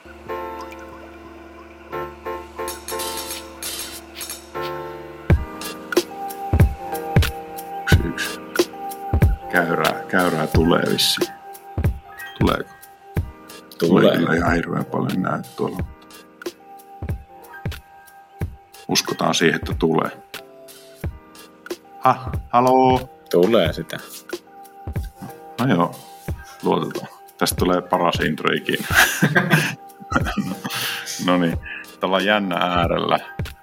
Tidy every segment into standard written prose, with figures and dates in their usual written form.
Yksi. Käyrää tulee vissiin. Tuleeko? Tulee kyllä ihan hirveän paljon näytä tuolla. Uskotaan siihen, että tulee. Haloo? Tulee sitä. No joo, luotetaan. Tästä tulee paras intro ikinä. No niin, ollaan jännä äärellä.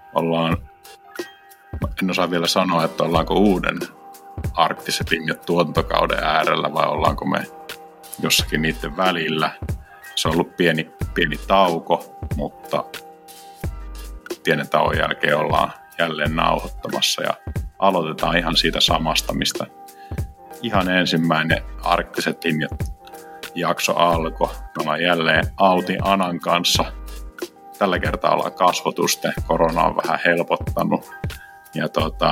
En osaa vielä sanoa, että ollaanko uuden Arktiset linjat tuotantokauden äärellä vai ollaanko me jossakin niiden välillä. Se on ollut pieni tauko, mutta pienen tauon jälkeen ollaan jälleen nauhoittamassa ja aloitetaan ihan siitä samasta, mistä ihan ensimmäinen Arktiset linjat jakso alkoi. Me ollaan jälleen Autin Anan kanssa. Tällä kertaa ollaan kasvotusten. Korona on vähän helpottanut. Ja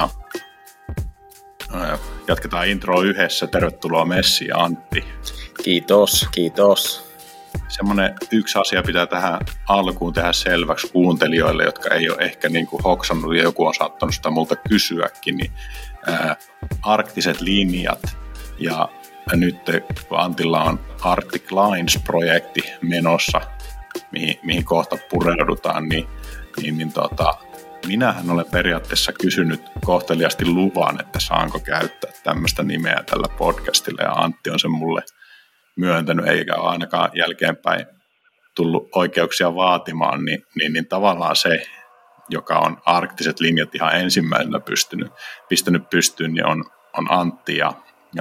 jatketaan intro yhdessä. Tervetuloa Messi ja Antti. Kiitos. Semmoinen yksi asia pitää tähän alkuun tehdä selväksi kuuntelijoille, jotka ei ole ehkä niin kuin hoksannut ja joku on saattanut sitä multa kysyäkin, niin Arktiset linjat ja nyt kun Antilla on Arctic Lines-projekti menossa, mihin kohta pureudutaan, niin minähän olen periaatteessa kysynyt kohteliasti luvan, että saanko käyttää tämmöistä nimeä tällä podcastilla, ja Antti on sen mulle myöntänyt, eikä ole ainakaan jälkeenpäin tullut oikeuksia vaatimaan, niin tavallaan se, joka on Arktiset linjat ihan ensimmäisenä pistänyt pystyyn, niin on Antti ja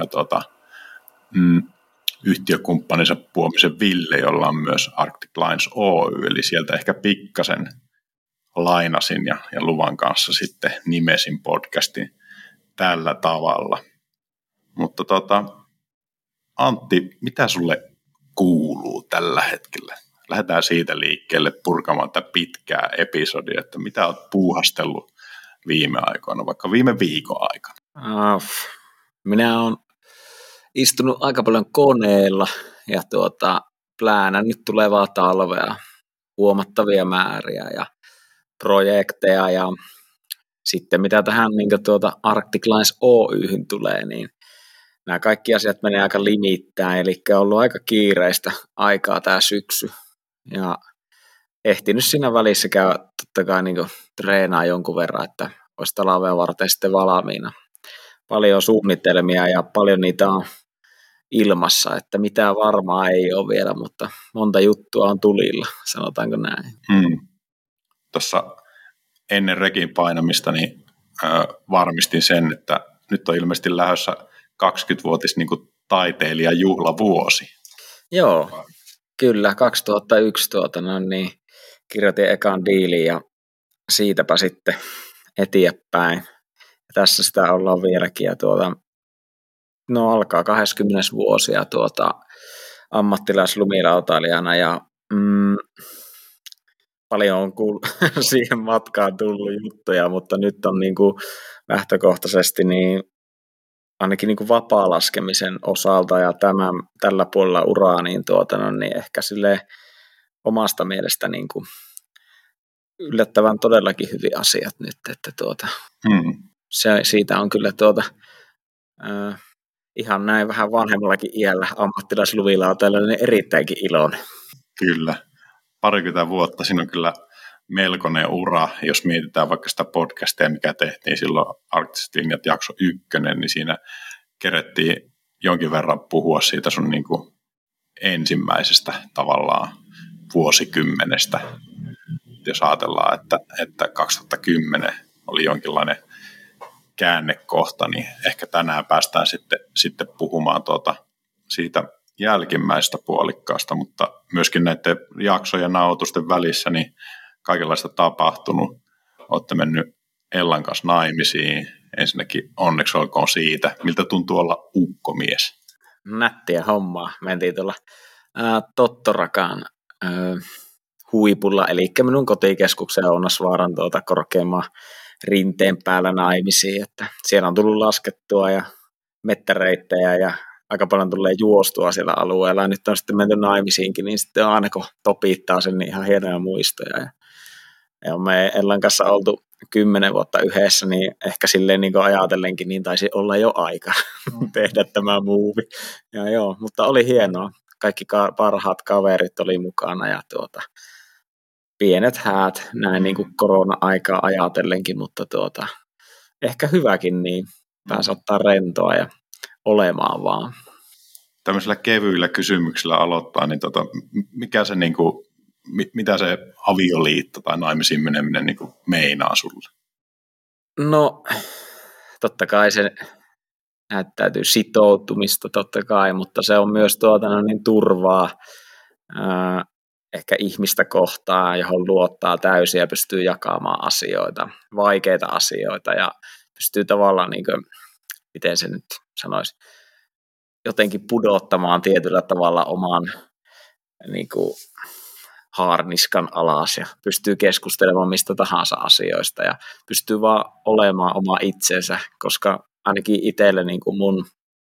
yhtiökumppaninsa Puomisen Ville, jolla on myös Arctic Lines Oy, eli sieltä ehkä pikkasen lainasin ja luvan kanssa sitten nimesin podcastin tällä tavalla. Mutta Antti, mitä sulle kuuluu tällä hetkellä? Lähdetään siitä liikkeelle purkamaan tätä pitkää episodia, että mitä olet puuhastellut viime aikoina, vaikka viime viikon aikana? Minä olen istunut aika paljon koneella ja pläänännyt tulevaa talvea, huomattavia määriä ja projekteja ja sitten mitä tähän niin Arctic Lines Oyhyn tulee, niin nämä kaikki asiat menee aika limittäin, eli on ollut aika kiireistä aikaa tämä syksy ja ehtinyt siinä välissä käydä totta kai niin treenaa jonkun verran, että olisi talvea varten sitten valmiina. Paljon suunnitelmia ja paljon niitä on ilmassa, että mitään varmaa ei ole vielä, mutta monta juttua on tulilla, sanotaanko näin. Tuossa ennen rekin painamista niin varmistin sen, että nyt on ilmeisesti lähdössä 20-vuotis niin kuin taiteilijajuhlavuosi. Joo, kyllä, 2001 niin kirjoitin ekan diilin ja siitäpä sitten eteenpäin. Ja tässä sitä ollaan vieläkin ja alkaa 20 vuosi ja ammattilaislumilautailijana ja paljon on siihen matkaan tullut juttuja, mutta nyt on niin kuin lähtökohtaisesti niin ainakin niin kuin vapaa-laskemisen osalta ja tällä puolella uraa niin ehkä silleen omasta mielestä niin kuin yllättävän todellakin hyviä asiat nyt, että siitä on kyllä ihan näin vähän vanhemmallakin iällä ammattilaislumilautailijana niin erittäinkin iloinen. Kyllä. 20 vuotta, siinä on kyllä melkoinen ura, jos mietitään vaikka sitä podcastia, mikä tehtiin silloin Arktiset linjat jakso 1, niin siinä kerettiin jonkin verran puhua siitä sun niin kuin ensimmäisestä tavallaan vuosikymmenestä. Jos ajatellaan, että 2010 oli jonkinlainen käännekohta, niin ehkä tänään päästään sitten puhumaan siitä jälkimmäisestä puolikkaasta, mutta myöskin näiden jaksojen nauhoitusten välissä niin kaikenlaista tapahtunut. Olette mennyt Ellan kanssa naimisiin. Ensinnäkin onneksi olkoon siitä. Miltä tuntuu olla ukkomies? Nättiä hommaa. Mentiin tuolla Tottorakaan huipulla, eli minun kotikeskuksen Ounasvaaran korkeamman rinteen päällä naimisiin. Että siellä on tullut laskettua ja mettäreittejä ja aika paljon tulee juostua siellä alueella, ja nyt on sitten menty naimisiinkin, niin sitten on aina kun topittaa sen, niin ihan hienoja muistoja. Ja me Ellan kanssa oltu 10 vuotta yhdessä, niin ehkä silleen niin kuin ajatellenkin, niin taisi olla jo aika tehdä tämä muuvi. Ja joo, mutta oli hienoa. Kaikki parhaat kaverit oli mukana ja pienet häät näin niin kuin korona-aikaa ajatellenkin, mutta ehkä hyväkin, niin pääsi ottaa rentoa ja olemaan vaan. Tämmöisillä kevyillä kysymyksillä aloittaa, niin mikä se niinku, mitä se avioliitto tai naimisiin meneminen niinku meinaa sulle? No, totta kai se näyttäytyy sitoutumista totta kai, mutta se on myös niin turvaa ehkä ihmistä kohtaan, johon luottaa täysin ja pystyy jakamaan asioita, vaikeita asioita ja pystyy tavallaan, niin kuin, miten se nyt sanoisi, jotenkin pudottamaan tietyllä tavalla oman niin kuin, haarniskan alas ja pystyy keskustelemaan mistä tahansa asioista ja pystyy vaan olemaan oma itsensä, koska ainakin itselle niin kuin mun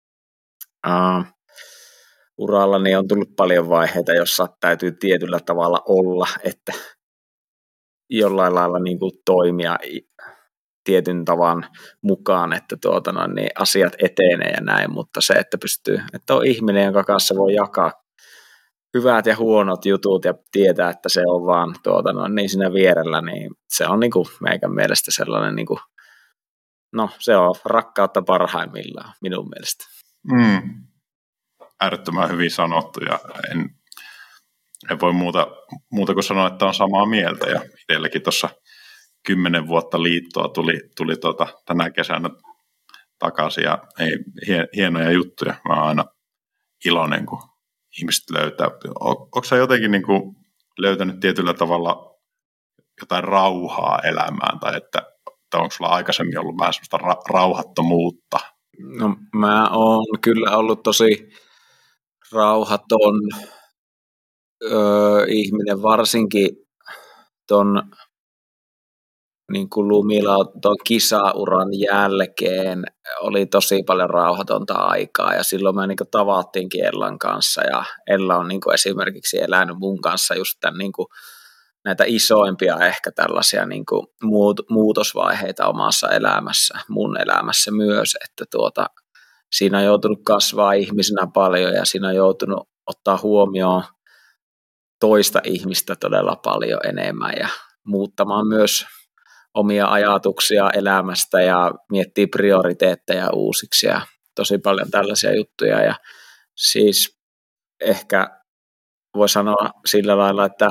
urallani on tullut paljon vaiheita, jossa täytyy tietyllä tavalla olla, että jollain lailla niin kuin toimia tietyn tavan mukaan, että niin asiat etenee ja näin, mutta se, että pystyy, että on ihminen, jonka kanssa voi jakaa hyvät ja huonot jutut ja tietää, että se on vaan niin siinä vierellä, niin se on niin kuin meikän mielestä sellainen, niin kuin, no se on rakkautta parhaimmillaan minun mielestä. Äärettömän hyvin sanottu ja en voi muuta kuin sanoa, että on samaa mieltä ja itselläkin tuossa 10 vuotta liittoa tuli tänä kesänä takaisin ja hienoja juttuja. Mä oon aina iloinen, kun ihmiset löytää. Onko sä jotenkin niin kuin löytänyt tietyllä tavalla jotain rauhaa elämään tai että onko sulla aikaisemmin ollut vähän sellaista rauhattomuutta? No mä oon kyllä ollut tosi rauhaton ihminen, varsinkin ton niin kuin Lumilla tuon kisauran jälkeen oli tosi paljon rauhatonta aikaa ja silloin me niin kuin tavattiinkin Ellan kanssa ja Ella on niin kuin esimerkiksi elänyt mun kanssa just tämän, niin kuin näitä isoimpia ehkä tällaisia niin kuin muutosvaiheita omassa elämässä, mun elämässä myös, että siinä on joutunut kasvaa ihmisenä paljon ja siinä on joutunut ottaa huomioon toista ihmistä todella paljon enemmän ja muuttamaan myös omia ajatuksia elämästä ja miettii prioriteetteja uusiksi ja tosi paljon tällaisia juttuja. Ja siis ehkä voi sanoa sillä lailla, että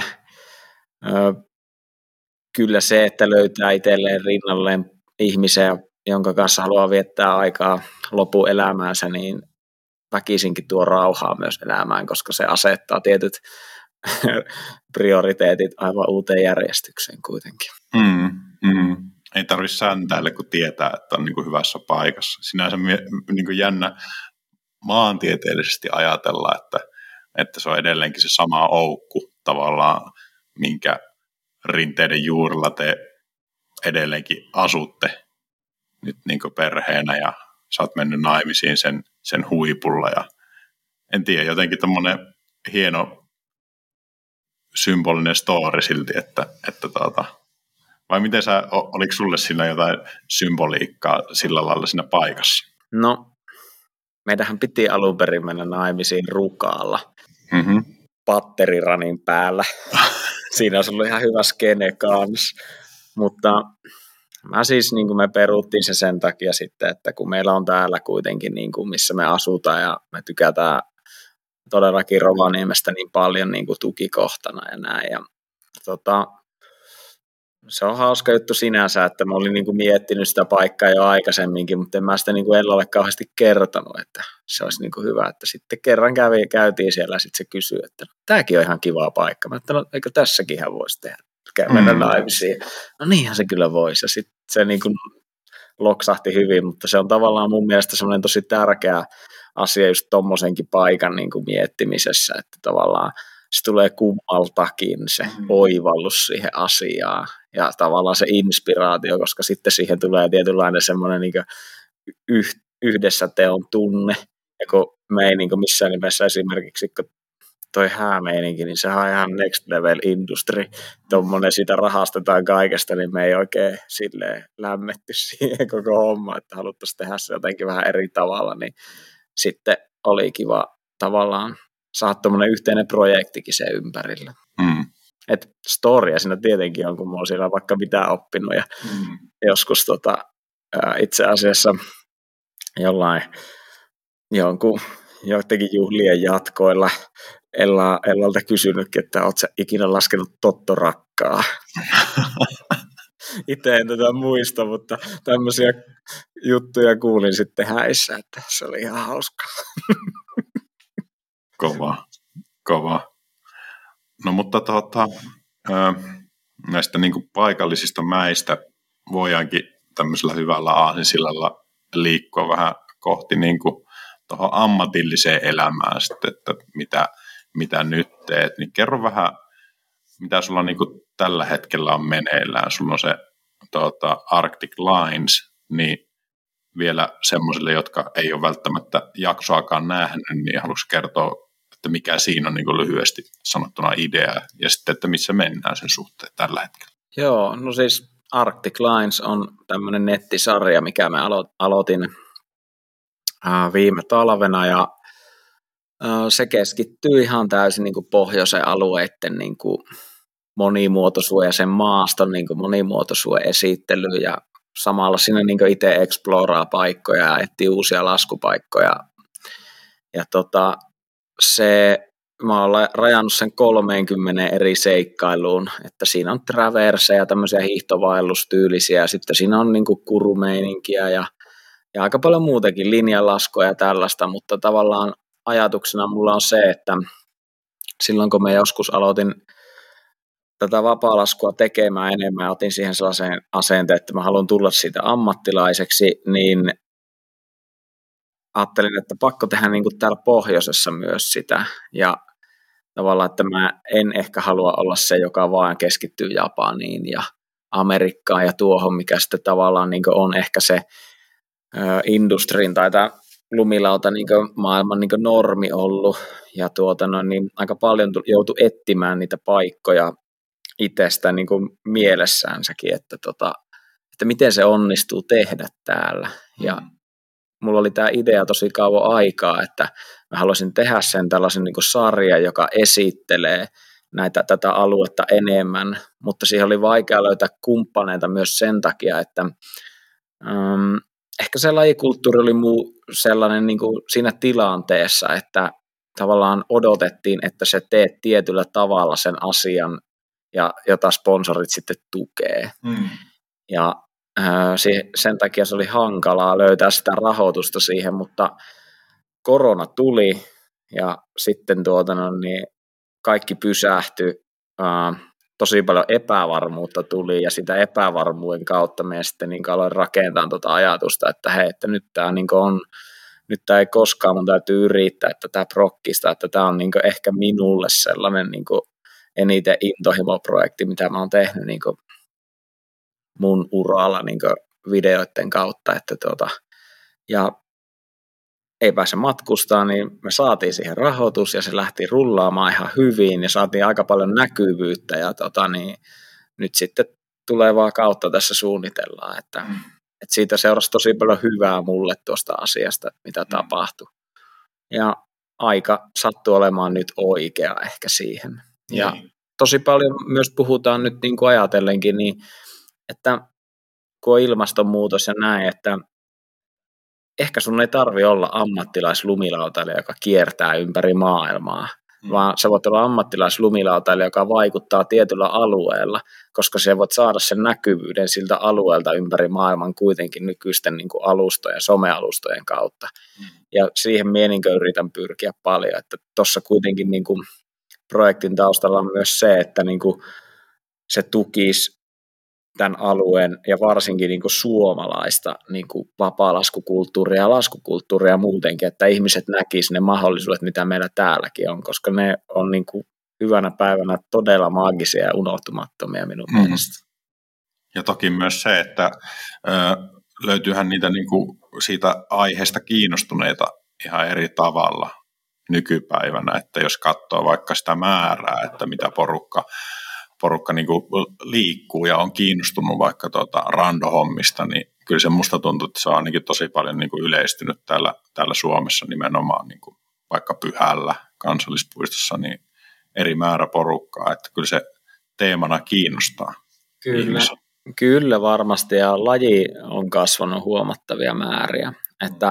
kyllä se, että löytää itselleen rinnalleen ihmisen, jonka kanssa haluaa viettää aikaa loppuelämäänsä, niin väkisinkin tuo rauhaa myös elämään, koska se asettaa tietyt prioriteetit aivan uuteen järjestykseen kuitenkin. Ei tarvitse säntäillä, kun tietää, että on niin kuin hyvässä paikassa. Sinänsä niin kuin jännä maantieteellisesti ajatella, että se on edelleenkin se sama oukku tavallaan, minkä rinteiden juurella te edelleenkin asutte nyt niin kuin perheenä ja sä oot mennyt naimisiin sen huipulla ja en tiedä, jotenkin tommonen hieno symbolinen story silti, että vai miten oliko sulle siinä jotain symboliikkaa sillä lailla siinä paikassa? No, meidänhän piti alun perin mennä naimisiin Rukaalla, patteriranin päällä. Siinä olisi ollut ihan hyvä skene kanssa, mutta mä siis niin kuin me peruttiin se sen takia sitten, että kun meillä on täällä kuitenkin niin kuin missä me asutaan ja me tykätään todellakin Rovaniemestä niin paljon niin kuin tukikohtana ja näin ja se on hauska juttu sinänsä, että mä olin niin kuin miettinyt sitä paikkaa jo aikaisemminkin, mutta en mä sitä niin kuin Ellalle kauheasti kertonut, että se olisi niin kuin hyvä, että sitten kerran käytiin siellä ja sitten se kysyi, että tämäkin on ihan kiva paikka. Mä ajattelin, eikö tässäkin hän voisi tehdä, mennä naimisiin. No niinhän se kyllä voisi ja sitten se niin kuin loksahti hyvin, mutta se on tavallaan mun mielestä semmoinen tosi tärkeä asia just tommosenkin paikan niin kuin miettimisessä, että tavallaan se tulee kummaltakin se oivallus siihen asiaan ja tavallaan se inspiraatio, koska sitten siihen tulee tietynlainen semmoinen niin kuin yhdessä teon tunne Ja kun me ei niin kuin missään nimessä esimerkiksi, kun toi häämeininki, niin sehän on ihan next level industry. Tuommoinen siitä rahastetaan kaikesta, niin me ei oikein silleen lämmetty siihen koko homma, että haluttaisiin tehdä se jotenkin vähän eri tavalla, niin sitten oli kiva tavallaan saada tuommoinen yhteinen projektikin sen ympärillä. Et storia siinä tietenkin on, kun mä oon siellä vaikka mitä oppinut ja joskus itse asiassa joidenkin juhlien jatkoilla Ellalta kysynytkin, että ootko sä ikinä laskenut tottorakkaa? Itse en tätä muista, mutta tämmöisiä juttuja kuulin sitten häissä, että se oli ihan hauskaa. Kova. No mutta näistä niin kuin paikallisista mäistä voidaankin tämmöisellä hyvällä aasinsillalla liikkua vähän kohti niin kuin tuohon ammatilliseen elämään sitten, että mitä nyt teet, niin kerro vähän, mitä sulla niin kuin tällä hetkellä on meneillään. Sulla on se Arctic Lines, niin vielä semmoisille, jotka ei ole välttämättä jaksoakaan nähnyt, niin haluaisin kertoa, että mikä siinä on niin kuin lyhyesti sanottuna idea, ja sitten, että missä mennään sen suhteen tällä hetkellä. Joo, no siis Arctic Lines on tämmöinen nettisarja, mikä me aloitin viime talvena, ja se keskittyy ihan täysin niin kuin pohjoisen alueiden niin kuin monimuotoisuuden ja sen maaston niin kuin monimuotoisuuden esittelyyn, ja samalla siinä niin kuin itse exploraa paikkoja ja etsii uusia laskupaikkoja. Ja mä oon rajannut sen 30 eri seikkailuun, että siinä on traverseja, tämmöisiä hiihtovaellustyylisiä, ja sitten siinä on niin kuin kurumeininkiä ja aika paljon muutakin, linjalaskoja ja tällaista, mutta tavallaan ajatuksena mulla on se, että silloin kun mä joskus aloitin tätä vapaalaskua tekemään enemmän ja otin siihen sellaisen asenteen, että mä haluan tulla siitä ammattilaiseksi, niin ajattelin, että pakko tehdä niin kuin täällä pohjoisessa myös sitä, ja tavallaan, että mä en ehkä halua olla se, joka vaan keskittyy Japaniin ja Amerikkaan ja tuohon, mikä sitten tavallaan niin kuin on ehkä se industrin tai tämä lumilauta niin kuin maailman niin kuin normi ollut, ja niin aika paljon joutui etsimään niitä paikkoja itsestä niin kuin mielessäänsäkin, että miten se onnistuu tehdä täällä, ja mulla oli tämä idea tosi kauan aikaa, että mä haluaisin tehdä sen tällaisen niin kuin sarjan, joka esittelee tätä aluetta enemmän, mutta siihen oli vaikea löytää kumppaneita myös sen takia, että ehkä se lajikulttuuri oli sellainen niin kuin siinä tilanteessa, että tavallaan odotettiin, että se teet tietyllä tavalla sen asian, jota sponsorit sitten tukee. Ja sen takia se oli hankalaa löytää sitä rahoitusta siihen, mutta korona tuli ja sitten niin kaikki pysähtyi, tosi paljon epävarmuutta tuli, ja sitä epävarmuuden kautta me sitten niin aloin rakentaa tuota ajatusta, että hei, että nyt tämä niin on, nyt tämä ei koskaan, mun täytyy yrittää, että tämä prokkista, että tämä on niin ehkä minulle sellainen niin eniten intohimoprojekti, mitä mä oon tehnyt niin mun uralla niin videoiden kautta, ja ei pääse matkustaa, niin me saatiin siihen rahoitus ja se lähti rullaamaan ihan hyvin ja saatiin aika paljon näkyvyyttä, ja nyt sitten tulevaa kautta tässä suunnitellaan, että siitä seurasi tosi paljon hyvää mulle tuosta asiasta, mitä tapahtui, ja aika sattui olemaan nyt oikea ehkä siihen, ja tosi paljon myös puhutaan nyt niin kuin ajatellenkin, niin että kun on ilmastonmuutos ja näin, että ehkä sun ei tarvitse olla ammattilaislumilautailija, joka kiertää ympäri maailmaa, vaan sä voit olla ammattilaislumilautailija, joka vaikuttaa tietyllä alueella, koska sä voit saada sen näkyvyyden siltä alueelta ympäri maailman kuitenkin nykyisten niin kuin alustojen, somealustojen kautta. Ja siihen minä yritän pyrkiä paljon, että tuossa kuitenkin niin kuin projektin taustalla on myös se, että niin kuin se tukisi tämän alueen ja varsinkin niin kuin suomalaista niin kuin vapaalaskukulttuuria ja laskukulttuuria muutenkin, että ihmiset näkisivät ne mahdollisuudet, mitä meillä täälläkin on, koska ne on niin kuin hyvänä päivänä todella maagisia ja unohtumattomia minun mielestä. Ja toki myös se, että löytyyhän niitä niin kuin siitä aiheesta kiinnostuneita ihan eri tavalla nykypäivänä, että jos katsoo vaikka sitä määrää, että mitä porukka niin kuin liikkuu ja on kiinnostunut vaikka randohommista, niin kyllä se musta tuntuu, että se on ainakin tosi paljon niin kuin yleistynyt täällä Suomessa nimenomaan niin kuin vaikka Pyhällä kansallispuistossa, niin eri määrä porukkaa, että kyllä se teemana kiinnostaa ihmisiä. Kyllä varmasti, ja laji on kasvanut huomattavia määriä, että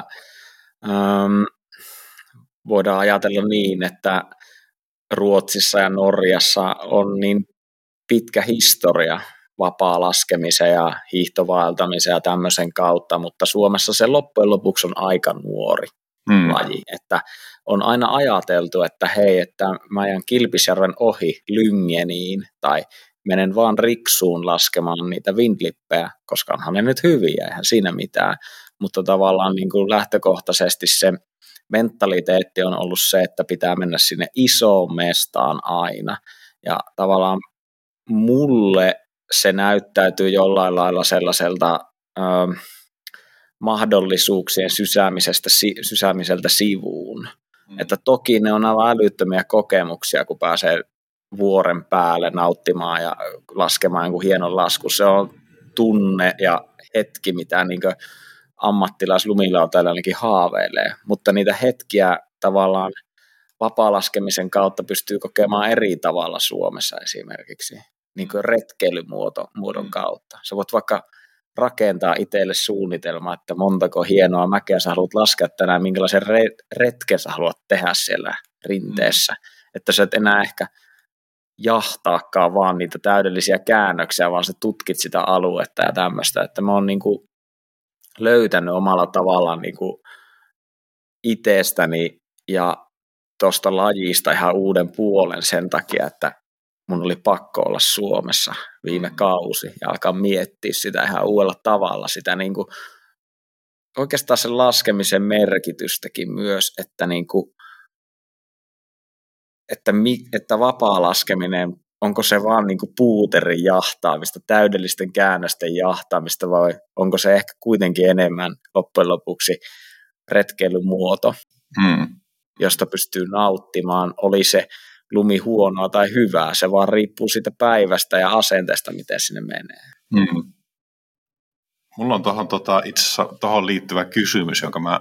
voidaan ajatella niin, että Ruotsissa ja Norjassa on niin pitkä historia vapaa-laskemisen ja hiihtovaeltamisen ja tämmöisen kautta, mutta Suomessa se loppujen lopuksi on aika nuori laji, että on aina ajateltu, että hei, että mä ajan Kilpisjärven ohi Lyngeniin tai menen vaan Riksuun laskemaan niitä windlippejä, koska onhan ne nyt hyviä, eihän siinä mitään, mutta tavallaan niin kuin lähtökohtaisesti se mentaliteetti on ollut se, että pitää mennä sinne isoon mestaan aina, ja tavallaan mulle se näyttäytyy jollain lailla sellaiselta mahdollisuuksien sysäämiseltä sivuun. Että toki ne on aivan älyttömiä kokemuksia, kun pääsee vuoren päälle nauttimaan ja laskemaan jonkun hienon lasku. Se on tunne ja hetki, mitä niin ammattilaislumilautajalla ainakin haaveilee. Mutta niitä hetkiä tavallaan vapaa-laskemisen kautta pystyy kokemaan eri tavalla Suomessa esimerkiksi, niin kuin retkeilymuodon kautta. Sä voit vaikka rakentaa itselle suunnitelma, että montako hienoa mäkeä sä haluat laskea tänään, minkälaisen retken sä haluat tehdä siellä rinteessä. Että sä et enää ehkä jahtaakaan vaan niitä täydellisiä käännöksiä, vaan sä tutkit sitä aluetta ja tämmöistä. Että mä oon niin kuin löytänyt omalla tavallaan niin kuin itsestäni ja tuosta lajista ihan uuden puolen sen takia, että mun oli pakko olla Suomessa viime kausi ja alkaa miettiä sitä ihan uudella tavalla, sitä niin kuin, oikeastaan sen laskemisen merkitystäkin myös, että, niin kuin, että vapaa laskeminen, onko se vaan niin kuin puuterin jahtaamista, täydellisten käännösten jahtaamista vai onko se ehkä kuitenkin enemmän loppujen lopuksi retkeilymuoto, josta pystyy nauttimaan, oli se lumi huonoa tai hyvää, se vaan riippuu siitä päivästä ja asenteesta, miten sinne menee. Mulla on itse asiassa tuohon liittyvä kysymys, jonka mä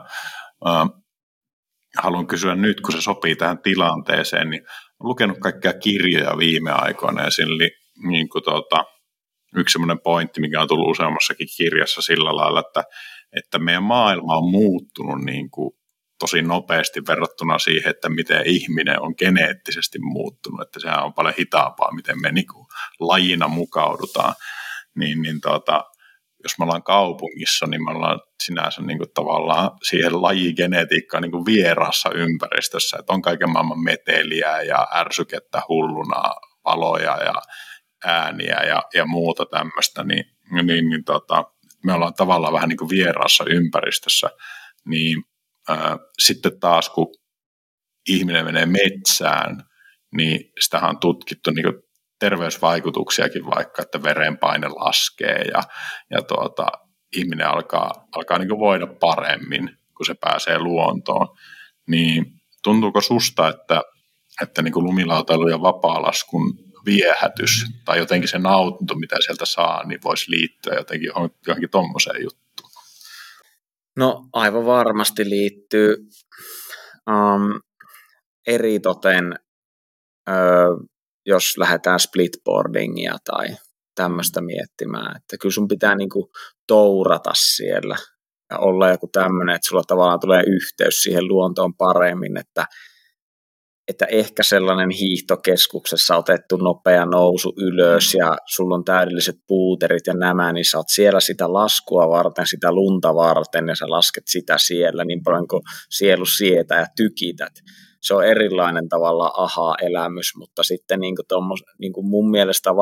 haluan kysyä nyt, kun se sopii tähän tilanteeseen, niin olen lukenut kaikkia kirjoja viime aikoina, ja siinä oli niin kuin yksi semmoinen pointti, mikä on tullut useammassakin kirjassa sillä lailla, että meidän maailma on muuttunut niin kuin tosi nopeasti verrattuna siihen, että miten ihminen on geneettisesti muuttunut, että sehän on paljon hitaampaa, miten me niin kuin lajina mukaudutaan, niin jos me ollaan kaupungissa, niin me ollaan sinänsä niin kuin tavallaan siihen lajigenetiikkaan niin kuin vieraassa ympäristössä, että on kaiken maailman meteliä ja ärsykettä hulluna, valoja ja ääniä ja muuta tämmöistä, niin me ollaan tavallaan vähän niin kuin vieraassa ympäristössä, niin sitten taas kun ihminen menee metsään, niin sitähän on tutkittu niin kuin terveysvaikutuksiakin vaikka, että verenpaine laskee ja ihminen alkaa niin kuin voida paremmin, kun se pääsee luontoon. Niin tuntuuko susta, että niin kuin lumilautailu ja vapaalaskun viehätys tai jotenkin se nautinto, mitä sieltä saa, niin voisi liittyä jotenkin johonkin tommoseen juttuun? No aivan varmasti liittyy eritoten, jos lähdetään splitboardingia tai tämmöistä miettimään, että kyllä sun pitää niinku tourata siellä ja olla joku tämmöinen, että sulla tavallaan tulee yhteys siihen luontoon paremmin, että ehkä sellainen hiihtokeskuksessa otettu nopea nousu ylös ja sulla on täydelliset puuterit ja nämä, niin sä oot siellä sitä laskua varten, sitä lunta varten ja sä lasket sitä siellä niin paljon kuin sielu sietää ja tykität. Se on erilainen tavalla aha-elämys, mutta sitten niin kuin mun mielestä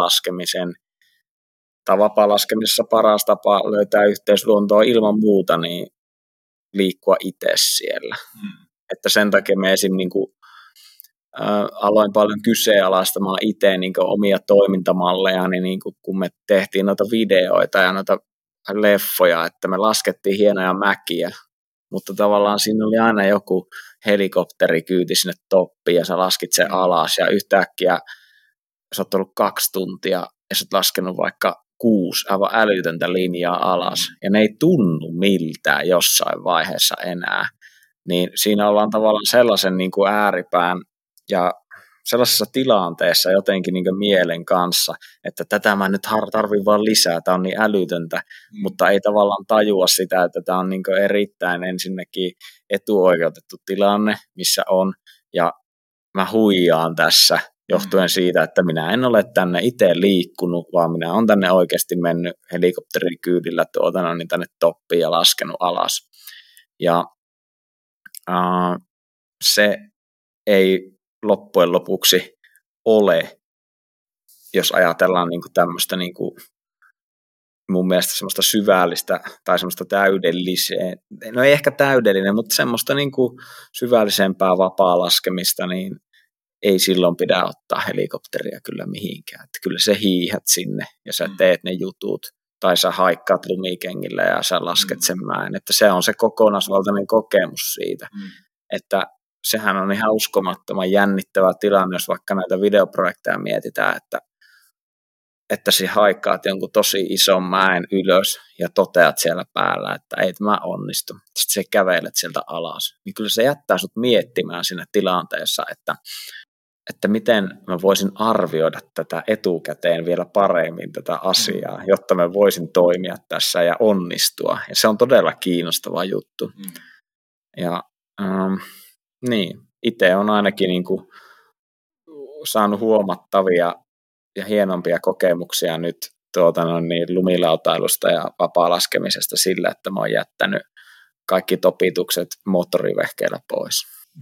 vapaa-laskemisessa paras tapa löytää yhteys luontoon ilman muuta, niin liikkua itse siellä. Että sen takia me esim. Niin kuin aloin paljon kyseenalaistamaan itse niin omia toimintamalleja, niin kun me tehtiin noita videoita ja noita leffoja, että me laskettiin hienoja mäkiä, mutta tavallaan siinä oli aina joku helikopteri kyyti sinne toppiin ja sä laskit sen alas ja yhtäkkiä sä oot ollut 2 tuntia ja sä oot laskenut vaikka 6 aivan älytöntä linjaa alas ja ne ei tunnu miltään jossain vaiheessa enää, niin siinä ollaan tavallaan sellaisen niin kuin ääripään ja sellaisessa tilanteessa jotenkin niin kuin mielen kanssa, että tätä mä nyt tarvin vaan lisää, tämä on niin älytöntä, mutta ei tavallaan tajua sitä, että tämä on niin kuin erittäin ensinnäkin etuoikeutettu tilanne, missä on, ja mä huijaan tässä johtuen siitä, että minä en ole tänne itse liikkunut, vaan minä olen tänne oikeasti mennyt helikopterikyydillä niin tänne toppiin ja laskenut alas. Ja se ei loppujen lopuksi ole, jos ajatellaan niin kuin tämmöistä niin kuin mun mielestä semmoista syvällistä tai semmoista täydelliseen, no ei ehkä täydellinen, mutta semmoista niin kuin syvällisempää vapaa-laskemista, niin ei silloin pidä ottaa helikopteria kyllä mihinkään. Että kyllä se hiihät sinne ja sä teet ne jutut tai sä haikkaat lumikengillä ja sä lasket sen mäen. Että se on se kokonaisvaltainen kokemus siitä. Että sehän on ihan uskomattoman jännittävä tilanne, jos vaikka näitä videoprojekteja mietitään, että sä haikkaat jonkun tosi ison mäen ylös ja toteat siellä päällä, että ei mä onnistu. Sitten sä kävelet sieltä alas. Niin kyllä se jättää sut miettimään siinä tilanteessa, että miten mä voisin arvioida tätä etukäteen vielä paremmin tätä asiaa, jotta mä voisin toimia tässä ja onnistua. Ja se on todella kiinnostava juttu. Ja niin, itse on ainakin niin kuin saanut huomattavia ja hienompia kokemuksia nyt lumilautailusta ja vapaa-laskemisesta sillä, että mä oon jättänyt kaikki topitukset moottorivehkeillä pois.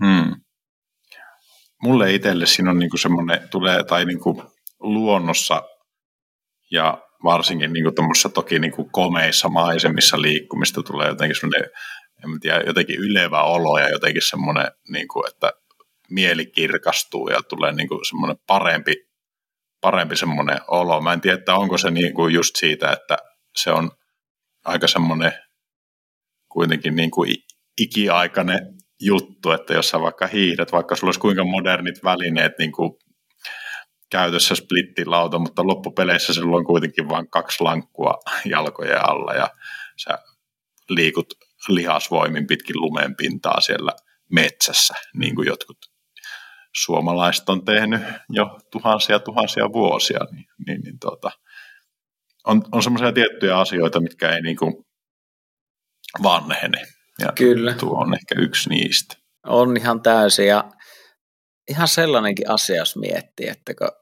Mulle itselle siinä on niinku semmoinen, tulee tai niinku luonnossa ja varsinkin niinku tuommoisissa toki niinku komeissa maisemissa liikkumista tulee jotenkin semmoinen, en tiedä, jotenkin ylevä olo ja jotenkin semmoinen, niinku, että mieli kirkastuu ja tulee niinku semmoinen parempi semmoinen olo. Mä en tiedä, että onko se niinku just siitä, että se on aika semmoinen kuitenkin niinku ikiaikainen juttu, että jos sä vaikka hiihdät, vaikka sulla olisi kuinka modernit välineet niin kuin käytössä splittilauta, mutta loppupeleissä sulla on kuitenkin vain 2 lankkua jalkojen alla ja sä liikut lihasvoimin pitkin lumen pintaa siellä metsässä, niin kuin jotkut suomalaiset on tehnyt jo tuhansia vuosia, on semmoisia tiettyjä asioita, mitkä ei niin kuin vanhene. Ja kyllä. Tuo on ehkä yksi niistä. On ihan täysin ja ihan sellainenkin asia, jos miettii, että kun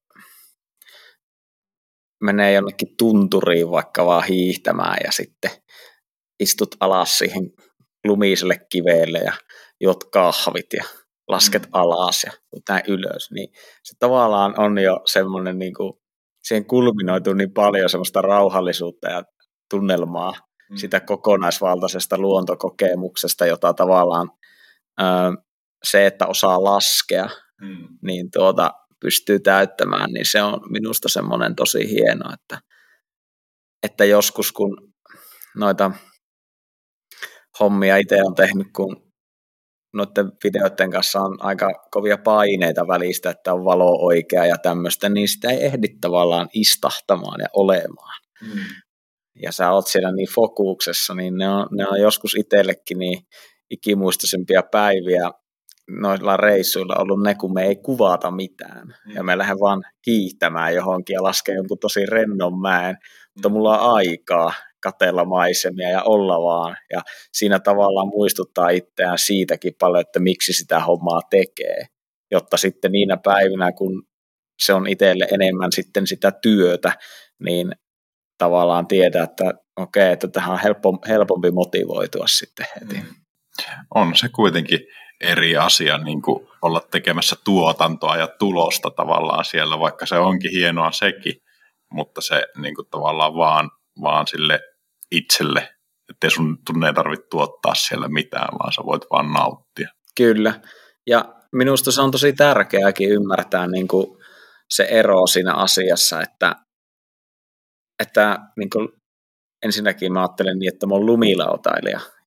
menee jonnekin tunturiin vaikka vaan hiihtämään ja sitten istut alas siihen lumiselle kivelle ja juot kahvit ja lasket alas ja näin ylös, niin se tavallaan on jo semmoinen, niin kuin, siihen kulminoituu niin paljon semmoista rauhallisuutta ja tunnelmaa sitä kokonaisvaltaisesta luontokokemuksesta, jota tavallaan se, että osaa laskea, niin pystyy täyttämään, niin se on minusta semmoinen tosi hieno, että joskus kun noita hommia itse on tehnyt, kun noiden videoiden kanssa on aika kovia paineita välistä, että on valo oikea ja tämmöistä, niin sitä ei ehdi tavallaan istahtamaan ja olemaan. Ja sä oot siellä niin fokuksessa, niin ne on joskus itsellekin niin ikimuistoisempia päiviä noilla reissuilla ollut ne, kun me ei kuvata mitään. Ja me lähden vaan hiihtämään johonkin ja laskee jonkun tosi rennon mäen, mutta mulla on aikaa katsella maisemia ja olla vaan. Ja siinä tavallaan muistuttaa itseään siitäkin paljon, että miksi sitä hommaa tekee. Jotta sitten niinä päivinä, kun se on itselle enemmän sitten sitä työtä, niin tavallaan tietää, että okei, että tähän on helpompi motivoitua sitten heti. On se kuitenkin eri asia niin kuin olla tekemässä tuotantoa ja tulosta tavallaan siellä, vaikka se onkin hienoa sekin, mutta se niin kuin tavallaan vaan sille itselle, ettei sun ei tarvitse tuottaa siellä mitään, vaan sä voit vaan nauttia. Kyllä, ja minusta se on tosi tärkeääkin ymmärtää niin kuin se ero siinä asiassa, että niin kuin ensinnäkin mä ajattelen niin, että mä oon lumilautailija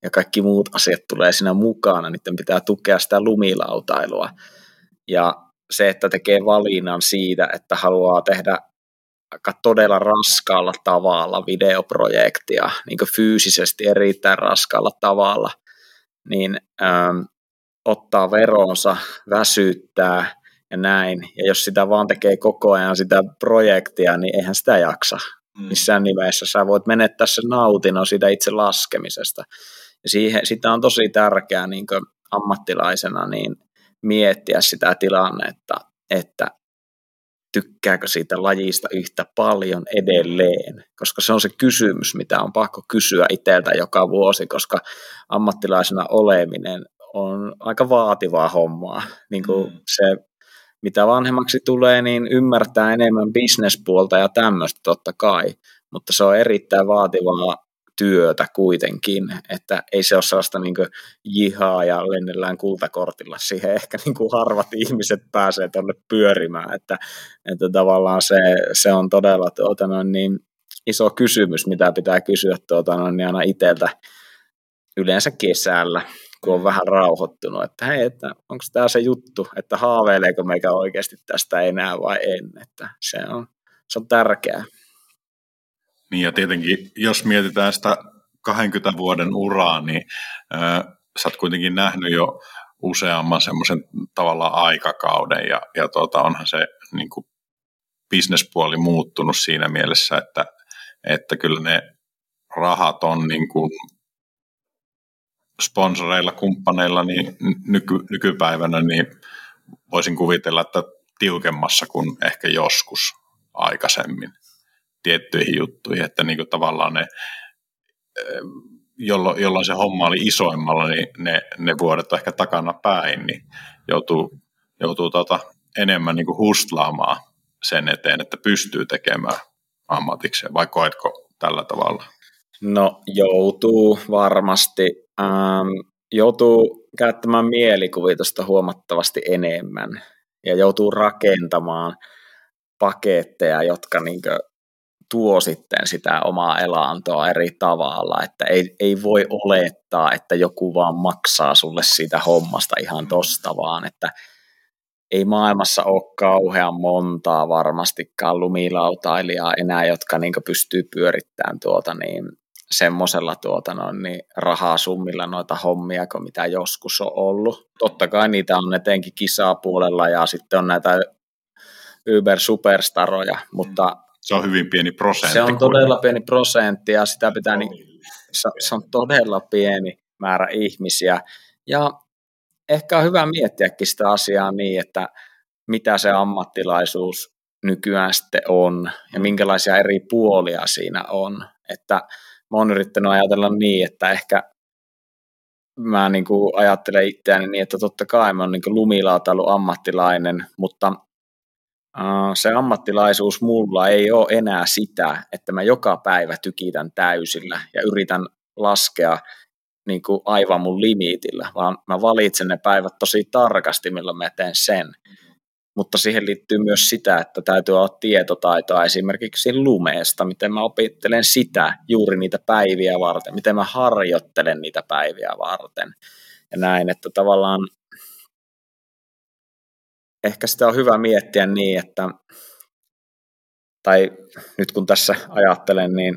ja kaikki muut asiat tulee siinä mukana, niiden pitää tukea sitä lumilautailua. Ja se, että tekee valinnan siitä, että haluaa tehdä aika todella raskaalla tavalla videoprojektia, niin kuin fyysisesti erittäin raskaalla tavalla, niin ottaa veronsa, väsyttää ja näin. Ja jos sitä vaan tekee koko ajan sitä projektia, niin eihän sitä jaksa missään nimessä. Sä voit menettää sen nautinnon siitä itse laskemisesta. Ja sitä on tosi tärkeää niin kuin ammattilaisena niin miettiä sitä tilannetta, että tykkääkö siitä lajista yhtä paljon edelleen, koska se on se kysymys, mitä on pakko kysyä itseltä joka vuosi, koska ammattilaisena oleminen on aika vaativaa hommaa. Niin kuin se, mitä vanhemmaksi tulee, niin ymmärtää enemmän bisnespuolta ja tämmöistä totta kai, mutta se on erittäin vaativaa työtä kuitenkin, että ei se ole sellaista niin kuin jihaa ja lennellään kultakortilla. Siihen ehkä niin kuin harvat ihmiset pääsee tuonne pyörimään, että tavallaan se on todella niin iso kysymys, mitä pitää kysyä niin aina itseltä yleensä kesällä, kun on vähän rauhoittunut, että hei, että onko tämä se juttu, että haaveileeko meikä oikeasti tästä enää vai en, että se on tärkeää. Niin ja tietenkin, jos mietitään sitä 20 vuoden uraa, niin sä oot kuitenkin nähnyt jo useamman semmoisen tavallaan aikakauden ja onhan se niin kuin bisnespuoli muuttunut siinä mielessä, että kyllä ne rahat on niin kuin sponsoreilla, kumppaneilla niin nykypäivänä, niin voisin kuvitella, että tiukemmassa kuin ehkä joskus aikaisemmin tiettyihin juttuihin, että niin kuin tavallaan ne, jolloin se homma oli isoimmalla, niin ne vuodet on ehkä takana päin, niin joutuu enemmän niin kuin hustlaamaan sen eteen, että pystyy tekemään ammatikseen, vai koetko tällä tavalla? No joutuu varmasti. Joutuu käyttämään mielikuvitusta huomattavasti enemmän ja joutuu rakentamaan paketteja, jotka niinkö tuo sitten sitä omaa elantoa eri tavalla, että ei voi olettaa, että joku vaan maksaa sulle siitä hommasta ihan tosta vaan, että ei maailmassa ole kauhean montaa varmastikaan lumilautailijaa enää, jotka niinkö pystyy pyörittämään semmoisella rahasummilla noita hommia, kuin mitä joskus on ollut. Totta kai niitä on etenkin kisapuolella ja sitten on näitä Uber-superstaroja, mutta se on hyvin pieni prosentti. Se on todella pieni prosentti ja sitä pitää se on todella pieni määrä ihmisiä. Ja ehkä on hyvä miettiäkin sitä asiaa niin, että mitä se ammattilaisuus nykyään sitten on ja minkälaisia eri puolia siinä on. Että mä oon yrittänyt ajatella niin, että ehkä mä niin kuin ajattelen itseäni niin, että totta kai mä oon niin kuin lumilautailu ammattilainen, mutta se ammattilaisuus mulla ei ole enää sitä, että mä joka päivä tykitän täysillä ja yritän laskea niin kuin aivan mun limitillä, vaan mä valitsen ne päivät tosi tarkasti, milloin mä teen sen. Mutta siihen liittyy myös sitä, että täytyy olla tietotaitoa esimerkiksi lumeesta, miten mä opittelen sitä juuri niitä päiviä varten, miten mä harjoittelen niitä päiviä varten ja näin, että tavallaan ehkä sitä on hyvä miettiä niin, että tai nyt kun tässä ajattelen, niin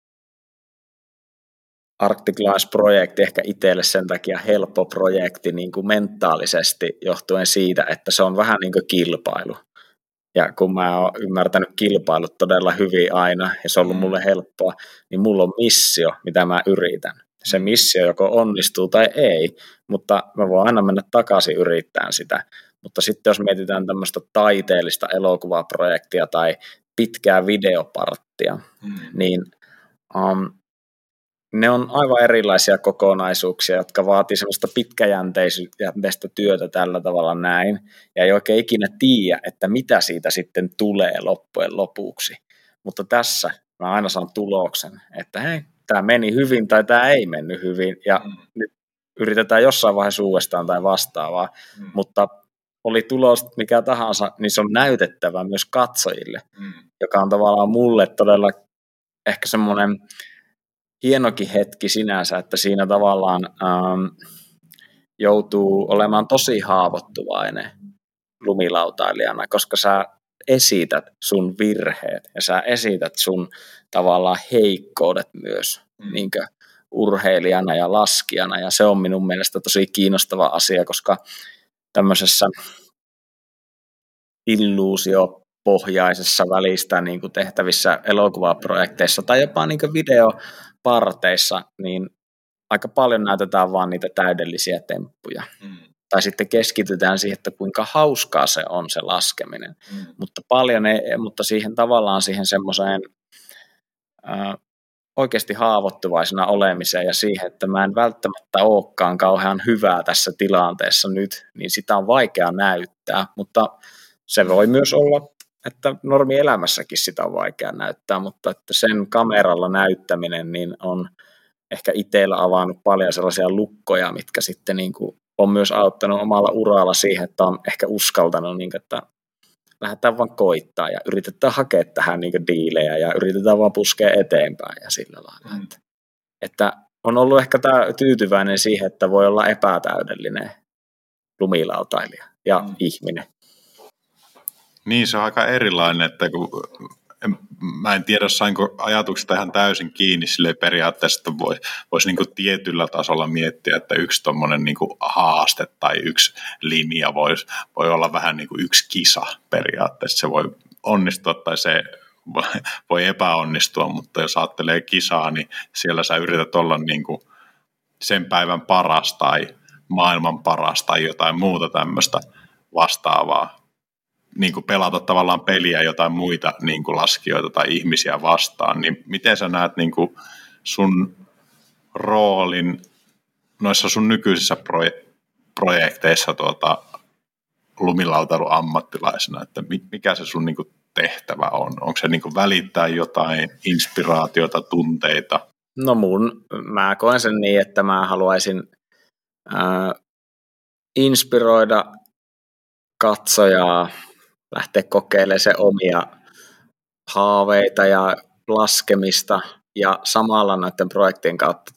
Arctic Lines-projekti ehkä itselle sen takia helppo projekti niin kuin mentaalisesti johtuen siitä, että se on vähän niin kuin kilpailu. Ja kun mä oon ymmärtänyt kilpailut todella hyvin aina ja se on ollut mulle helppoa, niin mulla on missio, mitä mä yritän. Se missio joko onnistuu tai ei, mutta mä voin aina mennä takaisin yrittämään sitä. Mutta sitten jos mietitään tämmöistä taiteellista elokuvaprojektia tai pitkää videoparttia, niin ne on aivan erilaisia kokonaisuuksia, jotka vaatii semmoista pitkäjänteistä työtä tällä tavalla näin, ja ei oikein ikinä tiedä, että mitä siitä sitten tulee loppujen lopuksi. Mutta tässä mä aina saan tuloksen, että hei, tämä meni hyvin tai tämä ei mennyt hyvin, ja nyt yritetään jossain vaiheessa uudestaan tai vastaavaa, mutta oli tulos mikä tahansa, niin se on näytettävä myös katsojille, joka on tavallaan mulle todella ehkä semmoinen hienokin hetki sinänsä, että siinä tavallaan joutuu olemaan tosi haavoittuvainen lumilautailijana, koska sä esität sun virheet ja sä esität sun tavallaan heikkoudet myös niin kuin urheilijana ja laskijana, ja se on minun mielestä tosi kiinnostava asia, koska tämmöisessä illuusiopohjaisessa välistä niin kuin tehtävissä elokuvaprojekteissa tai jopa niin kuin videoparteissa, niin aika paljon näytetään vaan niitä täydellisiä temppuja. Tai sitten keskitytään siihen, että kuinka hauskaa se on se laskeminen. Mutta siihen tavallaan siihen semmoiseen oikeasti haavoittuvaisena olemiseen ja siihen, että mä en välttämättä olekaan kauhean hyvää tässä tilanteessa nyt, niin sitä on vaikea näyttää, mutta se voi myös olla, että normielämässäkin sitä on vaikea näyttää, mutta että sen kameralla näyttäminen niin on ehkä itsellä avannut paljon sellaisia lukkoja, mitkä sitten niin kuin on myös auttanut omalla uralla siihen, että on ehkä uskaltanut, niin kuin, että lähdetään vaan koittaa ja yritetään hakea tähän niin kuin diilejä ja yritetään vaan puskea eteenpäin ja sillä lailla. Että on ollut ehkä tyytyväinen siihen, että voi olla epätäydellinen lumilautailija ja ihminen. Niin, se on aika erilainen, että kun mä en tiedä, sainko ajatuksesta ihan täysin kiinni sille periaatteessa, että voisi niin kuin tietyllä tasolla miettiä, että yksi tommonen niin kuin haaste tai yksi linja voi olla vähän niin kuin yksi kisa periaatteessa. Se voi onnistua tai se voi epäonnistua, mutta jos ajattelee kisaa, niin siellä sä yrität olla niin kuin sen päivän paras tai maailman paras tai jotain muuta tämmöistä vastaavaa. Niin kuin pelata tavallaan peliä jotain muita niin kuin laskijoita tai ihmisiä vastaan, niin miten sä näet niin kuin sun roolin noissa sun nykyisissä projekteissa lumilautailun ammattilaisena, että mikä se sun niin kuin tehtävä on? Onko se niin kuin välittää jotain inspiraatiota, tunteita? No mä koen sen niin, että mä haluaisin inspiroida katsojaa, lähteä kokeilemaan se omia haaveita ja laskemista ja samalla näiden projektien kautta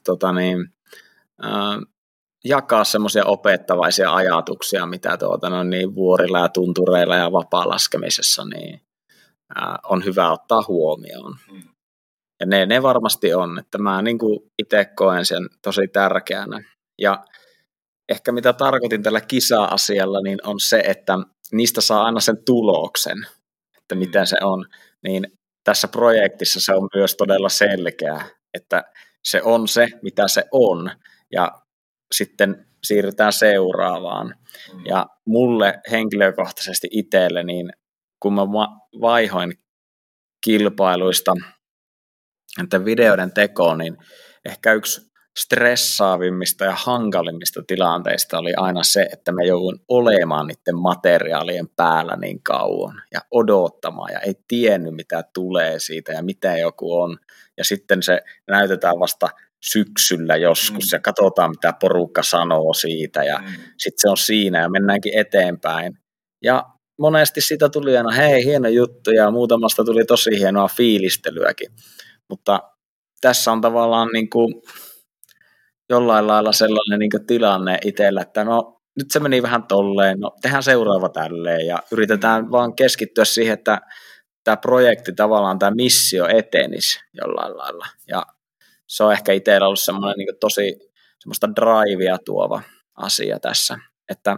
jakaa semmoisia opettavaisia ajatuksia, mitä vuorilla ja tuntureilla ja vapaa-laskemisessa niin, on hyvä ottaa huomioon. Ja ne varmasti on, että mä niin kuin itse koen sen tosi tärkeänä. Ja ehkä mitä tarkoitin tällä kisa-asialla, niin on se, että niistä saa aina sen tuloksen, että miten se on. Niin tässä projektissa se on myös todella selkeä, että se on se, mitä se on, ja sitten siirrytään seuraavaan. Ja mulle henkilökohtaisesti itselle, niin kun mä vaihoin kilpailuista että videoiden tekoon, niin ehkä yksi stressaavimmista ja hankalimmista tilanteista oli aina se, että mä jouduin olemaan niiden materiaalien päällä niin kauan ja odottamaan ja ei tiennyt mitä tulee siitä ja mitä joku on. Ja sitten se näytetään vasta syksyllä joskus ja katsotaan mitä porukka sanoo siitä ja sitten se on siinä ja mennäänkin eteenpäin. Ja monesti siitä tuli aina hei hieno juttu ja muutamasta tuli tosi hienoa fiilistelyäkin. Mutta tässä on tavallaan niin kuin jollain lailla sellainen niin kuin tilanne itsellä, että no nyt se meni vähän tolleen, no tehdään seuraava tälleen ja yritetään vaan keskittyä siihen, että tämä projekti tavallaan, tämä missio etenisi jollain lailla. Ja se on ehkä itsellä ollut semmoinen niin kuin tosi semmoista drivea tuova asia tässä, että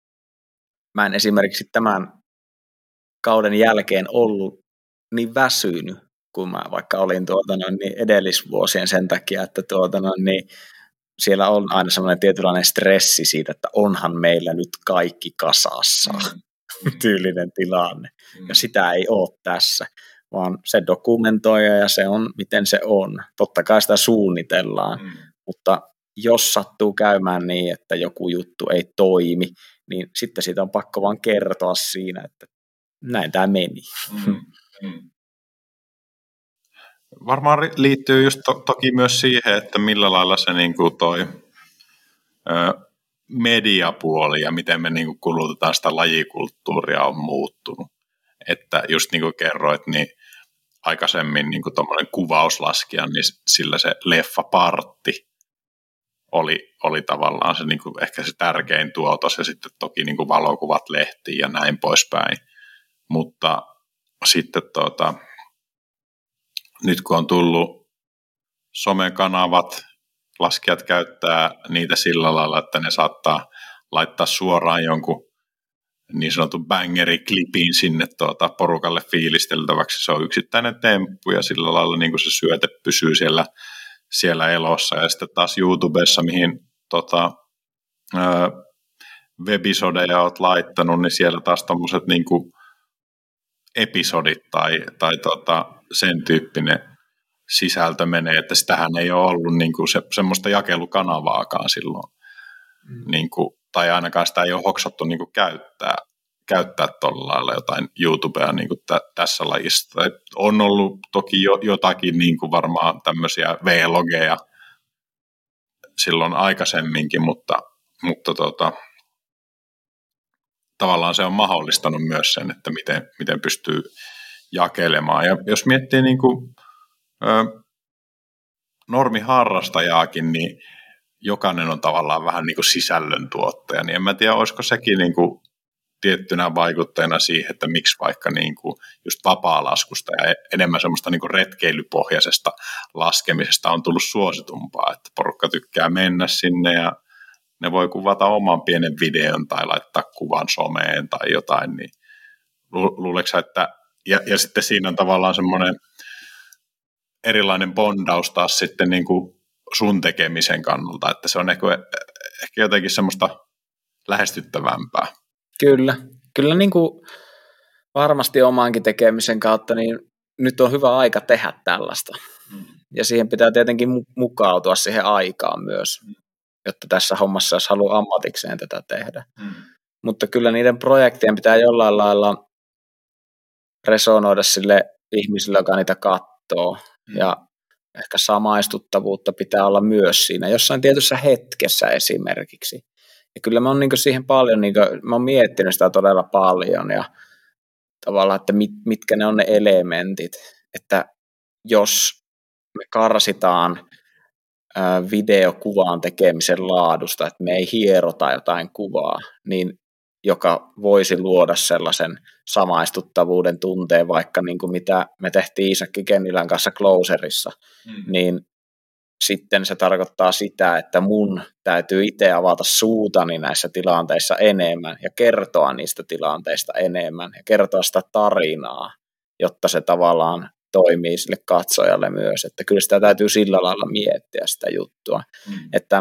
mä en esimerkiksi tämän kauden jälkeen ollut niin väsynyt, kun mä vaikka olin niin edellisvuosien sen takia, että niin siellä on aina semmoinen tietynlainen stressi siitä, että onhan meillä nyt kaikki kasassa tyylinen tilanne. Ja sitä ei ole tässä, vaan se dokumentoi ja se on, miten se on. Totta kai sitä suunnitellaan, mutta jos sattuu käymään niin, että joku juttu ei toimi, niin sitten siitä on pakko vaan kertoa siinä, että näin tämä meni. Varmaan liittyy just toki myös siihen, että millä lailla se niin kuin toi mediapuoli ja miten me niin kuin kulutetaan sitä lajikulttuuria on muuttunut. Että just niin kuin kerroit, niin aikaisemmin niin tuommoinen kuvauslaskija, niin sillä se leffapartti oli tavallaan se niin kuin ehkä se tärkein tuotos, ja sitten toki niin kuin valokuvat lehtiin ja näin poispäin. Mutta sitten nyt kun on tullut somekanavat, laskijat käyttää niitä sillä lailla, että ne saattaa laittaa suoraan jonkun niin sanotun bangeri-klipin sinne porukalle fiilisteltäväksi. Se on yksittäinen temppu ja sillä lailla niin kuin se syöte pysyy siellä elossa. Ja sitten taas YouTubessa, mihin webisodeja olet laittanut, niin siellä taas tommoset niin kuin episodit tai sen tyyppinen sisältö menee, että sitähän ei ole ollut niin kuin semmoista jakelukanavaakaan silloin. Niin kuin, tai ainakaan sitä ei ole hoksattu niin kuin käyttää tuolla lailla jotain YouTubea niin kuin tässä lajissa. On ollut toki jotakin niin kuin varmaan tämmöisiä vlogeja silloin aikaisemminkin, mutta tavallaan se on mahdollistanut myös sen, että miten pystyy jakelemaan. Ja jos miettii niin kuin, normiharrastajaakin, niin jokainen on tavallaan vähän niin kuin sisällöntuottaja, niin en mä tiedä, olisiko sekin niin kuin tiettynä vaikutteena siihen, että miksi vaikka niin kuin just vapaalaskusta ja enemmän semmoista niin kuin retkeilypohjaisesta laskemisesta on tullut suositumpaa, että porukka tykkää mennä sinne ja ne voi kuvata oman pienen videon tai laittaa kuvan someen tai jotain, niin luuleeko että, ja sitten siinä on tavallaan semmoinen erilainen bondaus taas sitten niin kuin sun tekemisen kannalta, että se on ehkä jotenkin semmoista lähestyttävämpää. Kyllä niin kuin varmasti omaankin tekemisen kautta, niin nyt on hyvä aika tehdä tällaista. Ja siihen pitää tietenkin mukautua siihen aikaan myös, jotta tässä hommassa jos haluaa ammatikseen tätä tehdä. Mutta kyllä niiden projektien pitää jollain lailla resonoida sille ihmisille, joka niitä katsoo. Ja ehkä samaistuttavuutta pitää olla myös siinä, jossain tietyssä hetkessä esimerkiksi. Ja kyllä mä oon niin siihen paljon, mä oon miettinyt sitä todella paljon ja tavallaan, että mitkä ne on ne elementit, että jos me karsitaan videokuvaan tekemisen laadusta, että me ei hierota jotain kuvaa, niin joka voisi luoda sellaisen samaistuttavuuden tunteen, vaikka niin kuin mitä me tehtiin Iisakki Kennilän kanssa Closerissa, niin sitten se tarkoittaa sitä, että mun täytyy itse avata suutani näissä tilanteissa enemmän ja kertoa niistä tilanteista enemmän ja kertoa sitä tarinaa, jotta se tavallaan toimii sille katsojalle myös, että kyllä sitä täytyy sillä lailla miettiä sitä juttua, että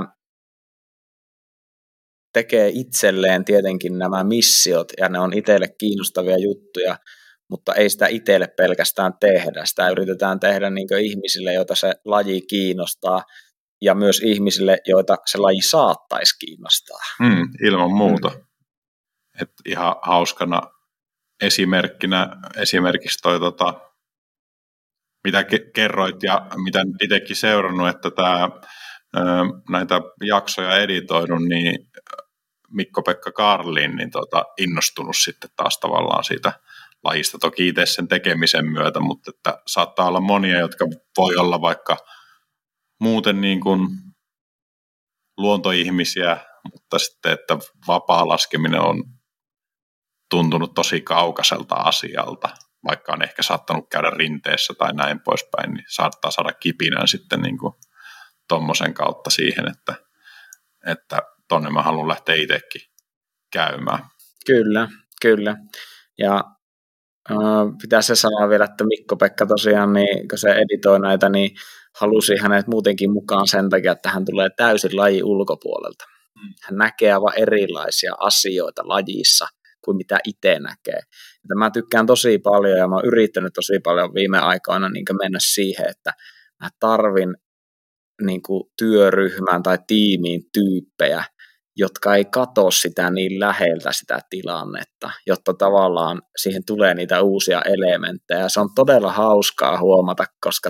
tekee itselleen tietenkin nämä missiot ja ne on itselle kiinnostavia juttuja, mutta ei sitä itselle pelkästään tehdä. Sitä yritetään tehdä niin kuin ihmisille, joita se laji kiinnostaa ja myös ihmisille, joita se laji saattaisi kiinnostaa. Ilman muuta. Et ihan hauskana esimerkkinä esimerkiksi toi mitä kerroit ja mitä itsekin seurannut, että näitä jaksoja editoinut, niin Mikko-Pekka Karlin niin innostunut sitten taas tavallaan siitä lajista. Toki itse sen tekemisen myötä, mutta että saattaa olla monia, jotka voi olla vaikka muuten niin kuin luontoihmisiä, mutta sitten, että vapaa laskeminen on tuntunut tosi kaukaiselta asialta, vaikka on ehkä saattanut käydä rinteessä tai näin poispäin, niin saattaa saada kipinän sitten niin kuin tommosen kautta siihen, että tonne mä haluan lähteä itsekin käymään. Kyllä. Ja pitää se sanoa vielä, että Mikko-Pekka tosiaan, niin, kun se editoi näitä, niin halusi hänet muutenkin mukaan sen takia, että hän tulee täysin lajin ulkopuolelta. Hän näkee aivan erilaisia asioita lajissa kuin mitä itse näkee. Ja mä tykkään tosi paljon ja mä oon yrittänyt tosi paljon viime aikoina niin mennä siihen, että mä tarvin niin kuin työryhmään tai tiimiin tyyppejä, jotka ei katso sitä niin läheltä sitä tilannetta, jotta tavallaan siihen tulee niitä uusia elementtejä. Se on todella hauskaa huomata, koska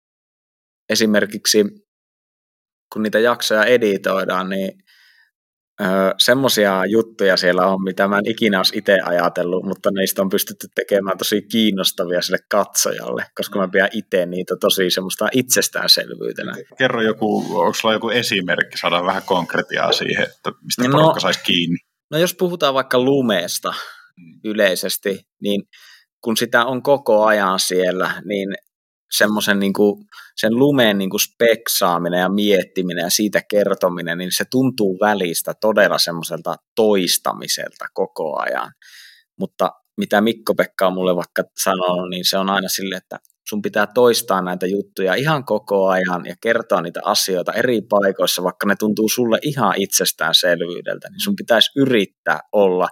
esimerkiksi kun niitä jaksoja editoidaan, niin semmoisia juttuja siellä on, mitä mä en ikinä olisi itse ajatellut, mutta niistä on pystytty tekemään tosi kiinnostavia sille katsojalle, koska mä pidän itse niitä tosi semmoista itsestäänselvyytenä. Kerro onko sulla joku esimerkki, saadaan vähän konkretiaa siihen, että mistä porukka saisi kiinni? No jos puhutaan vaikka lumeesta yleisesti, niin kun sitä on koko ajan siellä, niin semmoisen niin kuin, sen lumeen niin kuin speksaaminen ja miettiminen ja siitä kertominen, niin se tuntuu välistä todella semmoiselta toistamiselta koko ajan. Mutta mitä Mikko-Pekka on mulle vaikka sanonut, niin se on aina silleen, että sun pitää toistaa näitä juttuja ihan koko ajan ja kertoa niitä asioita eri paikoissa, vaikka ne tuntuu sulle ihan itsestäänselvyydeltä, niin sun pitäisi yrittää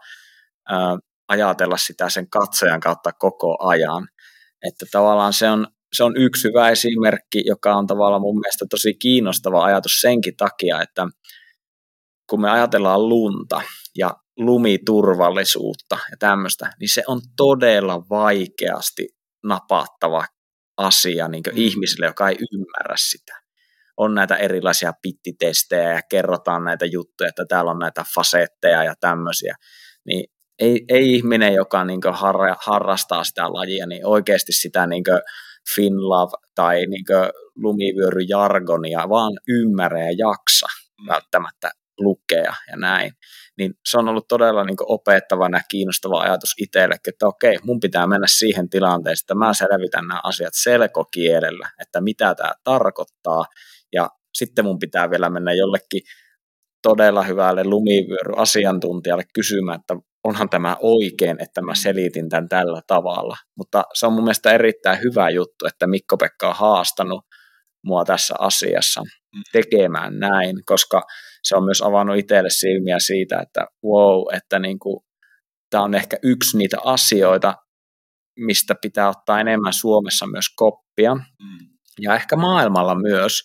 ajatella sitä sen katsojan kautta koko ajan. Että tavallaan se on yksi hyvä esimerkki, joka on tavallaan mun mielestä tosi kiinnostava ajatus senkin takia, että kun me ajatellaan lunta ja lumiturvallisuutta ja tämmöistä, niin se on todella vaikeasti napattava asia niin kuin ihmisille, joka ei ymmärrä sitä. On näitä erilaisia pittitestejä ja kerrotaan näitä juttuja, että täällä on näitä fasetteja ja tämmöisiä, niin ei ihminen, joka niin kuin harrastaa sitä lajia, niin oikeasti sitä niin kuin FinLove tai niin kuin lumivyöryjargonia vaan ymmärrä ja jaksa välttämättä lukea ja näin. Niin se on ollut todella niin kuin opettava ja kiinnostava ajatus itsellekin, että okei, mun pitää mennä siihen tilanteeseen, että mä selvitän nämä asiat selkokielellä, että mitä tämä tarkoittaa, ja sitten mun pitää vielä mennä jollekin todella hyvälle lumivyöryasiantuntijalle kysymään, että onhan tämä oikein, että mä selitin tämän tällä tavalla. Mutta se on mun mielestä erittäin hyvä juttu, että Mikko-Pekka on haastanut mua tässä asiassa tekemään näin, koska se on myös avannut itselle silmiä siitä, että wow, että niinku, tämä on ehkä yksi niitä asioita, mistä pitää ottaa enemmän Suomessa myös koppia, ja ehkä maailmalla myös,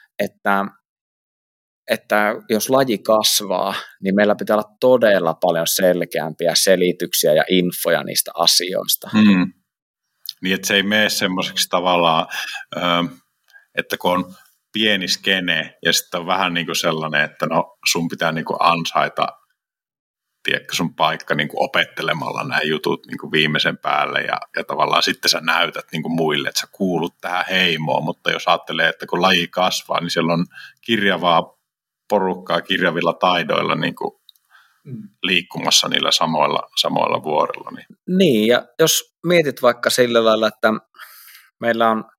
että jos laji kasvaa, niin meillä pitää olla todella paljon selkeämpiä selityksiä ja infoja niistä asioista. Niin, että se ei mene semmoiseksi tavallaan, että kun on pieni skene ja sitten on vähän niin kuin sellainen, että no sun pitää niin kuin ansaita sun paikka niin kuin opettelemalla nämä jutut niin kuin viimeisen päälle ja tavallaan sitten sä näytät niin kuin muille, että sä kuulut tähän heimoon, mutta jos ajattelee, että kun laji kasvaa, niin siellä on kirjavaa porukkaa kirjavilla taidoilla niin kuin liikkumassa niillä samoilla vuorilla. Niin, ja jos mietit vaikka sillä lailla, että meillä on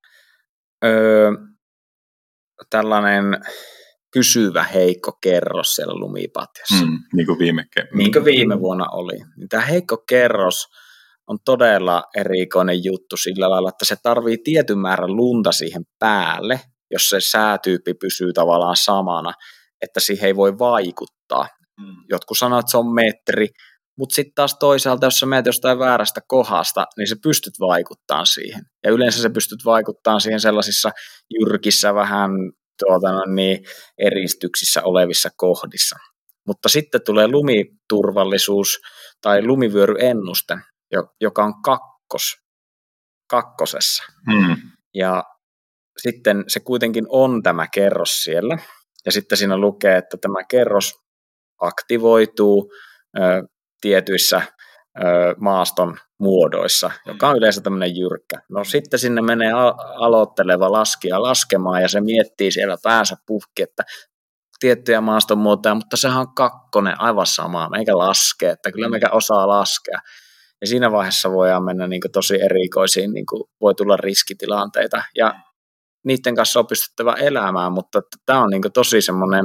tällainen pysyvä heikko kerros siellä lumipatjassa. Niin kuin viime vuonna oli. Niin tämä heikko kerros on todella erikoinen juttu sillä lailla, että se tarvii tietyn määrän lunta siihen päälle, jos se säätyyppi pysyy tavallaan samana, että siihen ei voi vaikuttaa. Jotkut sanoo, että se on metri, mutta sitten taas toisaalta, jos sä menet jostain väärästä kohdasta, niin sä pystyt vaikuttamaan siihen. Ja yleensä sä pystyt vaikuttamaan siihen sellaisissa jyrkissä vähän eristyksissä olevissa kohdissa. Mutta sitten tulee lumiturvallisuus tai lumivyöryennuste, joka on kakkosessa. Ja sitten se kuitenkin on tämä kerros siellä. Ja sitten siinä lukee, että tämä kerros aktivoituu tietyissä maaston muodoissa, joka on yleensä tämmöinen jyrkkä. No sitten sinne menee aloitteleva laskija laskemaan ja se miettii siellä päänsä puhki, että tiettyjä maaston muotoja, mutta sehän on kakkonen aivan sama, meikä laskee, että kyllä meikä osaa laskea. Ja siinä vaiheessa voidaan mennä niin kuin tosi erikoisiin, niin kuin voi tulla riskitilanteita ja niiden kanssa on pystyttävä elämään, mutta tämä on niin kuin tosi semmoinen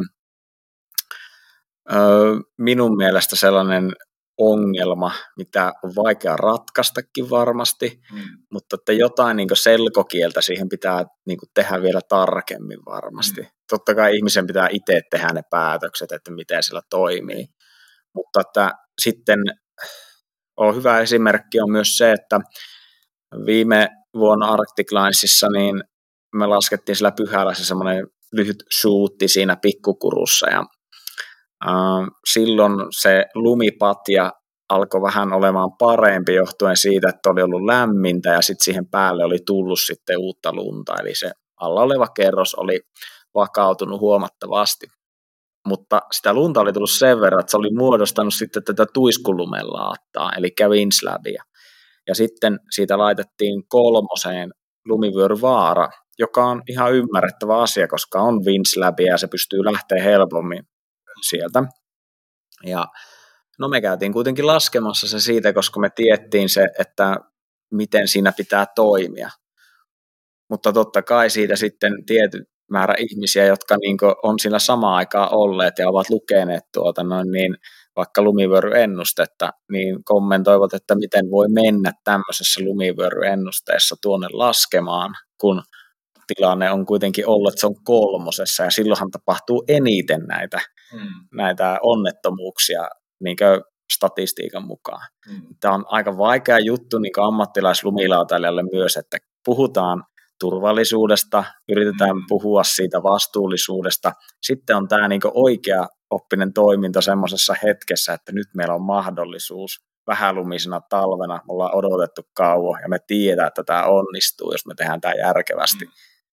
minun mielestä sellainen ongelma, mitä on vaikea ratkaistakin varmasti, mutta että jotain niin kuin selkokieltä siihen pitää niin kuin tehdä vielä tarkemmin varmasti. Totta kai ihmisen pitää itse tehdä ne päätökset, että miten siellä toimii, mutta että sitten on hyvä esimerkki on myös se, että viime vuonna Arctic Linesissa niin me laskettiin sillä Pyhälässä semmoinen lyhyt shootti siinä pikkukurussa ja silloin se lumipatja alkoi vähän olemaan parempi johtuen siitä, että oli ollut lämmintä ja sitten siihen päälle oli tullut sitten uutta lunta, eli se alla oleva kerros oli vakautunut huomattavasti. mutta sitä lunta oli tullut sen verran, että se oli muodostanut sitten tätä tuiskulumelaattaa, eli Winslabia. Ja sitten siitä laitettiin 3 lumivyöryvaara, joka on ihan ymmärrettävä asia, koska on Winslabia ja se pystyy lähteä helpommin sieltä. Ja no me käytiin kuitenkin laskemassa se siitä, koska me tiedettiin se, että miten siinä pitää toimia. Mutta totta kai siitä sitten tietty määrä ihmisiä, jotka niin on siinä samaan aikaan olleet ja ovat lukeneet niin vaikka lumivyöryennustetta, niin kommentoivat, että miten voi mennä tämmöisessä lumivyöryennusteessa tuonne laskemaan, kun tilanne on kuitenkin ollut, että se on 3. ja silloinhan tapahtuu eniten näitä onnettomuuksia niin statistiikan mukaan. Tämä on aika vaikea juttu niin ammattilaislumilautailijalle myös, että puhutaan turvallisuudesta, yritetään puhua siitä vastuullisuudesta. Sitten on tämä niin oikea oppinen toiminta semmoisessa hetkessä, että nyt meillä on mahdollisuus vähälumisena talvena, me ollaan odotettu kauan ja me tiedetään, että tämä onnistuu, jos me tehdään tämä järkevästi.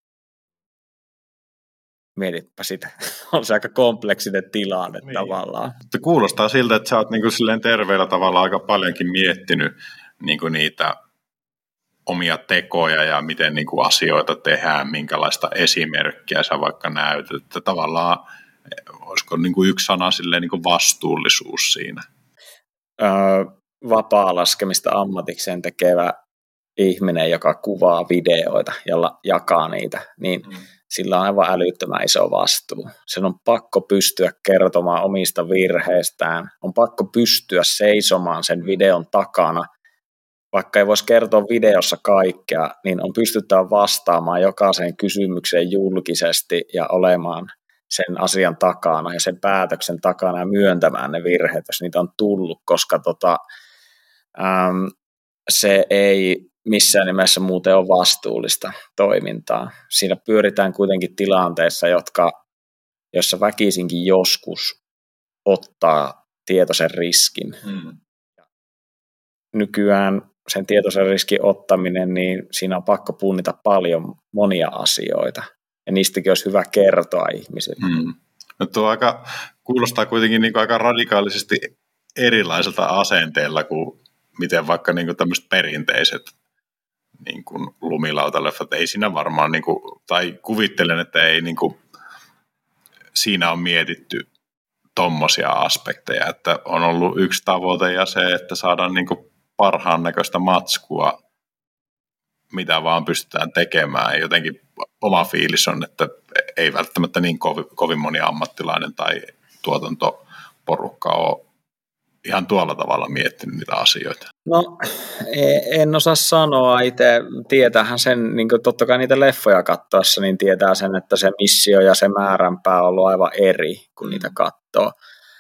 Mietitpä sitä. On se aika kompleksinen tilanne tavallaan. Kuulostaa siltä, että sä oot niin kuin silleen terveellä tavalla aika paljonkin miettinyt niin kuin niitä omia tekoja ja miten niin kuin asioita tehdään, minkälaista esimerkkiä sä vaikka näytät. Että tavallaan olisiko niin kuin yksi sana silleen niin kuin vastuullisuus siinä? Vapaa-laskemista ammatikseen tekevä ihminen, joka kuvaa videoita ja jakaa niitä, niin sillä on aivan älyttömän iso vastuu. Sen on pakko pystyä kertomaan omista virheistään, on pakko pystyä seisomaan sen videon takana. Vaikka ei voisi kertoa videossa kaikkea, niin on pystyttävä vastaamaan jokaiseen kysymykseen julkisesti ja olemaan sen asian takana ja sen päätöksen takana ja myöntämään ne virheet, jos niitä on tullut, koska se ei missään nimessä muuten ole vastuullista toimintaa. Siinä pyöritään kuitenkin tilanteessa, jossa väkisinkin joskus ottaa tietoisen riskin. Nykyään sen tietoisen riskin ottaminen, niin siinä on pakko punnita paljon monia asioita. Ja niistäkin olisi hyvä kertoa ihmisille. No tuo kuulostaa kuitenkin niin kuin aika radikaalisesti erilaiselta asenteella kuin miten vaikka niin kuin tämmöiset perinteiset niin kuin lumilautaleffat. Ei siinä varmaan, niin kuin, tai kuvittelen, että ei niin kuin, siinä on mietitty tommosia aspekteja, että on ollut yksi tavoite ja se, että saadaan niin kuin parhaan näköistä matskua, mitä vaan pystytään tekemään. Jotenkin oma fiilis on, että ei välttämättä niin kovin moni ammattilainen tai tuotantoporukka ole ihan tuolla tavalla miettinyt niitä asioita. No, en osaa sanoa itse. Tietäähän sen, niin totta kai niitä leffoja katsoessa, niin tietää sen, että se missio ja se määränpää on ollut aivan eri, kun niitä katsoo.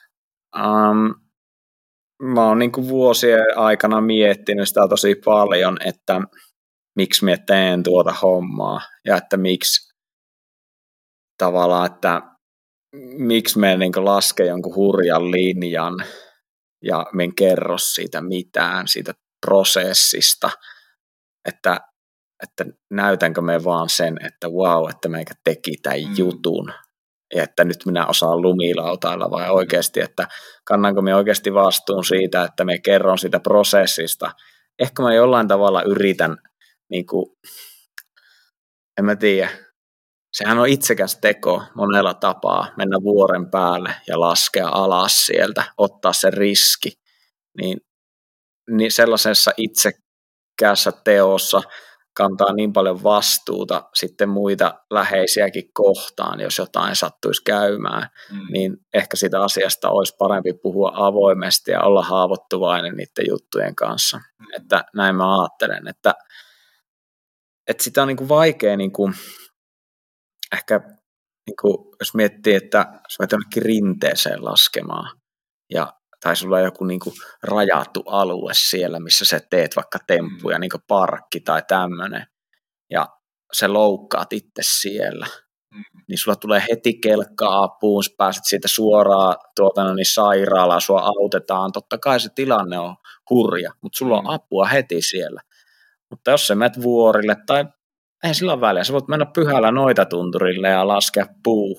Mä oon niin kuin vuosien aikana miettinyt sitä tosi paljon, että miksi mä teen tuota hommaa ja että miksi tavallaan, että miksi mä niin kuin lasken jonkun hurjan linjan ja mä en kerro siitä mitään, siitä prosessista, että näytänkö me vaan sen, että wow, että meikä teki tämän jutun ja että nyt minä osaan lumilautailla vai oikeasti, että kannanko me oikeasti vastuun siitä, että me kerron siitä prosessista. Ehkä mä jollain tavalla yritän, niin kuin, en mä tiedä, sehän on itsekäs teko monella tapaa mennä vuoren päälle ja laskea alas sieltä, ottaa se riski, niin sellaisessa itsekkäässä teossa kantaa niin paljon vastuuta sitten muita läheisiäkin kohtaan, jos jotain sattuisi käymään, niin ehkä sitä asiasta olisi parempi puhua avoimesti ja olla haavoittuvainen niiden juttujen kanssa. Että näin mä ajattelen, että sitä on niin kuin vaikea niin kuin, ehkä niin kuin, jos miettii, että jos menet jonnekin rinteeseen laskemaan tai sulla on joku niin kuin rajattu alue siellä, missä sä teet vaikka temppuja, niin kuin parkki tai tämmöinen, ja sä loukkaat itse siellä, niin sulla tulee heti kelkkaa apuun, sä pääset siitä suoraan sairaalaan, sua autetaan, totta kai se tilanne on hurja, mutta sulla on apua heti siellä. Mutta jos sä menet vuorille, tai ei sillä ole väliä, sä voit mennä pyhällä noitatunturille ja laskea puuhun,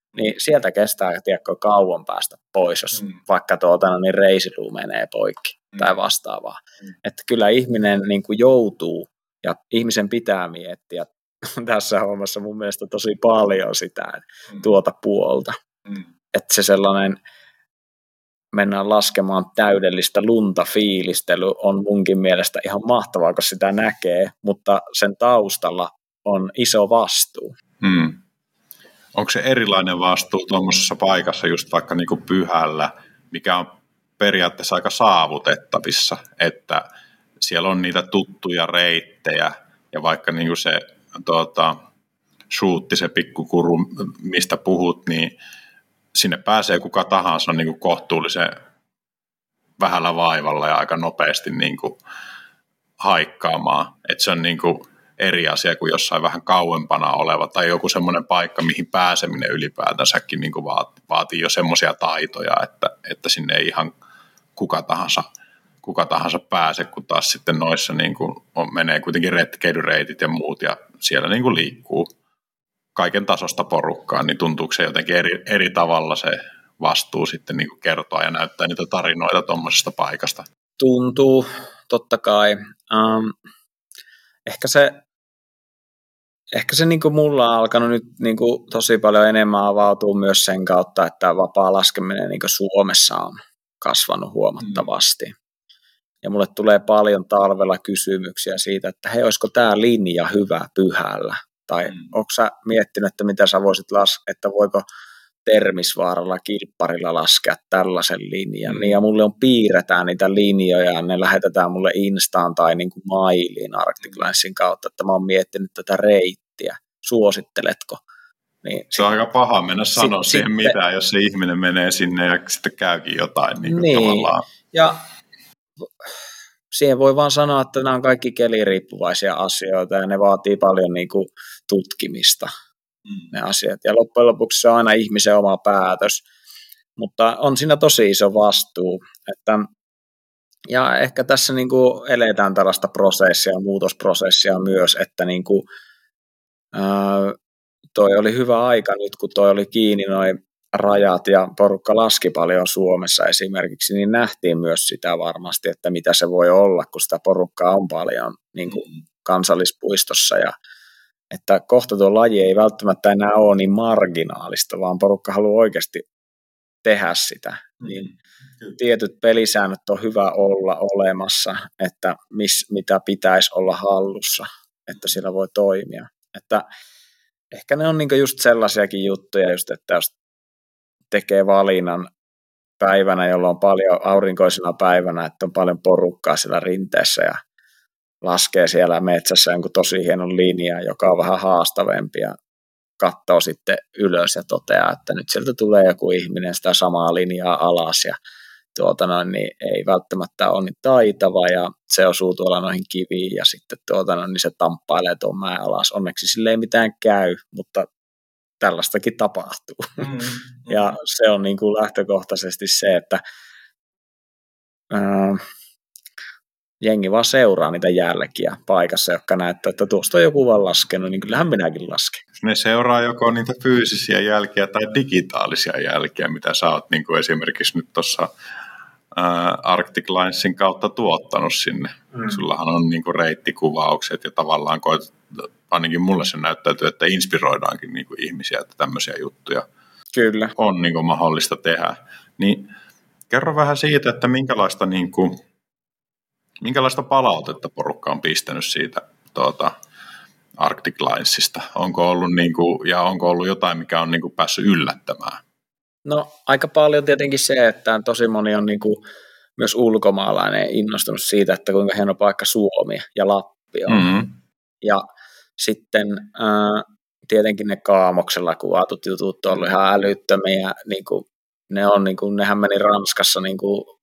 niin sieltä kestää tiedätkö, kauan päästä pois, jos vaikka niin reisiluu menee poikki tai vastaavaa. Että kyllä ihminen niin kuin joutuu ja ihmisen pitää miettiä tässä hommassa mun mielestä tosi paljon sitä tuota puolta. Että se sellainen mennään laskemaan täydellistä lunta fiilistely on munkin mielestä ihan mahtavaa, kun sitä näkee, mutta sen taustalla on iso vastuu. Onko se erilainen vastuu tuommoisessa paikassa just vaikka niinku Pyhällä, mikä on periaatteessa aika saavutettavissa, että siellä on niitä tuttuja reittejä ja vaikka niinku se Shootti, se pikkukuru, mistä puhut, niin sinne pääsee kuka tahansa niin kuin kohtuullisen vähällä vaivalla ja aika nopeasti niin kuin haikkaamaan. Että se on niin kuin eri asia kuin jossain vähän kauempana oleva tai joku semmoinen paikka, mihin pääseminen ylipäätänsäkin niin kuin vaatii jo semmoisia taitoja, että sinne ei ihan kuka tahansa pääse, kun taas sitten noissa niin kuin menee kuitenkin retkeilyreitit ja muut ja siellä niin kuin liikkuu kaiken tasosta porukkaa, niin tuntuuko se jotenkin eri tavalla se vastuu sitten niin kuin kertoa ja näyttää niitä tarinoita tuommoisesta paikasta? Tuntuu, totta kai. Ehkä se niin kuin mulla on alkanut nyt niin kuin tosi paljon enemmän avautua myös sen kautta, että vapaa laskeminen niin kuin Suomessa on kasvanut huomattavasti. Ja mulle tulee paljon talvella kysymyksiä siitä, että hei, olisiko tämä linja hyvä Pyhällä? Tai onko sä miettinyt, että mitä sä voisit että voiko Termisvaaralla kilpparilla laskea tällaisen linjan? Niin, ja mulle piirretään niitä linjoja, ja ne lähetetään mulle Instaan tai niin kuin mailiin Arctic Linesin kautta, että mä oon miettinyt tätä reittiä. Suositteletko? Niin, se on aika paha mennä sanoa siihen mitään, jos se ihminen menee sinne ja sitten käykin jotain. Niin, tavallaan. Ja siihen voi vaan sanoa, että nämä on kaikki keliriippuvaisia asioita ja ne vaatii paljon niin kuin tutkimista, ne asiat. Ja loppujen lopuksi se on aina ihmisen oma päätös, mutta on siinä tosi iso vastuu. Ja ehkä tässä niin kuin eletään tällaista prosessia, muutosprosessia myös, että niin kuin, toi oli hyvä aika nyt, kun toi oli kiinni noin rajat ja porukka laski paljon Suomessa esimerkiksi, niin nähtiin myös sitä varmasti, että mitä se voi olla, kun sitä porukkaa on paljon niin kuin kansallispuistossa ja että kohta tuo laji ei välttämättä enää ole niin marginaalista, vaan porukka haluaa oikeasti tehdä sitä. Niin tietyt pelisäännöt on hyvä olla olemassa, että mitä pitäisi olla hallussa, että siellä voi toimia. Että ehkä ne on niinku just sellaisiakin juttuja, just, että jos tekee valinnan päivänä, jolloin on paljon aurinkoisena päivänä, että on paljon porukkaa siellä rinteessä ja laskee siellä metsässä jonkun tosi hienon linjan, joka on vähän haastavempi ja katsoo sitten ylös ja toteaa, että nyt sieltä tulee joku ihminen sitä samaa linjaa alas ja niin ei välttämättä ole niin taitava ja se osuu tuolla noihin kiviin ja sitten niin se tamppailee tuon mäen alas. Onneksi sille ei mitään käy, mutta tällaistakin tapahtuu. Ja se on niin kuin lähtökohtaisesti se, että jengi vaan seuraa niitä jälkiä paikassa, jotka näyttää, että tuosta on joku vaan laskenut, niin kyllähän minäkin lasken. Ne seuraa joko niitä fyysisiä jälkiä tai digitaalisia jälkiä, mitä sä oot niin kuin esimerkiksi nyt tuossa Arctic Linesin kautta tuottanut sinne. Sullahan on niin kuin reittikuvaukset ja tavallaan ainakin mulle se näyttäytyy, että inspiroidaankin niin kuin ihmisiä, että tämmöisiä juttuja kyllä on niin kuin mahdollista tehdä. Niin kerro vähän siitä, että minkälaista palautetta porukka on pistänyt siitä Arctic Linesista? Onko ollut jotain, mikä on niin kuin päässyt yllättämään? No aika paljon tietenkin se, että tosi moni on niin kuin myös ulkomaalainen innostunut siitä, että kuinka hieno paikka Suomi ja Lappi on. Ja sitten tietenkin ne Kaamoksella kuvatut jutut on ollut ihan älyttömiä. Niin kuin, nehän meni Ranskassa niin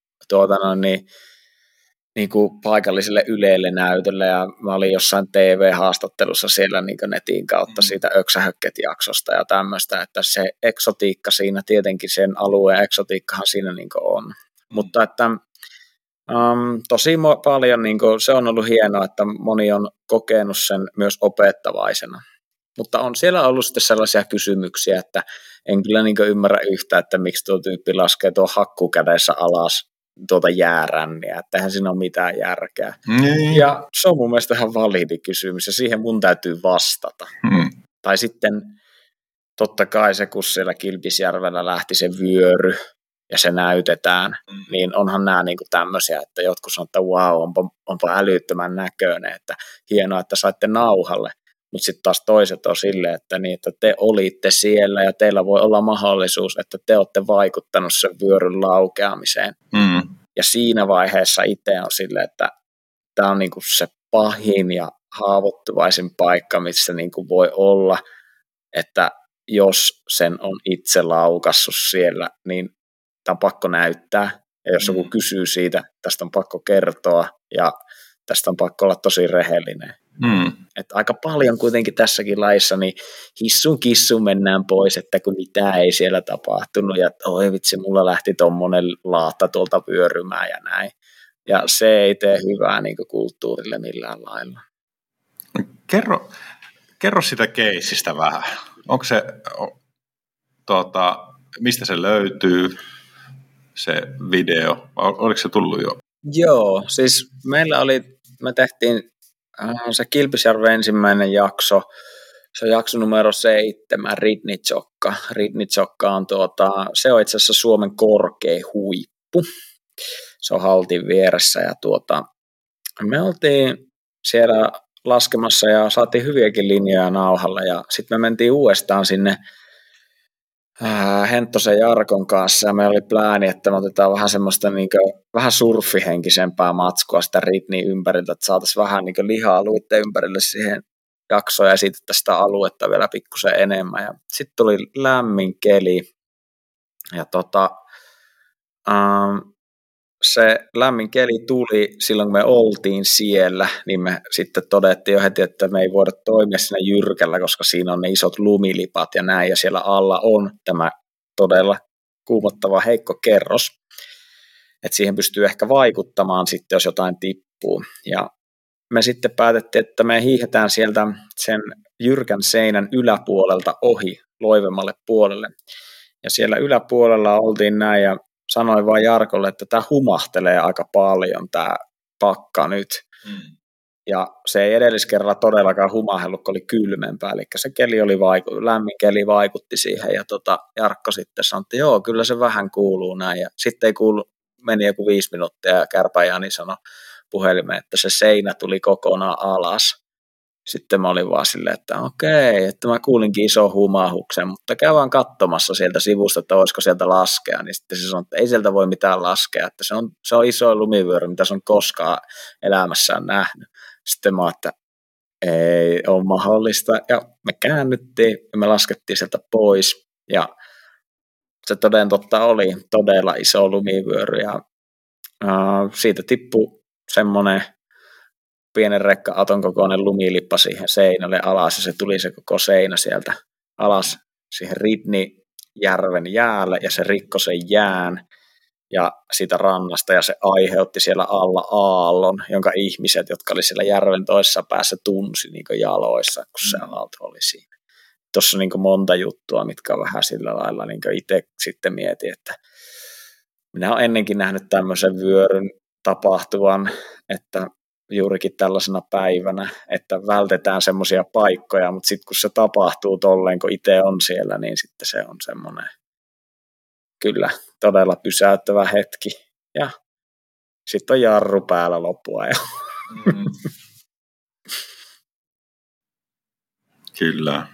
kuin paikalliselle Ylelle näytölle ja mä olin jossain TV-haastattelussa siellä niin kuin netin kautta siitä Öksähökket-jaksosta ja tämmöistä, että se eksotiikka siinä, tietenkin sen alueen eksotiikkahan siinä niin kuin on. Mutta että tosi paljon niin kuin, se on ollut hienoa, että moni on kokenut sen myös opettavaisena. Mutta on siellä ollut sitten sellaisia kysymyksiä, että en kyllä niin ymmärrä yhtään, että miksi tuo tyyppi laskee tuon hakkukädessä alas tuota jääränniä, että eihän siinä ole mitään järkeä. Ja se on mun mielestä ihan validi kysymys, ja siihen mun täytyy vastata. Tai sitten totta kai se, kun siellä Kilpisjärvellä lähti se vyöry, ja se näytetään, niin onhan nämä niin kuin tämmöisiä, että jotkut sanoo, että wow, onpa älyttömän näköinen, että hienoa, että saitte nauhalle. Mutta sitten taas toiset on silleen, että, niin, että te olitte siellä ja teillä voi olla mahdollisuus, että te olette vaikuttanut sen vyöryn laukeamiseen. Ja siinä vaiheessa itse on silleen, että tämä on niinku se pahin ja haavoittuvaisin paikka, missä niinku voi olla, että jos sen on itse laukassut siellä, niin tämä on pakko näyttää. Ja jos joku kysyy siitä, tästä on pakko kertoa ja tästä on pakko olla tosi rehellinen. Että aika paljon kuitenkin tässäkin laissa niin hissun kissun mennään pois, että kun mitään ei siellä tapahtunut ja oi vitsi, mulla lähti tommonen laatta tuolta vyörymään ja näin. Ja se ei tee hyvää niin kuin kulttuurille millään lailla. Kerro sitä keissistä vähän. Onko se, mistä se löytyy, se video? Oliko se tullut jo? Joo, siis me tehtiin se Kilpisjärven ensimmäinen jakso, se on jakso numero 7, Ridnitsokka. Ridnitsokka on se on itse asiassa Suomen korkein huippu. Se on haltin vieressä ja me oltiin siellä laskemassa ja saatiin hyviäkin linjoja nauhalla ja sitten me mentiin uudestaan sinne Henttosen Jarkon kanssa ja meillä oli plääni, että me otetaan vähän semmoista vähän surfihenkisempää matskua sitä Ridnin ympäriltä, että saataisiin vähän lihaa alueiden ympärille siihen jaksoon ja esitettäisiin sitä aluetta vielä pikkusen enemmän. Ja sitten tuli lämmin keli ja se lämmin keli tuli silloin, kun me oltiin siellä, niin me sitten todettiin jo heti, että me ei voida toimia siinä jyrkällä, koska siinä on ne isot lumilipat ja näin, ja siellä alla on tämä todella kuumottava heikko kerros, että siihen pystyy ehkä vaikuttamaan sitten, jos jotain tippuu. Ja me sitten päätettiin, että me hiihdetään sieltä sen jyrkän seinän yläpuolelta ohi loivemmalle puolelle. Ja siellä yläpuolella oltiin näin, ja sanoin vaan Jarkolle, että tämä humahtelee aika paljon tämä pakka nyt. Ja se ei edelliskerralla todellakaan humahellut, kun oli kylmempää, eli se keli oli lämmin keli vaikutti siihen, ja Jarkko sitten sanoi, että joo, kyllä se vähän kuuluu näin, ja sitten ei kuulu, meni joku 5 minuuttia, ja Kärpäjäni sanoi puhelimeen, että se seinä tuli kokonaan alas. Sitten mä olin vaan silleen, että okei, että mä kuulinkin ison humahuksen, mutta käy vaan katsomassa sieltä sivusta, että olisiko sieltä laskea. Niin sitten se sanoi, että ei sieltä voi mitään laskea, että se on iso lumivyöry, mitä se on koskaan elämässään nähnyt. Sitten mä että ei ole mahdollista. Ja me käännyttiin ja me laskettiin sieltä pois. Ja se toden totta oli todella iso lumivyöry. Ja siitä tippui semmoinen pienen rekka-aton kokoinen lumilippa siihen seinälle alas, ja se tuli se koko seinä sieltä alas siihen Ridnijärven jäälle, ja se rikkoi sen jään ja siitä rannasta, ja se aiheutti siellä alla aallon, jonka ihmiset, jotka oli siellä järven toisessa päässä, tunsi niin jaloissa, kun se aalto oli siinä. Tuossa on niin monta juttua, mitkä on vähän sillä lailla, niin itse sitten mietin, että minä olen ennenkin nähnyt tämmöisen vyöryn tapahtuvan, että juurikin tällaisena päivänä, että vältetään semmoisia paikkoja, mutta sitten kun se tapahtuu tolleen, kun itse on siellä, niin sitten se on semmoinen kyllä todella pysäyttävä hetki. Ja sitten on jarru päällä loppuajan. Kyllä.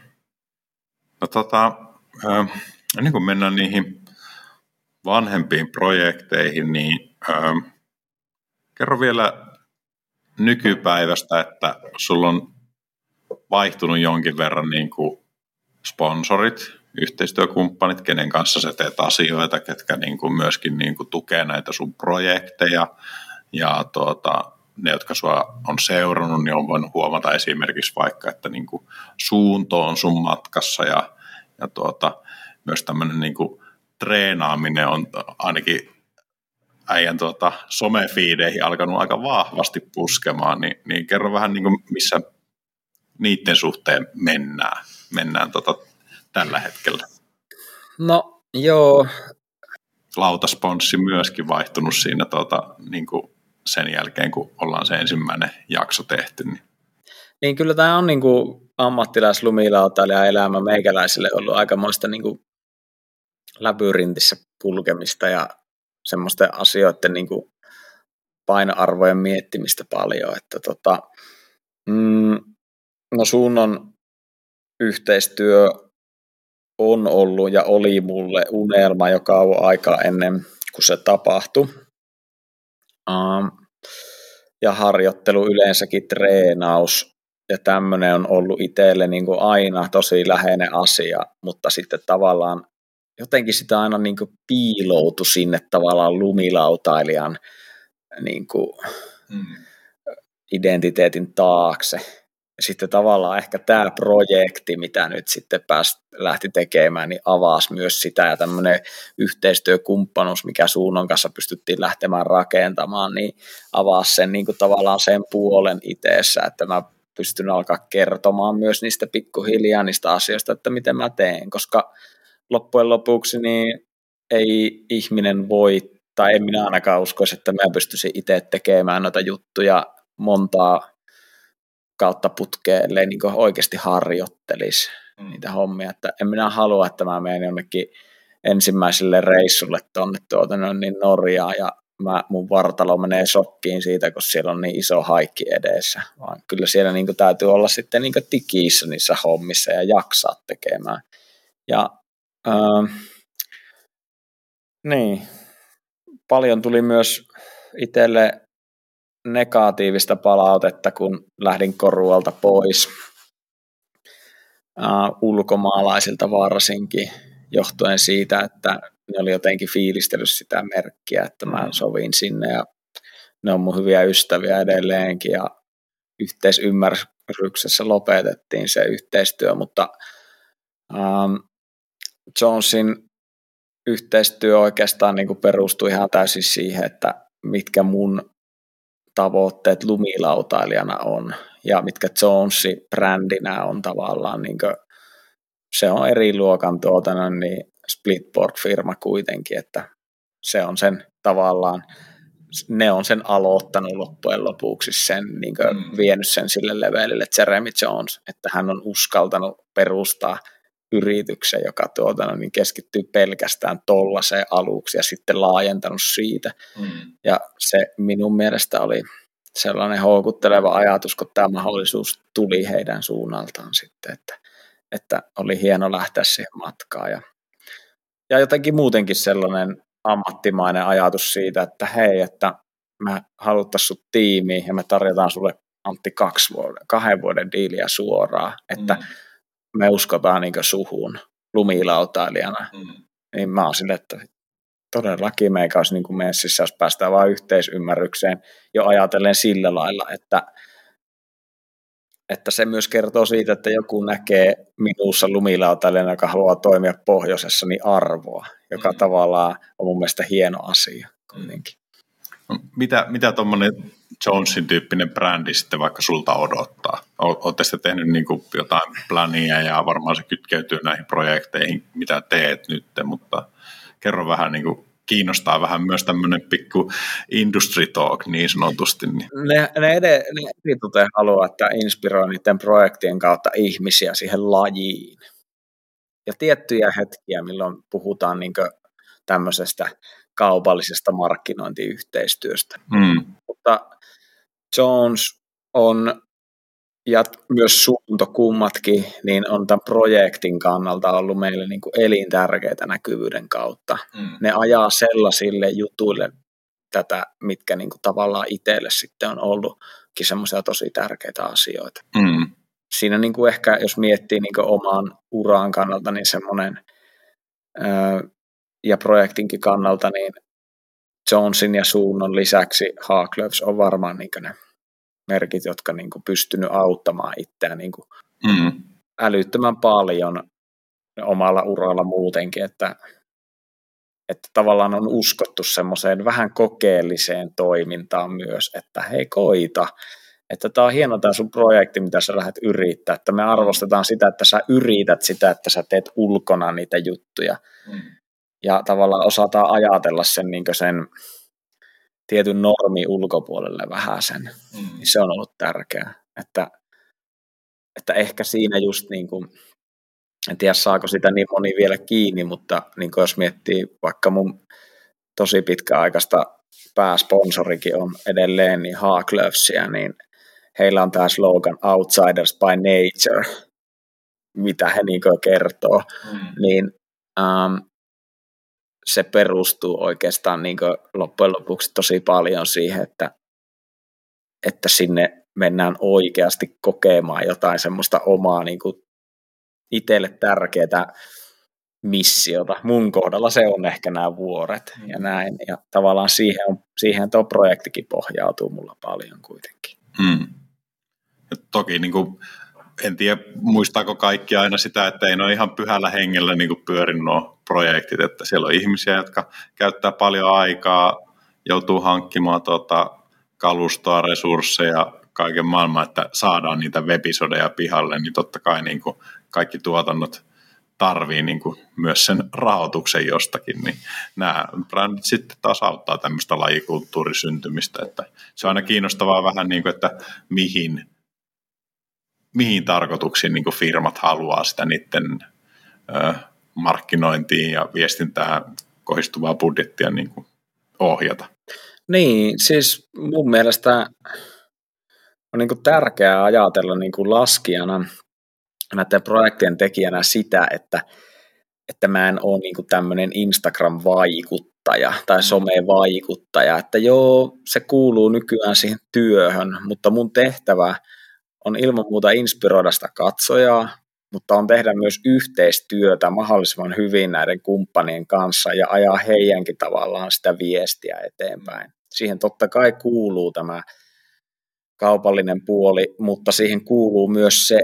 No ennen kuin mennään niihin vanhempiin projekteihin, niin kerro vielä nykypäivästä, että sulla on vaihtunut jonkin verran niin kuin sponsorit, yhteistyökumppanit, kenen kanssa sä teet asioita, ketkä niin kuin myöskin niin kuin tukee näitä sun projekteja. Ja ne, jotka sua on seurannut, niin on voinut huomata esimerkiksi vaikka, että niin kuin suunto on sun matkassa ja myös tämmöinen niin kuin treenaaminen on ainakin äijän somefiideihin alkanut aika vahvasti puskemaan, niin kerro vähän niin kuin missä niiden suhteen mennään tällä hetkellä. No joo. Lautasponssi myöskin vaihtunut siinä niin kuin sen jälkeen, kun ollaan se ensimmäinen jakso tehty. Niin kyllä tämä on niin kuin ammattilaislumilautailijan elämä meikäläisille ollut aikamoista niin kuin labyrintissä kulkemista ja semmoisten asioiden niin kuin painoarvojen miettimistä paljon. Että no suunnan yhteistyö on ollut ja oli mulle unelma jo kauan aikaa ennen kuin se tapahtui. Ja harjoittelu yleensäkin, treenaus ja tämmöinen on ollut itselle niin kuin aina tosi läheinen asia, mutta sitten tavallaan jotenkin sitä aina niin kuin piiloutui sinne tavallaan lumilautailijan niin kuin identiteetin taakse. Ja sitten tavallaan ehkä tämä projekti, mitä nyt sitten lähti tekemään, niin avasi myös sitä ja tämmöinen yhteistyökumppanuus, mikä Suunnon kanssa pystyttiin lähtemään rakentamaan, niin avasi sen niin kuin tavallaan sen puolen itseessä, että mä pystyn alkaa kertomaan myös niistä pikkuhiljaa niistä asioista, että miten mä teen, koska loppujen lopuksi niin ei ihminen voi, tai en minä ainakaan uskoisi, että mä pystyisin itse tekemään noita juttuja montaa kautta putkeen, ellei niin oikeasti harjoittelisi niitä hommia. Että en minä halua, että mä menen jonnekin ensimmäiselle reissulle tuonne niin Norjaan ja mun vartalo menee shokkiin siitä, kun siellä on niin iso haikki edessä. Vaan kyllä siellä niin täytyy olla sitten niin tikiissä niissä hommissa ja jaksaa tekemään. Ja niin, paljon tuli myös itselle negatiivista palautetta, kun lähdin Korualta pois, ulkomaalaisilta varsinkin, johtuen siitä, että ne oli jotenkin fiilistellyt sitä merkkiä, että mä sovin sinne ja ne on mun hyviä ystäviä edelleenkin ja yhteisymmärryksessä lopetettiin se yhteistyö, mutta Jonesin yhteistyö oikeastaan niin kuin perustui ihan täysin siihen, että mitkä mun tavoitteet lumilautailijana on ja mitkä Jonesin brändinä on tavallaan, niin kuin, se on eri luokan niin Splitboard-firma kuitenkin, että se on sen tavallaan, ne on sen aloittanut loppujen lopuksi sen, niin kuin, vienyt sen sille levelille Jeremy Jones, että hän on uskaltanut perustaa yrityksen, joka niin keskittyy pelkästään tollaiseen aluksi ja sitten laajentanut siitä. Ja se minun mielestä oli sellainen houkutteleva ajatus, kun tämä mahdollisuus tuli heidän suunnaltaan sitten, että oli hieno lähteä siihen matkaan. Ja jotenkin muutenkin sellainen ammattimainen ajatus siitä, että hei, että me haluttaisiin sut tiimiin ja me tarjotaan sulle Antti 2 vuoden diiliä suoraan, että me uskotaan niin suhun lumilautailijana. Niin mä oon sille, että todellakin meikä olisi niin kuin messissä, jos päästään vaan yhteisymmärrykseen jo ajatellen sillä lailla, että se myös kertoo siitä, että joku näkee minussa lumilautailijana, joka haluaa toimia pohjoisessa, niin arvoa, joka tavallaan on mun mielestä hieno asia kuitenkin. Mitä tuommoinen Jonesin tyyppinen brändi sitten vaikka sulta odottaa? Olette sitten tehnyt niin kuin jotain plania ja varmaan se kytkeytyy näihin projekteihin, mitä teet nyt, mutta kerro vähän, niin kuin kiinnostaa vähän myös tämmöinen pikku industry talk niin sanotusti. Niin. Ne eritoten haluaa, että inspiroi niiden projektien kautta ihmisiä siihen lajiin. Ja tiettyjä hetkiä, milloin puhutaan niin kuin tämmöisestä kaupallisesta markkinointiyhteistyöstä. Mutta Jones on, ja myös Suunto kummatkin, niin on tämän projektin kannalta ollut meille niin kuin elintärkeitä näkyvyyden kautta. Ne ajaa sellaisille jutuille tätä, mitkä niin kuin tavallaan itselle sitten on ollutkin semmoisia tosi tärkeitä asioita. Siinä niin kuin ehkä, jos miettii niin kuin oman uran kannalta, niin semmoinen ja projektinkin kannalta, niin Jonesin ja Suunnon lisäksi Haaklövs on varmaan niin ne merkit, jotka niin kuin pystynyt auttamaan itseään niin kuin älyttömän paljon omalla uralla muutenkin, että tavallaan on uskottu semmoiseen vähän kokeelliseen toimintaan myös, että hei koita, että tämä on hieno tämä sun projekti, mitä sä lähdet yrittää, että me arvostetaan sitä, että sä yrität sitä, että sä teet ulkona niitä juttuja. Ja tavallaan osataan ajatella sen, niin sen tietyn normi ulkopuolelle vähän sen. Niin se on ollut tärkeää. Että ehkä siinä just niin kuin, en tiedä saako sitä niin moni vielä kiinni, mutta niin kuin jos miettii vaikka mun tosi pitkäaikaista pääsponsorikin on edelleen niin Haaglöfsiä, niin heillä on tämä slogan Outsiders by Nature, mitä he niin kuin kertoo, niin se perustuu oikeastaan niin kuin loppujen lopuksi tosi paljon siihen, että sinne mennään oikeasti kokemaan jotain semmoista omaa niin kuin itselle tärkeää missiota. Mun kohdalla se on ehkä nämä vuoret ja näin. Ja tavallaan siihen tuo projektikin pohjautuu mulla paljon kuitenkin. Ja toki niin kuin, en tiedä, muistaako kaikki aina sitä, että ei ole ihan pyhällä hengellä niin kuin pyörin nuo projektit, että siellä on ihmisiä, jotka käyttää paljon aikaa, joutuu hankkimaan kalustoa, resursseja, kaiken maailman, että saadaan niitä webisodeja pihalle, niin totta kai niin kuin kaikki tuotannot tarvii niin kuin myös sen rahoituksen jostakin, niin nämä brändit sitten taas auttaa tämmöistä lajikulttuurin syntymistä, että se on aina kiinnostavaa vähän niin kuin, että mihin tarkoituksiin niin kuin firmat haluaa sitä niiden markkinointiin ja viestintään kohdistuvaa budjettia niin kuin ohjata. Niin, siis mun mielestä on niin kuin tärkeää ajatella niin kuin laskijana, näiden projektien tekijänä sitä, että mä en ole niin kuin tämmöinen Instagram-vaikuttaja tai some-vaikuttaja, että joo, se kuuluu nykyään siihen työhön, mutta mun tehtävä on ilman muuta inspiroida sitä katsojaa, mutta on tehdä myös yhteistyötä mahdollisimman hyvin näiden kumppanien kanssa ja ajaa heidänkin tavallaan sitä viestiä eteenpäin. Siihen totta kai kuuluu tämä kaupallinen puoli, mutta siihen kuuluu myös se,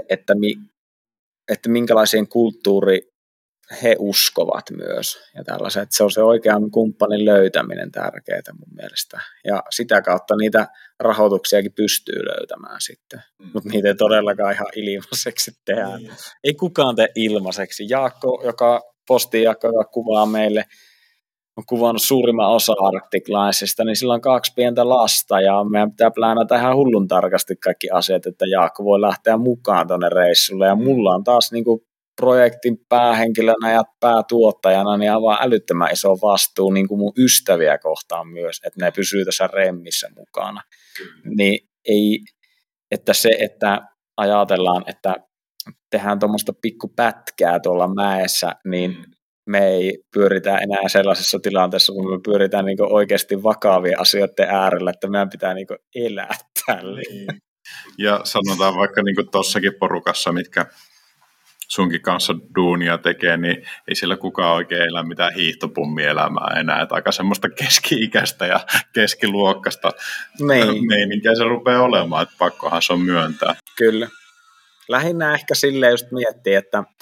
että minkälaiseen kulttuuri he uskovat myös. Ja tällaiset, että se on se oikean kumppanin löytäminen tärkeää mun mielestä. Ja sitä kautta niitä rahoituksiakin pystyy löytämään sitten. Mutta niitä ei todellakaan ihan ilmaiseksi tehdä. Ei kukaan tee ilmaiseksi. Jaakko, joka kuvaa meille, on kuvannut suurimman osa Arctic-laisista, niin sillä on 2 pientä lasta, ja meidän pitää pläänata ihan hullun tarkasti kaikki asiat, että Jaakko voi lähteä mukaan tuonne reissulle, ja mulla on taas niin kuin projektin päähenkilönä ja päätuottajana niin aivan älyttömän iso vastuu niin kuin mun ystäviä kohtaan myös, että ne pysyy tässä remmissä mukana. Niin ei, että ajatellaan, että tehdään tuommoista pikkupätkää tuolla mäessä, niin me ei pyöritä enää sellaisessa tilanteessa, kun me pyöritään niin kuin oikeasti vakavien asioiden äärellä, että meidän pitää niin kuin elää tälle. Ja sanotaan vaikka niin tuossakin porukassa, mitkä sunkin kanssa duunia tekee, niin ei siellä kukaan oikein elä mitään hiihtopummielämää enää, että aika semmoista keski-ikäistä ja keskiluokkasta meininkiä se rupeaa olemaan, että pakkohan se on myöntää. Kyllä. Lähinnä ehkä silleen just miettii,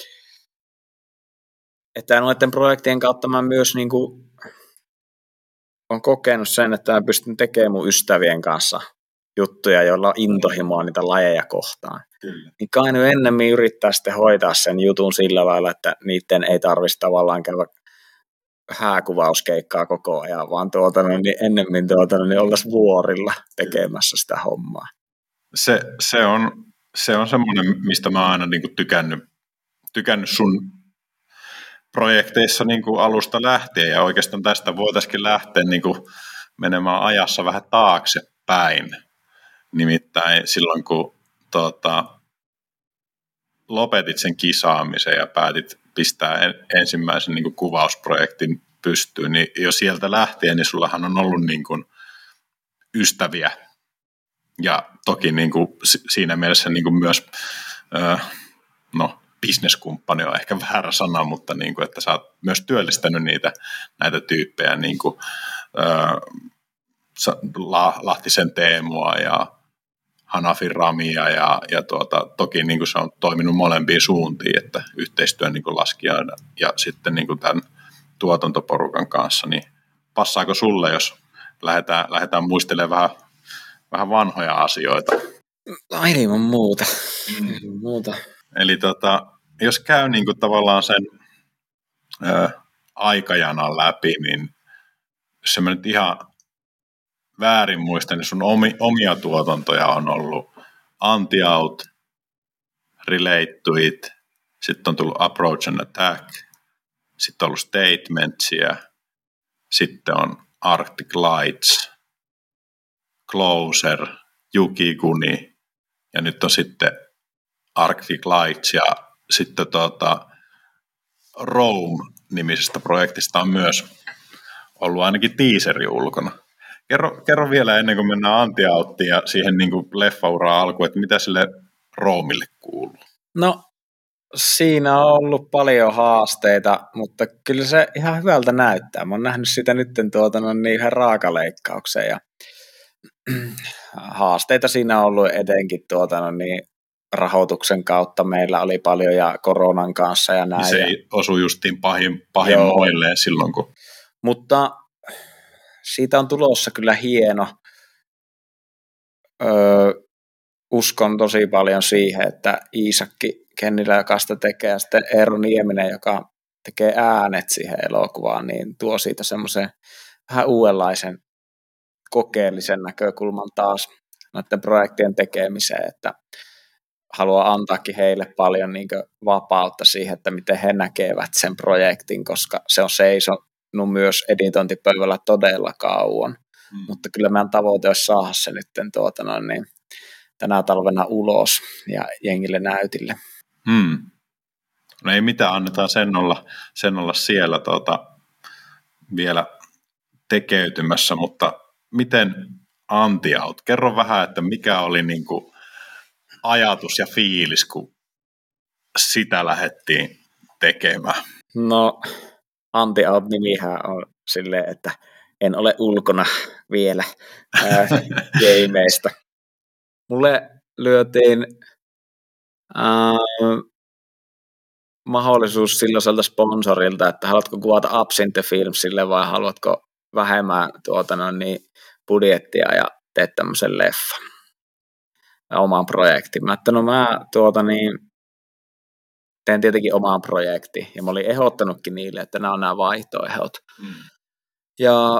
että noiden projektien kautta mä myös niin kuin olen kokenut sen, että mä pystyn tekemään mun ystävien kanssa juttuja, joilla on intohimoa niitä lajeja kohtaan. Kyllä. Niin kai nyt ennemmin yrittää sitten hoitaa sen jutun sillä lailla, että niiden ei tarvitsisi tavallaan käydä hääkuvauskeikkaa koko ajan, vaan niin ennemmin niin oltaisiin vuorilla tekemässä sitä hommaa. Se on semmoinen, mistä mä oon aina niin kuin tykännyt sun projekteissa niin kuin alusta lähtien, ja oikeastaan tästä voitaisiin lähteä niin kuin menemään ajassa vähän taaksepäin. Nimittäin silloin, kun lopetit sen kisaamisen ja päätit pistää ensimmäisen niin kuin kuvausprojektin pystyyn, niin jo sieltä lähtien, niin sullahan on ollut niin kuin ystäviä. Ja toki niin kuin siinä mielessä niin kuin myös, bisneskumppani on ehkä väärä sana, mutta niin kuin, että sä oot myös työllistänyt näitä tyyppejä, niin kuin Lahtisen Teemua ja Hanafin Ramia ja toki niin kuin se on toiminut molempiin suuntiin, että yhteistyön niin kuin laskijan ja sitten niin kuin tämän tuotantoporukan kanssa, niin passaako sulle, jos lähdetään muistelemaan vähän vanhoja asioita? No, ilman muuta. Ilman muuta. Eli jos käy niin kuin tavallaan sen aikajanan läpi, niin jos mä nyt ihan väärin muistan, niin sun omia tuotantoja on ollut Anti-Out, Relate to It, sitten on tullut Approach and Attack, sitten on ollut Statementsia, sitten on Arctic Lights, Closer, Yukiguni ja nyt on sitten Arctic Lights ja sitten Rome-nimisestä projektista on myös ollut ainakin teaseri ulkona. Kerro vielä ennen kuin mennään Anti-Outtiin ja siihen niin kuin leffauraan alkuun, että mitä sille Roomille kuuluu? No, siinä on ollut paljon haasteita, mutta kyllä se ihan hyvältä näyttää. Mä oon nähnyt sitä nyt yhden raakaleikkauksen ja haasteita siinä on ollut etenkin rahoituksen kautta meillä oli paljon ja koronan kanssa ja näin. Se ei osu justiin pahimmoilleen silloin, kun... Mutta siitä on tulossa kyllä hieno. Uskon tosi paljon siihen, että Iisakki Kennilä, joka sitä tekee, ja sitten Eero Nieminen, joka tekee äänet siihen elokuvaan, niin tuo siitä semmoisen vähän uudenlaisen kokeellisen näkökulman taas noiden projektien tekemiseen, että haluaa antaakin heille paljon niin kuin vapautta siihen, että miten he näkevät sen projektin, koska se on seisonut myös editointipöydällä todella kauan. Mutta kyllä meidän tavoite olisi saada se nyt tänä talvena ulos ja jengille näytille. No ei mitään, annetaan sen olla siellä vielä tekeytymässä, mutta miten Anti-Out? Kerro vähän, että mikä oli niinku ajatus ja fiilis, kun sitä lähdettiin tekemään? No, Anti-Out-nimihän on silleen, että en ole ulkona vielä gameista. Mulle lyötiin mahdollisuus silloiselta sponsorilta, että haluatko kuvata Absinthe Filmsille vai haluatko vähemmän budjettia ja teet tämmöisen leffan ja oman projektin. Mä että mä teen tietenkin oman projektin ja mä olin ehdottanutkin niille, että nämä on nämä vaihtoehdot. Ja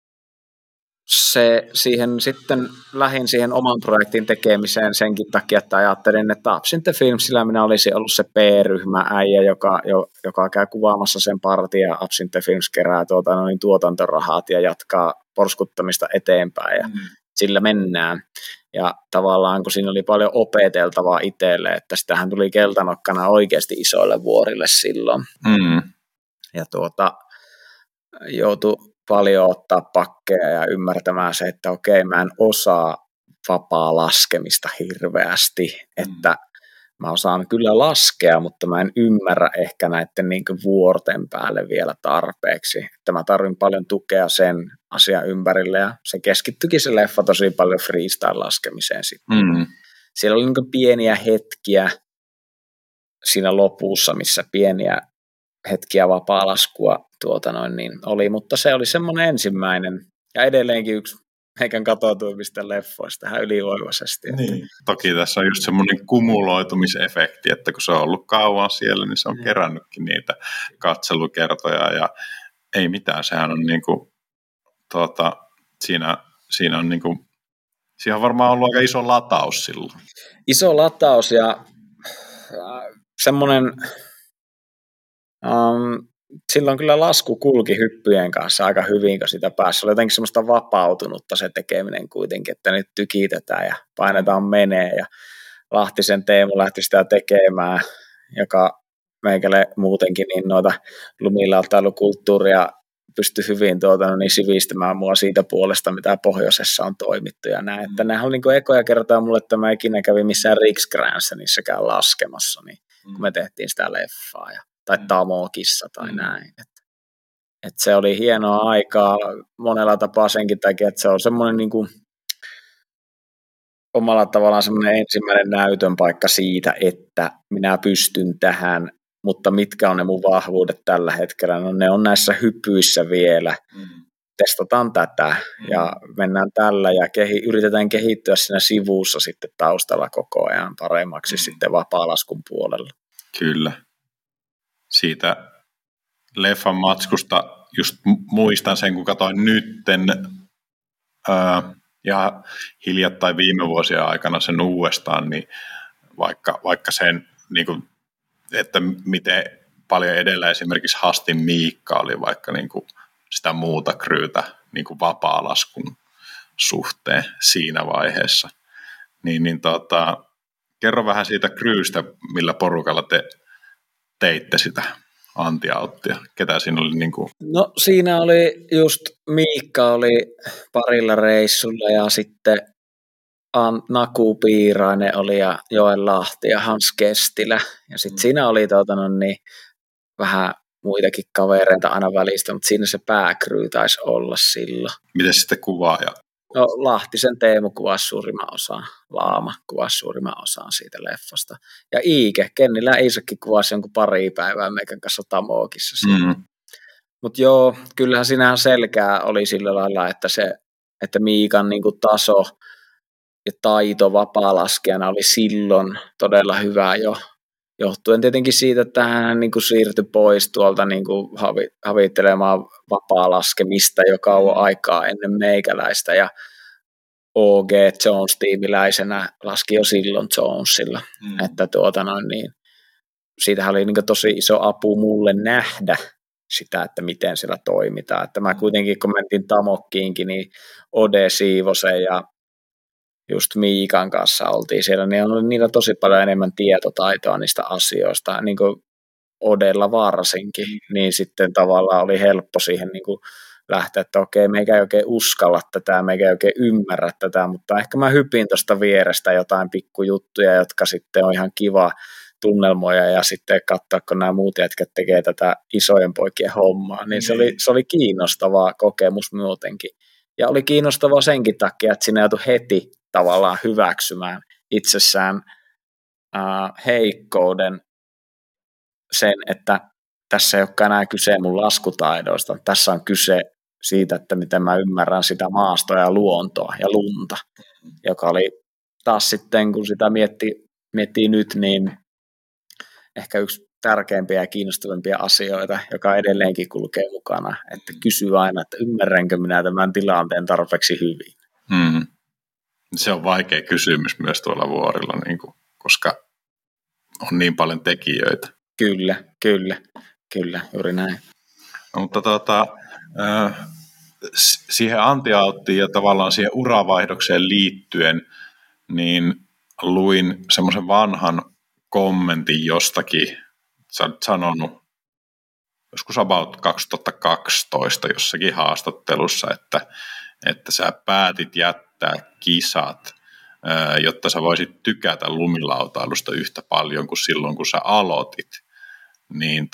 siihen sitten lähdin siihen oman projektin tekemiseen senkin takia, että ajattelin, että Absinthe Filmsillä minä olisin ollut se P-ryhmä äijä, joka käy kuvaamassa sen partia, ja Absinthe Films kerää tuotantorahat ja jatkaa porskuttamista eteenpäin, ja sillä mennään. Ja tavallaan, kun siinä oli paljon opeteltavaa itselle, että sitähän tuli keltanokkana oikeasti isoille vuorille silloin. Ja joutui paljon ottaa pakkeja ja ymmärtämään se, että okei, mä en osaa vapaa laskemista hirveästi, että mä osaan kyllä laskea, mutta mä en ymmärrä ehkä näiden niin kuin vuorten päälle vielä tarpeeksi, että mä tarvin paljon tukea sen asian ympärille, ja se keskittyikin se leffa tosi paljon freestyle-laskemiseen sitten. Siellä oli niin kuin pieniä hetkiä siinä lopussa, missä pieniä hetkiä vapaa-laskua oli, mutta se oli semmoinen ensimmäinen ja edelleenkin yksi meikän katsotuimmista leffoista ihan ylivoimaisesti. Niin. Toki tässä on just semmoinen kumuloitumisefekti, että kun se on ollut kauan siellä, niin se on kerännytkin niitä katselukertoja ja ei mitään, sehän on niinku, siinä on niinku, siinä on varmaan ollut aika iso lataus silloin. Iso lataus ja semmoinen silloin kyllä lasku kulki hyppyjen kanssa aika hyvin, kun sitä pääsi. Se oli jotenkin semmoista vapautunutta se tekeminen kuitenkin, että nyt tykitetään ja painetaan menee. Ja Lahtisen Teemu lähti sitä tekemään, joka meikälle muutenkin niin noita lumilautailukulttuuria pystyi hyvin sivistämään mua siitä puolesta, mitä pohjoisessa on toimittu ja näin. Että nehän oli niin kuin ekoja kertaa mulle, että mä ikinä kävin missään Riksgränsenissäkään laskemassa, niin kun me tehtiin sitä leffaa tai Tamokissa tai näin. Et se oli hienoa aikaa monella tapaa senkin takia, että se on semmoinen niin kuin omalla tavallaan semmoinen ensimmäinen näytön paikka siitä, että minä pystyn tähän, mutta mitkä on ne mun vahvuudet tällä hetkellä? No ne on näissä hypyissä vielä. testataan tätä ja mennään tällä ja yritetään kehittyä siinä sivussa sitten taustalla koko ajan paremmaksi sitten vapaa-laskun puolella. Kyllä. Siitä leffan matskusta just muistan sen, kun katsoin nytten ja hiljattain viime vuosien aikana sen uudestaan, niin vaikka sen, niin kuin, että miten paljon edellä esimerkiksi Hastin Miikka oli vaikka niin kuin sitä muuta kryytä niin kuin vapaa-laskun suhteen siinä vaiheessa. Kerro vähän siitä kryystä, millä porukalla te teitte sitä anti-outtia. Ketä siinä oli? Niin kuin? No siinä oli just Miikka oli parilla reissulla ja sitten Naku Piirainen oli ja Joel Lahti ja Hans Kestilä. Ja sitten siinä oli vähän muitakin kavereita aina välistä, mutta siinä se pääkryy taisi olla silloin. Miten sitten kuvaaja? No Lahtisen Teemu kuvasi suurimman osan, Laama kuvasi suurimman osan siitä leffasta. Ja Kennilä Iisakki kuvasi jonkun pari päivää meikän kanssa Tamookissa. Mutta joo, kyllähän siinähän selkää oli sillä lailla, että Miikan niinku taso ja taito vapaa-laskijana oli silloin todella hyvä jo. Johtuen tietenkin siitä, että hän niin kuin siirtyi pois tuolta niin kuin havittelemaan vapaa-laskemista jo kauan aikaa ennen meikäläistä. Ja OG Jones-tiimiläisenä laski jo silloin Jonesilla. Että siitähän oli niin kuin tosi iso apu mulle nähdä sitä, että miten siellä toimitaan. Että mä kuitenkin, kun mentiin Tamokkiinkin, niin Ode Siivosen ja just Miikan kanssa oltiin siellä, niin oli niillä tosi paljon enemmän tietotaitoa niistä asioista, niin kuin Odella varsinkin, niin sitten tavallaan oli helppo siihen niin kuin lähteä, että okei, meikä ei oikein uskalla tätä, meikä ei oikein ymmärrä tätä, mutta ehkä mä hypin tuosta vierestä jotain pikkujuttuja, jotka sitten on ihan kiva tunnelmoja ja sitten katsoa, kun nämä muut jätkät tekee tätä isojen poikien hommaa, niin se oli kiinnostava kokemus muutenkin. Ja oli kiinnostavaa senkin takia, että siinä joutui heti tavallaan hyväksymään itsessään heikkouden sen, että tässä ei olekaan enää kyse mun laskutaidoista. Tässä on kyse siitä, että miten mä ymmärrän sitä maastoa ja luontoa ja lunta, joka oli taas sitten, kun sitä miettii nyt, niin ehkä yksi tärkeimpiä ja kiinnostavimpia asioita, joka edelleenkin kulkee mukana, että kysyy aina, että ymmärränkö minä tämän tilanteen tarpeeksi hyvin. Se on vaikea kysymys myös tuolla vuorilla, niin kuin, koska on niin paljon tekijöitä. Kyllä, juuri näin. No, mutta siihen anti-outtiin ja tavallaan siihen uravaihdokseen liittyen, niin luin semmoisen vanhan kommentin jostakin, sä olet sanonut joskus about 2012 jossakin haastattelussa, että sä päätit jättää kisat, jotta sä voisit tykätä lumilautailusta yhtä paljon kuin silloin, kun sä aloitit. Niin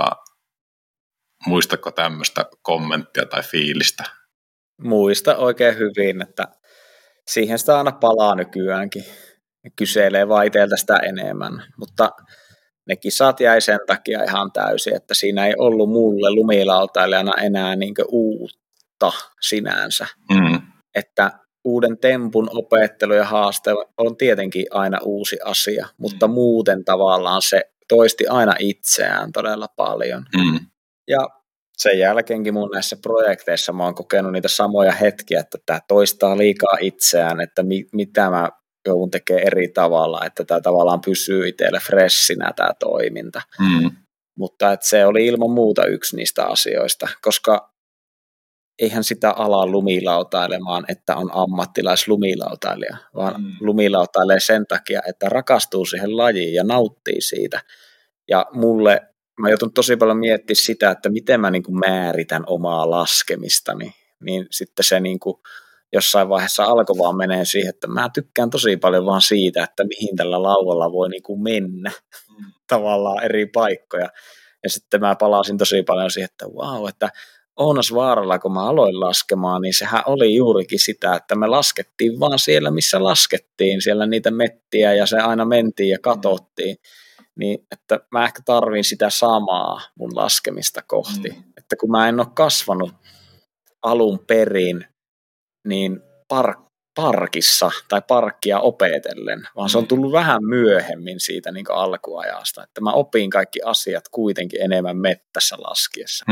muistatko tämmöistä kommenttia tai fiilistä? Muista oikein hyvin, että siihen sitä aina palaa nykyäänkin. Kyselee vaan itseltä sitä enemmän, mutta ne kisat jäi sen takia ihan täysin, että siinä ei ollut mulle lumilautailijana enää niinkö uutta sinänsä. Että uuden tempun opettelu ja haaste on tietenkin aina uusi asia, mutta muuten tavallaan se toisti aina itseään todella paljon. Ja sen jälkeenkin mun näissä projekteissa mä oon kokenut niitä samoja hetkiä, että tämä toistaa liikaa itseään, että mitä mä joudun tekemään eri tavalla, että tämä tavallaan pysyy itselle freshinä tämä toiminta. Mutta että se oli ilman muuta yksi niistä asioista, koska eihän sitä ala lumilautailemaan, että on ammattilaislumilautailija, vaan lumilautailee sen takia, että rakastuu siihen lajiin ja nauttii siitä. Ja mä joutun tosi paljon miettimään sitä, että miten mä niin kuin määritän omaa laskemistani, niin sitten se niin kuin jossain vaiheessa alkoi vaan menee siihen, että mä tykkään tosi paljon vaan siitä, että mihin tällä lauvalla voi niin kuin mennä tavallaan eri paikkoja. Ja sitten mä palasin tosi paljon siihen, että vau, että Ounasvaaralla, kun mä aloin laskemaan, niin sehän oli juurikin sitä, että me laskettiin vaan siellä, missä laskettiin, siellä niitä mettiä ja se aina mentiin ja katsottiin. Niin, että mä ehkä tarvin sitä samaa mun laskemista kohti. Että kun mä en ole kasvanut alun perin niin parkissa tai parkkia opetellen, vaan se on tullut vähän myöhemmin siitä niin kuin alkuajasta. Että mä opin kaikki asiat kuitenkin enemmän mettässä laskiessa.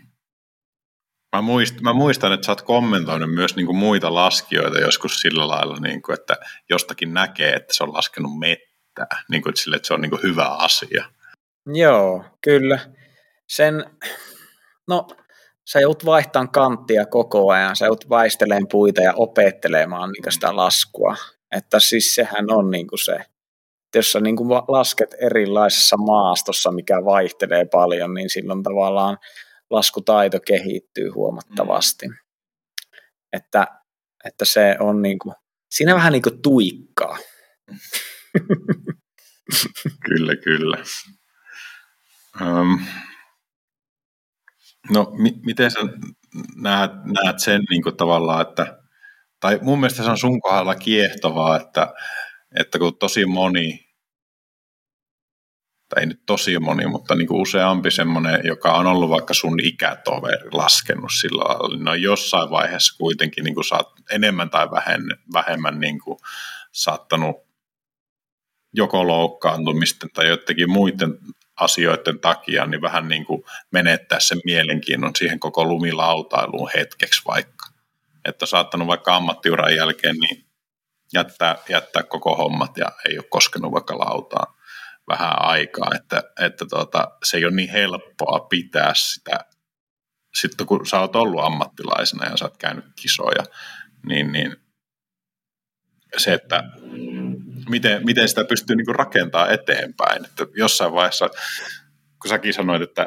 Mä muistan, että sä oot kommentoinut myös niin kuin muita laskijoita joskus sillä lailla, niin kuin, että jostakin näkee, että se on laskenut mettää, niin kuin, että se on niin kuin hyvä asia. Joo, kyllä. Sä joudut vaihtamaan kanttia koko ajan, sä joudut väistelemään puita ja opettelemaan niin sitä laskua. Että siis sehän on niin kuin se, että jos sä niin kuin lasket erilaisessa maastossa, mikä vaihtelee paljon, niin silloin tavallaan laskutaito kehittyy huomattavasti. Että se on niin kuin, siinä vähän niin kuin tuikkaa. Kyllä. No, miten sä näet sen niin kuin tavallaan, että, tai mun mielestä se on sun kohdalla kiehtovaa, että kun tosi moni, tai ei nyt tosi moni, mutta niin kuin useampi semmoinen, joka on ollut vaikka sun ikätoveri laskenut sillä lailla, niin on jossain vaiheessa kuitenkin niin kuin sä oot enemmän tai vähemmän niin kuin saattanut joko loukkaantumisten tai jotenkin muiden asioiden takia, niin vähän niin kuin menettää sen mielenkiinnon siihen koko lumilautailuun hetkeksi vaikka. Että saattanut vaikka ammattiuran jälkeen niin jättää koko hommat ja ei ole koskenut vaikka lautaan vähän aikaa, että se ei ole niin helppoa pitää sitä, sitten kun sä oot ollut ammattilaisena ja sä oot käynyt kisoja, niin se, että miten sitä pystyy niinku rakentamaan eteenpäin. Että jossain vaiheessa, kun säkin sanoit, että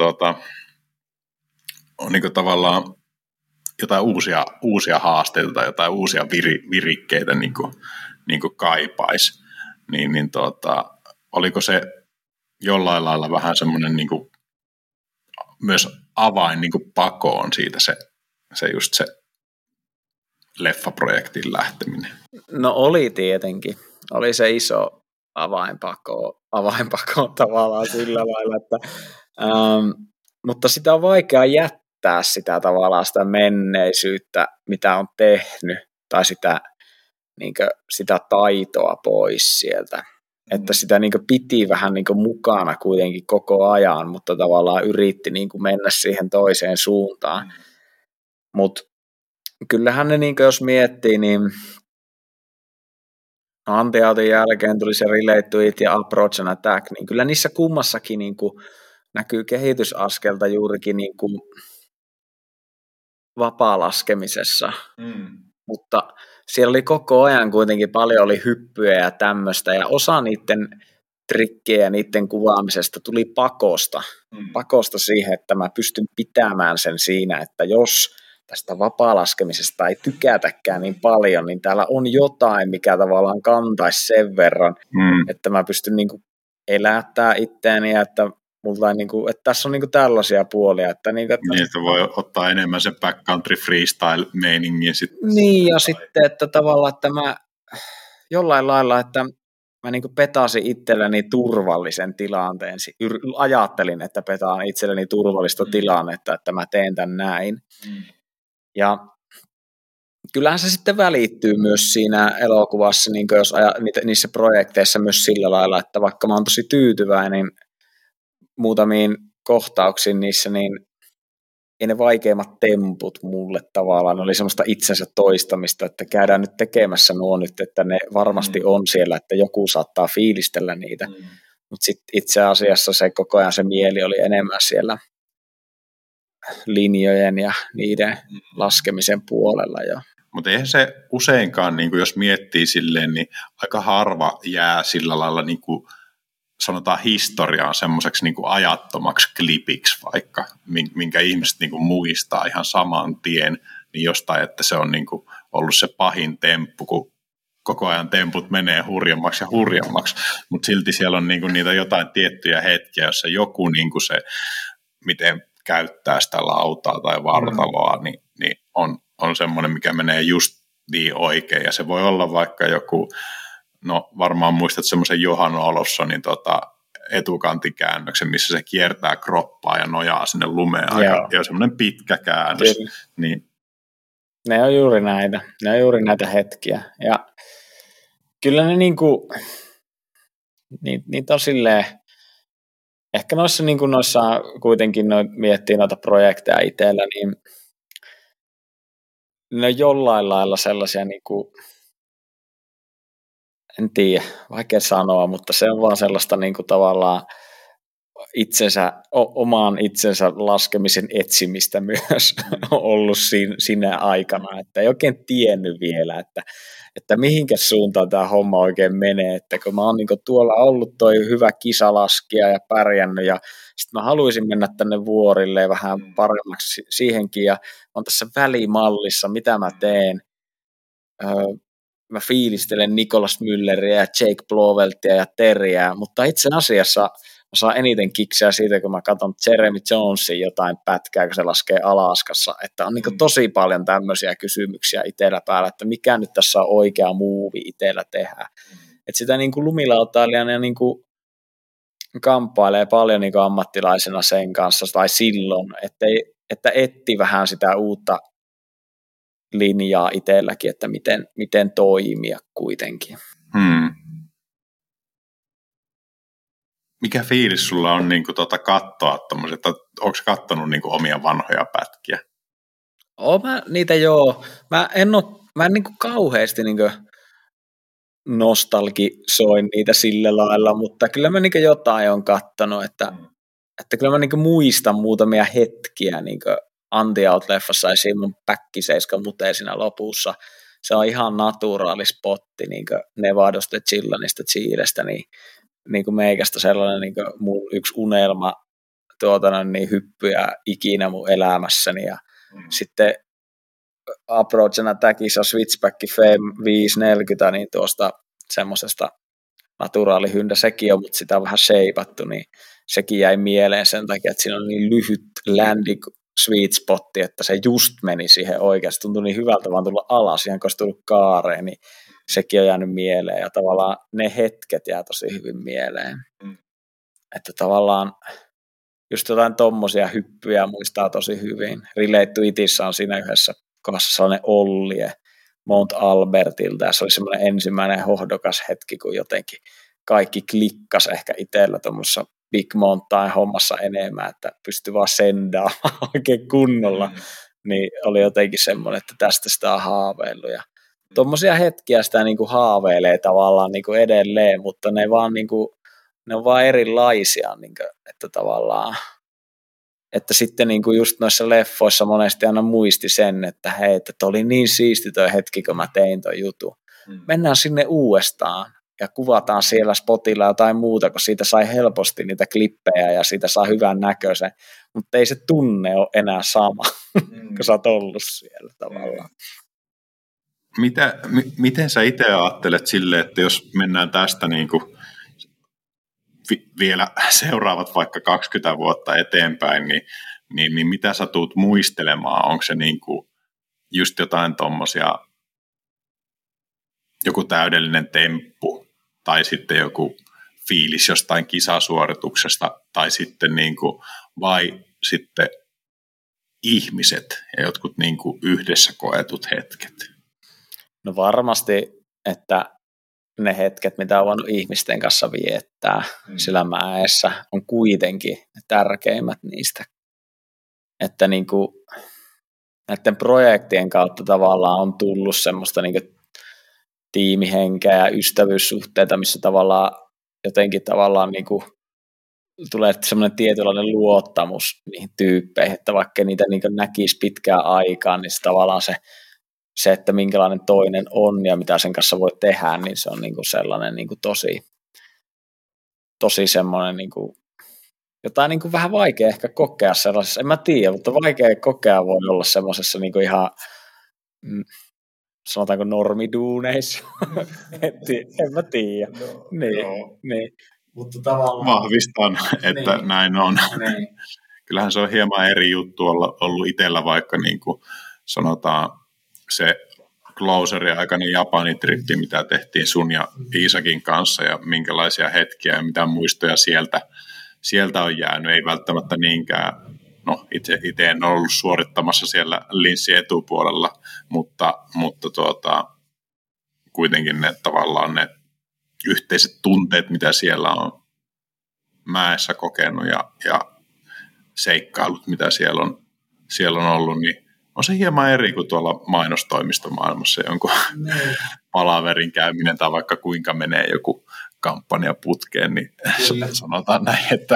on niinku tavallaan jotain uusia haasteita tai jotain uusia virikkeitä niinku kaipaisi, niin oliko se jollain lailla vähän semmoinen niinku myös avain niinku pakoon siitä se just se leffaprojektin lähteminen? No oli tietenkin. Oli se iso avainpako tavallaan sillä lailla, että, mutta sitä on vaikea jättää sitä tavallaan sitä menneisyyttä, mitä on tehnyt, tai sitä taitoa pois sieltä. Että sitä niin kuin piti vähän niin kuin mukana kuitenkin koko ajan, mutta tavallaan yritti niin kuin mennä siihen toiseen suuntaan. Mutta kyllähän ne, niin kuin jos miettii, niin anti-outin jälkeen tuli se relate to it ja approach and attack, niin kyllä niissä kummassakin niin kuin näkyy kehitysaskelta juurikin niin kuin vapaalaskemisessa. Mutta siellä oli koko ajan kuitenkin paljon oli hyppyjä ja tämmöistä, ja osa niiden trikkejä ja niiden kuvaamisesta tuli pakosta siihen, että mä pystyn pitämään sen siinä, että jos tästä vapaalaskemisesta ei tykätäkään niin paljon, niin täällä on jotain, mikä tavallaan kantaisi sen verran, että mä pystyn niinku elättää itteeni, ja että että tässä on niinku tällaisia puolia. Että voi ottaa enemmän sen backcountry freestyle-meiningin sitten. Niin, ja sitten, että tavallaan, että mä jollain lailla, että mä niinku petasin itselleni turvallisen tilanteen. Ajattelin, että petaan itselleni turvallista tilannetta, että mä teen tämän näin. Ja kyllähän se sitten välittyy myös siinä elokuvassa, niin jos niissä projekteissa myös sillä lailla, että vaikka mä oon tosi tyytyväinen muutamiin kohtauksiin niissä, niin ei ne vaikeimmat temput mulle tavallaan, ne oli semmoista itsensä toistamista, että käydään nyt tekemässä nuo nyt, että ne varmasti on siellä, että joku saattaa fiilistellä niitä, mutta sitten itse asiassa se koko ajan se mieli oli enemmän siellä linjojen ja niiden laskemisen puolella jo. Mutta eihän se useinkaan, niin jos miettii silleen, niin aika harva jää sillä lailla, niin kuin sanotaan historiaan semmoiseksi niin ajattomaksi klipiksi vaikka, minkä ihmiset niin kuin muistaa ihan saman tien, niin jostain, että se on niin kuin ollut se pahin temppu, kun koko ajan temput menee hurjemmaksi ja hurjemmaksi, mutta silti siellä on niin kuin niitä jotain tiettyjä hetkiä, jossa joku niin kuin se, miten käyttää sitä lautaa tai vartaloa, niin on semmoinen, mikä menee just niin oikein, ja se voi olla vaikka joku, no varmaan muistat semmoisen Johan Olofssonin etukantikäännöksen, missä se kiertää kroppaa ja nojaa sinne lumeen ja semmoinen pitkä käännös, niin Ne on juuri näitä. Ne on juuri näitä hetkiä. Ja kyllä ne niinku, niitä on silleen, ehkä noissa, niinku noissa kuitenkin miettii noita projekteja itsellä, niin ne on jollain lailla sellaisia, niinku, en tiedä, vaikea sanoa, mutta se on vaan sellaista niinku tavallaan omaan itsensä laskemisen etsimistä myös ollut siinä aikana, että ei oikein tiennyt vielä, että mihinkä suuntaan tämä homma oikein menee, että kun mä oon niinku tuolla ollut toi hyvä kisalaskija ja pärjännyt ja sitten mä haluaisin mennä tänne vuorille vähän paremmaksi siihenkin ja on tässä välimallissa, mitä mä teen. Mä fiilistelen Nicolas Mülleriä ja Jake Bloveltia ja Terryä, mutta itse asiassa mä saan eniten kikseä siitä, kun mä katson Jeremy Jonesin jotain pätkää, kun se laskee Alaskassa, että on niin tosi paljon tämmöisiä kysymyksiä itsellä päällä, että mikä nyt tässä on oikea muuvi itsellä tehdä. Että sitä niin kuin lumilautailijana niin kuin kamppailee paljon niin kuin ammattilaisena sen kanssa, tai silloin, että etti vähän sitä uutta linjaa itselläkin, että miten toimia kuitenkin. Mikä fiilis sulla on niin kuin katsoa tommoset, onko kattonut niin kuin omia vanhoja pätkiä? Mä niitä joo. Mä en niin kuin kauheasti niin kuin nostalgisoin niitä sillä lailla, mutta kyllä mä niin kuin jotain on kattonut, että kyllä mä niin kuin muistan muutamia hetkiä niin kuin Anti Out-leffassa esiin mun päkkiseiska mutee siinä lopussa. Se on ihan naturaali spotti niin kuin Nevadosta, Chillanista, Chilestä, niin kuin meikästä sellainen niin kuin mun yksi unelma niin hyppyjä ikinä mun elämässäni. Ja sitten Approach and Attackissa Switchback Fame 540, niin tuosta semmoisesta naturaalihyndä sekin on, mutta sitä on vähän shapeattu, niin sekin jäi mieleen sen takia, että siinä on niin lyhyt landi sweet spotti, että se just meni siihen oikeasti. Tuntui niin hyvältä vaan tulla alas, ihan kun olisi tullut kaareen, niin sekin on jäänyt mieleen. Ja tavallaan ne hetket jää tosi hyvin mieleen. Että tavallaan just jotain tommosia hyppyjä muistaa tosi hyvin. Relate to Itissä on siinä yhdessä kohdassa sellainen Ollie Mount Albertilta, ja se oli semmoinen ensimmäinen hohdokas hetki, kun jotenkin kaikki klikkas ehkä itsellä tuommoisessa Big Mountain hommassa enemmän, että pystyi vaan sendaamaan oikein kunnolla, niin oli jotenkin semmoinen, että tästä sitä on haaveillut, ja tuommoisia hetkiä sitä niinku haaveilee tavallaan niinku edelleen, mutta ne on vaan erilaisia, niinku, että tavallaan että sitten niinku just noissa leffoissa monesti aina muisti sen, että hei, että oli niin siisti toi hetki, kun mä tein toi jutun. Mennään sinne uudestaan ja kuvataan siellä spotilla jotain muuta, kun siitä sai helposti niitä klippejä ja siitä saa hyvän näköisen, mutta ei se tunne ole enää sama, kun sä oot ollut siellä tavallaan. Miten sä itse ajattelet silleen, että jos mennään tästä niinku vielä seuraavat vaikka 20 vuotta eteenpäin, niin mitä sä tuut muistelemaan? Onko se niinku just jotain tommosia, joku täydellinen temppu, tai sitten joku fiilis jostain kisasuorituksesta, tai sitten niinku, vai sitten ihmiset ja jotkut niinku yhdessä koetut hetket? No varmasti, että ne hetket, mitä on voinut ihmisten kanssa viettää sillä mäessä, on kuitenkin ne tärkeimmät niistä. Että niinku, näiden projektien kautta tavallaan on tullut semmoista niinku tiimihenkeä ja ystävyyssuhteita, missä tavallaan jotenkin tavallaan niinku tulee semmoinen tietynlainen luottamus niihin tyyppeihin, että vaikka niitä niinku näkisi pitkään aikaan, niin se tavallaan se, että minkälainen toinen on ja mitä sen kanssa voi tehdä, niin se on niinku sellainen niinku tosi semmoinen niinku, jotain niinku vähän vaikea ehkä kokea sellaisessa, en mä tiedä, mutta vaikea kokea voi olla semmoisessa niinku ihan, sanotaanko normiduuneissa, en mä tiedä. Niin. Mutta tavallaan vahvistan, että niin. Näin on. Niin. Kyllähän se on hieman eri juttu ollut itsellä, vaikka niin kuin sanotaan se closerin aikainen Japani-trippi, mitä tehtiin sun ja Iisakin kanssa ja minkälaisia hetkiä ja mitä muistoja sieltä on jäänyt. Ei välttämättä niinkään no itse en ollut suorittamassa siellä linssin etupuolella, mutta kuitenkin ne tavallaan ne yhteiset tunteet, mitä siellä on mäessä kokenut ja seikkailut, mitä siellä on ollut, niin on se hieman eri kuin tuolla mainostoimistomaailmassa jonkun palaverin käyminen tai vaikka kuinka menee joku kampanja putkeen, niin sanotaan näin, että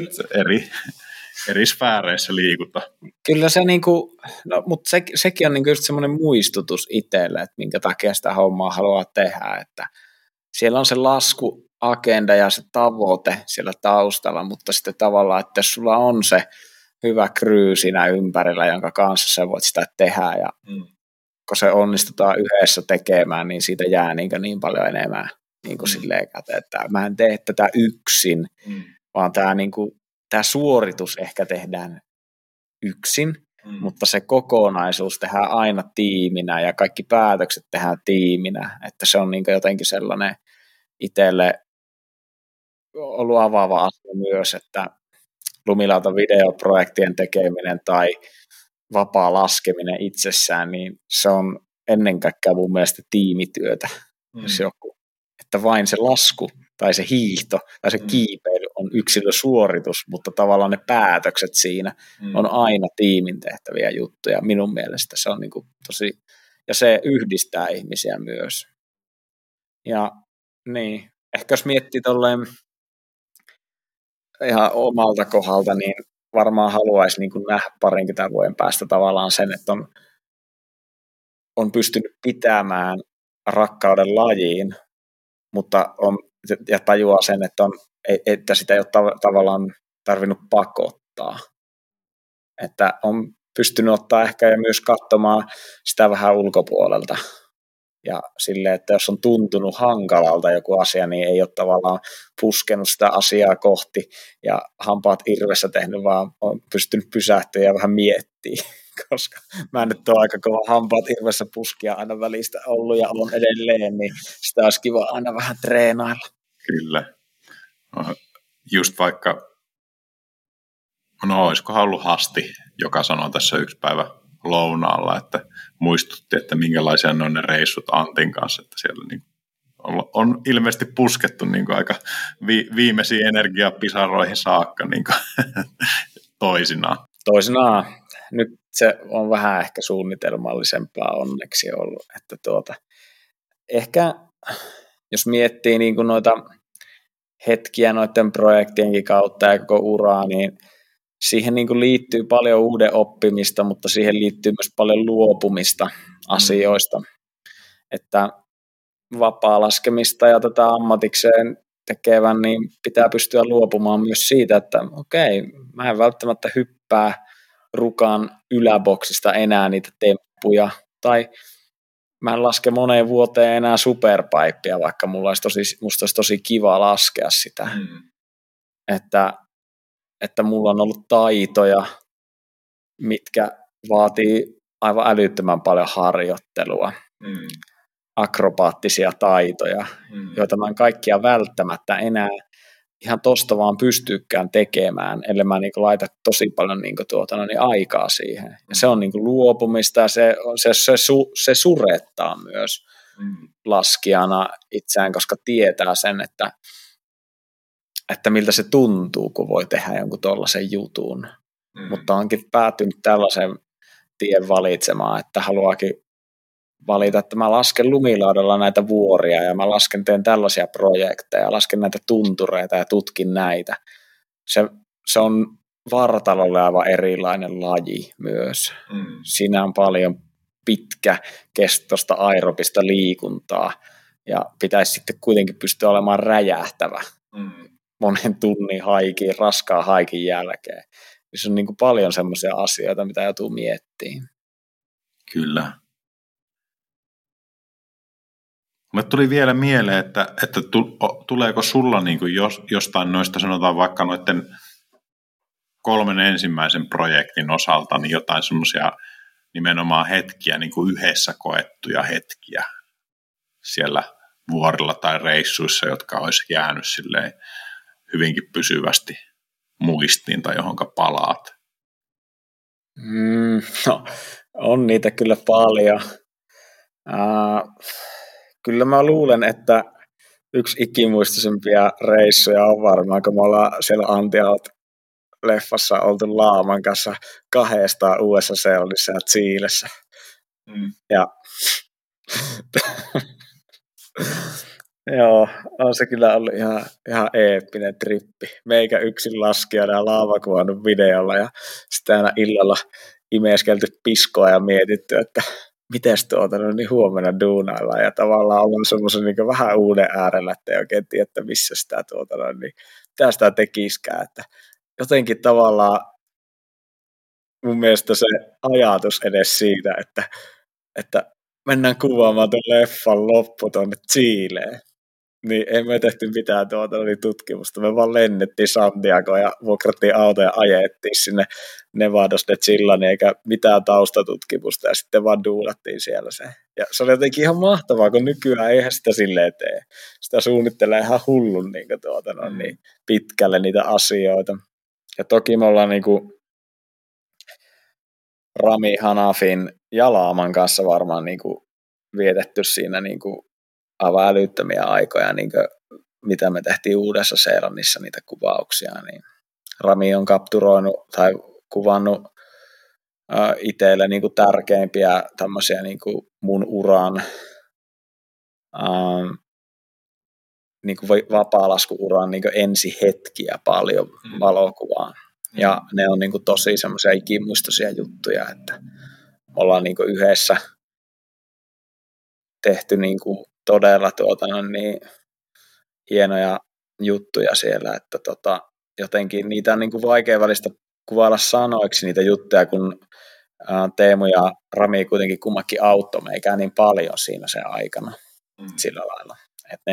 eri sfääreissä liikutaan. Kyllä se niinku, no, mutta sekin on niinku just semmoinen muistutus itselle, että minkä takia sitä hommaa haluaa tehdä, että siellä on se laskuagenda ja se tavoite siellä taustalla, mutta sitten tavallaan, että jos sulla on se hyvä crew siinä ympärillä, jonka kanssa sä voit sitä tehdä, ja kun se onnistutaan yhdessä tekemään, niin siitä jää niin paljon enemmän silleen käteen, että mä en tee tätä yksin, vaan tämä suoritus ehkä tehdään yksin, mutta se kokonaisuus tehdään aina tiiminä ja kaikki päätökset tehdään tiiminä, että se on jotenkin sellainen itselle ollut avaava asia myös, että Lumilauta videoprojektien tekeminen tai vapaa laskeminen itsessään, niin se on ennen kaikkea mun mielestä tiimityötä, jos joku. Että vain se lasku tai se hiihto tai se kiipeily on yksilösuoritus, mutta tavallaan ne päätökset siinä on aina tiimin tehtäviä juttuja. Minun mielestä se on tosi, ja se yhdistää ihmisiä myös. Ja niin, ehkä jos miettii tolleen ihan omalta kohdalta, niin varmaan haluaisi nähdä 20 vuoden päästä tavallaan sen, että on pystynyt pitämään rakkauden lajiin, mutta ja tajuaa sen, että sitä ei ole tavallaan tarvinnut pakottaa. Että on pystynyt ottaa ehkä ja myös katsomaan sitä vähän ulkopuolelta. Ja silleen, että jos on tuntunut hankalalta joku asia, niin ei ole tavallaan puskenut sitä asiaa kohti ja hampaat irvessä tehnyt, vaan on pystynyt pysähtyä ja vähän miettimään, koska mä nyt ole aika kova hampaat irvessä puskia aina välistä ollut ja on edelleen, niin sitä olisi kiva aina vähän treenailla. Kyllä. Just vaikka, no olisikohan ollut Hasti, joka sanoi tässä yksi päivä lounaalla, että muistutti, että minkälaisia ne on ne reissut Antin kanssa, että siellä on ilmeisesti puskettu aika viimeisiin energiapisaroihin saakka toisinaan. Nyt se on vähän ehkä suunnitelmallisempaa onneksi ollut, että ehkä jos miettii noita hetkiä noiden projektienkin kautta ja koko uraa, niin siihen liittyy paljon uuden oppimista, mutta siihen liittyy myös paljon luopumista asioista. Että vapaa laskemista ja tätä ammatikseen tekevän, niin pitää pystyä luopumaan myös siitä, että okei, mä en välttämättä hyppää rukan yläboksista enää niitä temppuja, tai mä en laske moneen vuoteen enää superpipea, vaikka musta olisi tosi kiva laskea sitä. Että mulla on ollut taitoja, mitkä vaatii aivan älyttömän paljon harjoittelua, akrobaattisia taitoja, joita mä en kaikkia välttämättä enää ihan tosta vaan pystyykään tekemään, ellei mä laita tosi paljon aikaa siihen. Ja se on luopumista ja se surettaa myös laskijana itseään, koska tietää sen, että miltä se tuntuu, kun voi tehdä jonkun tollaisen jutun. Mutta onkin päätynyt tällaisen tien valitsemaan, että haluaakin valita, että mä lasken lumilaudalla näitä vuoria ja mä teen tällaisia projekteja, lasken näitä tuntureita ja tutkin näitä. Se on vartalolle aivan erilainen laji myös. Siinä on paljon pitkäkestoista aerobista liikuntaa ja pitäisi sitten kuitenkin pystyä olemaan räjähtävä monen tunnin raskaan haikin jälkeen. Se on paljon semmoisia asioita, mitä joutuu miettimään. Kyllä. Mulle tuli vielä mieleen, että tuleeko sulla jostain noista, sanotaan vaikka noiden 3 ensimmäisen projektin osalta, niin jotain semmoisia nimenomaan hetkiä, yhdessä koettuja hetkiä siellä vuorilla tai reissuissa, jotka olisi jäänyt silleen hyvinkin pysyvästi muistiin tai johonka palaat? No, on niitä kyllä paljon. Kyllä mä luulen, että yksi ikimuistoisimpia reissuja on varmaan, kun me ollaan siellä Anti-Out-leffassa oltu Laaman kanssa 200 USA-Seelannissa ja Chiilessä. Ja joo, on se kyllä ollut ihan eeppinen trippi. Meikä yksin laskijana ja Laava kuvannut videolla ja sitten aina illalla imeskelty piskoa ja mietitty, että mites niin huomenna duunaillaan ja tavallaan ollaan semmoisen niin vähän uuden äärellä, että ei oikein tiedä, että missä sitä niin mitä sitä tekiskään, että jotenkin tavallaan mun mielestä se ajatus edes siitä, että mennään kuvaamaan tuon leffan loppu tuonne Chileen, niin ei me tehty mitään tutkimusta, me vaan lennettiin Santiagoon ja vuokrattiin auto ja ajettiin sinne Nevados de Chillani eikä mitään taustatutkimusta ja sitten vaan duulattiin siellä se. Ja se oli jotenkin ihan mahtavaa, kun nykyään eihän sitä silleen tee. Sitä suunnittelee ihan hullun niin pitkälle niitä asioita. Ja toki me ollaan Rami Hanafin ja Laaman kanssa varmaan vietetty siinä aivan älyttömiä aikoja, mitä me tehtiin Uudessa-Seelannissa niitä kuvauksia, niin Rami on kapturoinut tai kuvannut itselle tärkeimpiä tämmöisiä mun uran vapaalaskuuran ensihetkiä paljon valokuvaan. Ja ne on tosi semmoisia ikimuistoisia juttuja, että ollaan yhdessä tehty todella hienoja juttuja siellä, että jotenkin niitä on vaikea välistä kuvailla sanoiksi niitä juttuja, kun Teemu ja Rami kuitenkin kummakin auttoi meikään niin paljon siinä sen aikana sillä lailla, että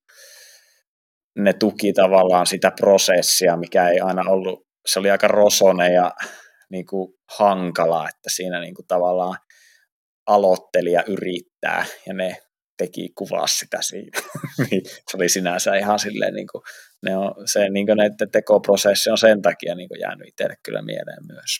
ne tuki tavallaan sitä prosessia, mikä ei aina ollut, se oli aika rosoinen ja hankala, että siinä tavallaan aloittelija yrittää ja ne kuvaa sitä siitä. Se oli sinänsä ihan silleen, näiden tekoprosessi on sen takia jäänyt itselle kyllä mieleen myös.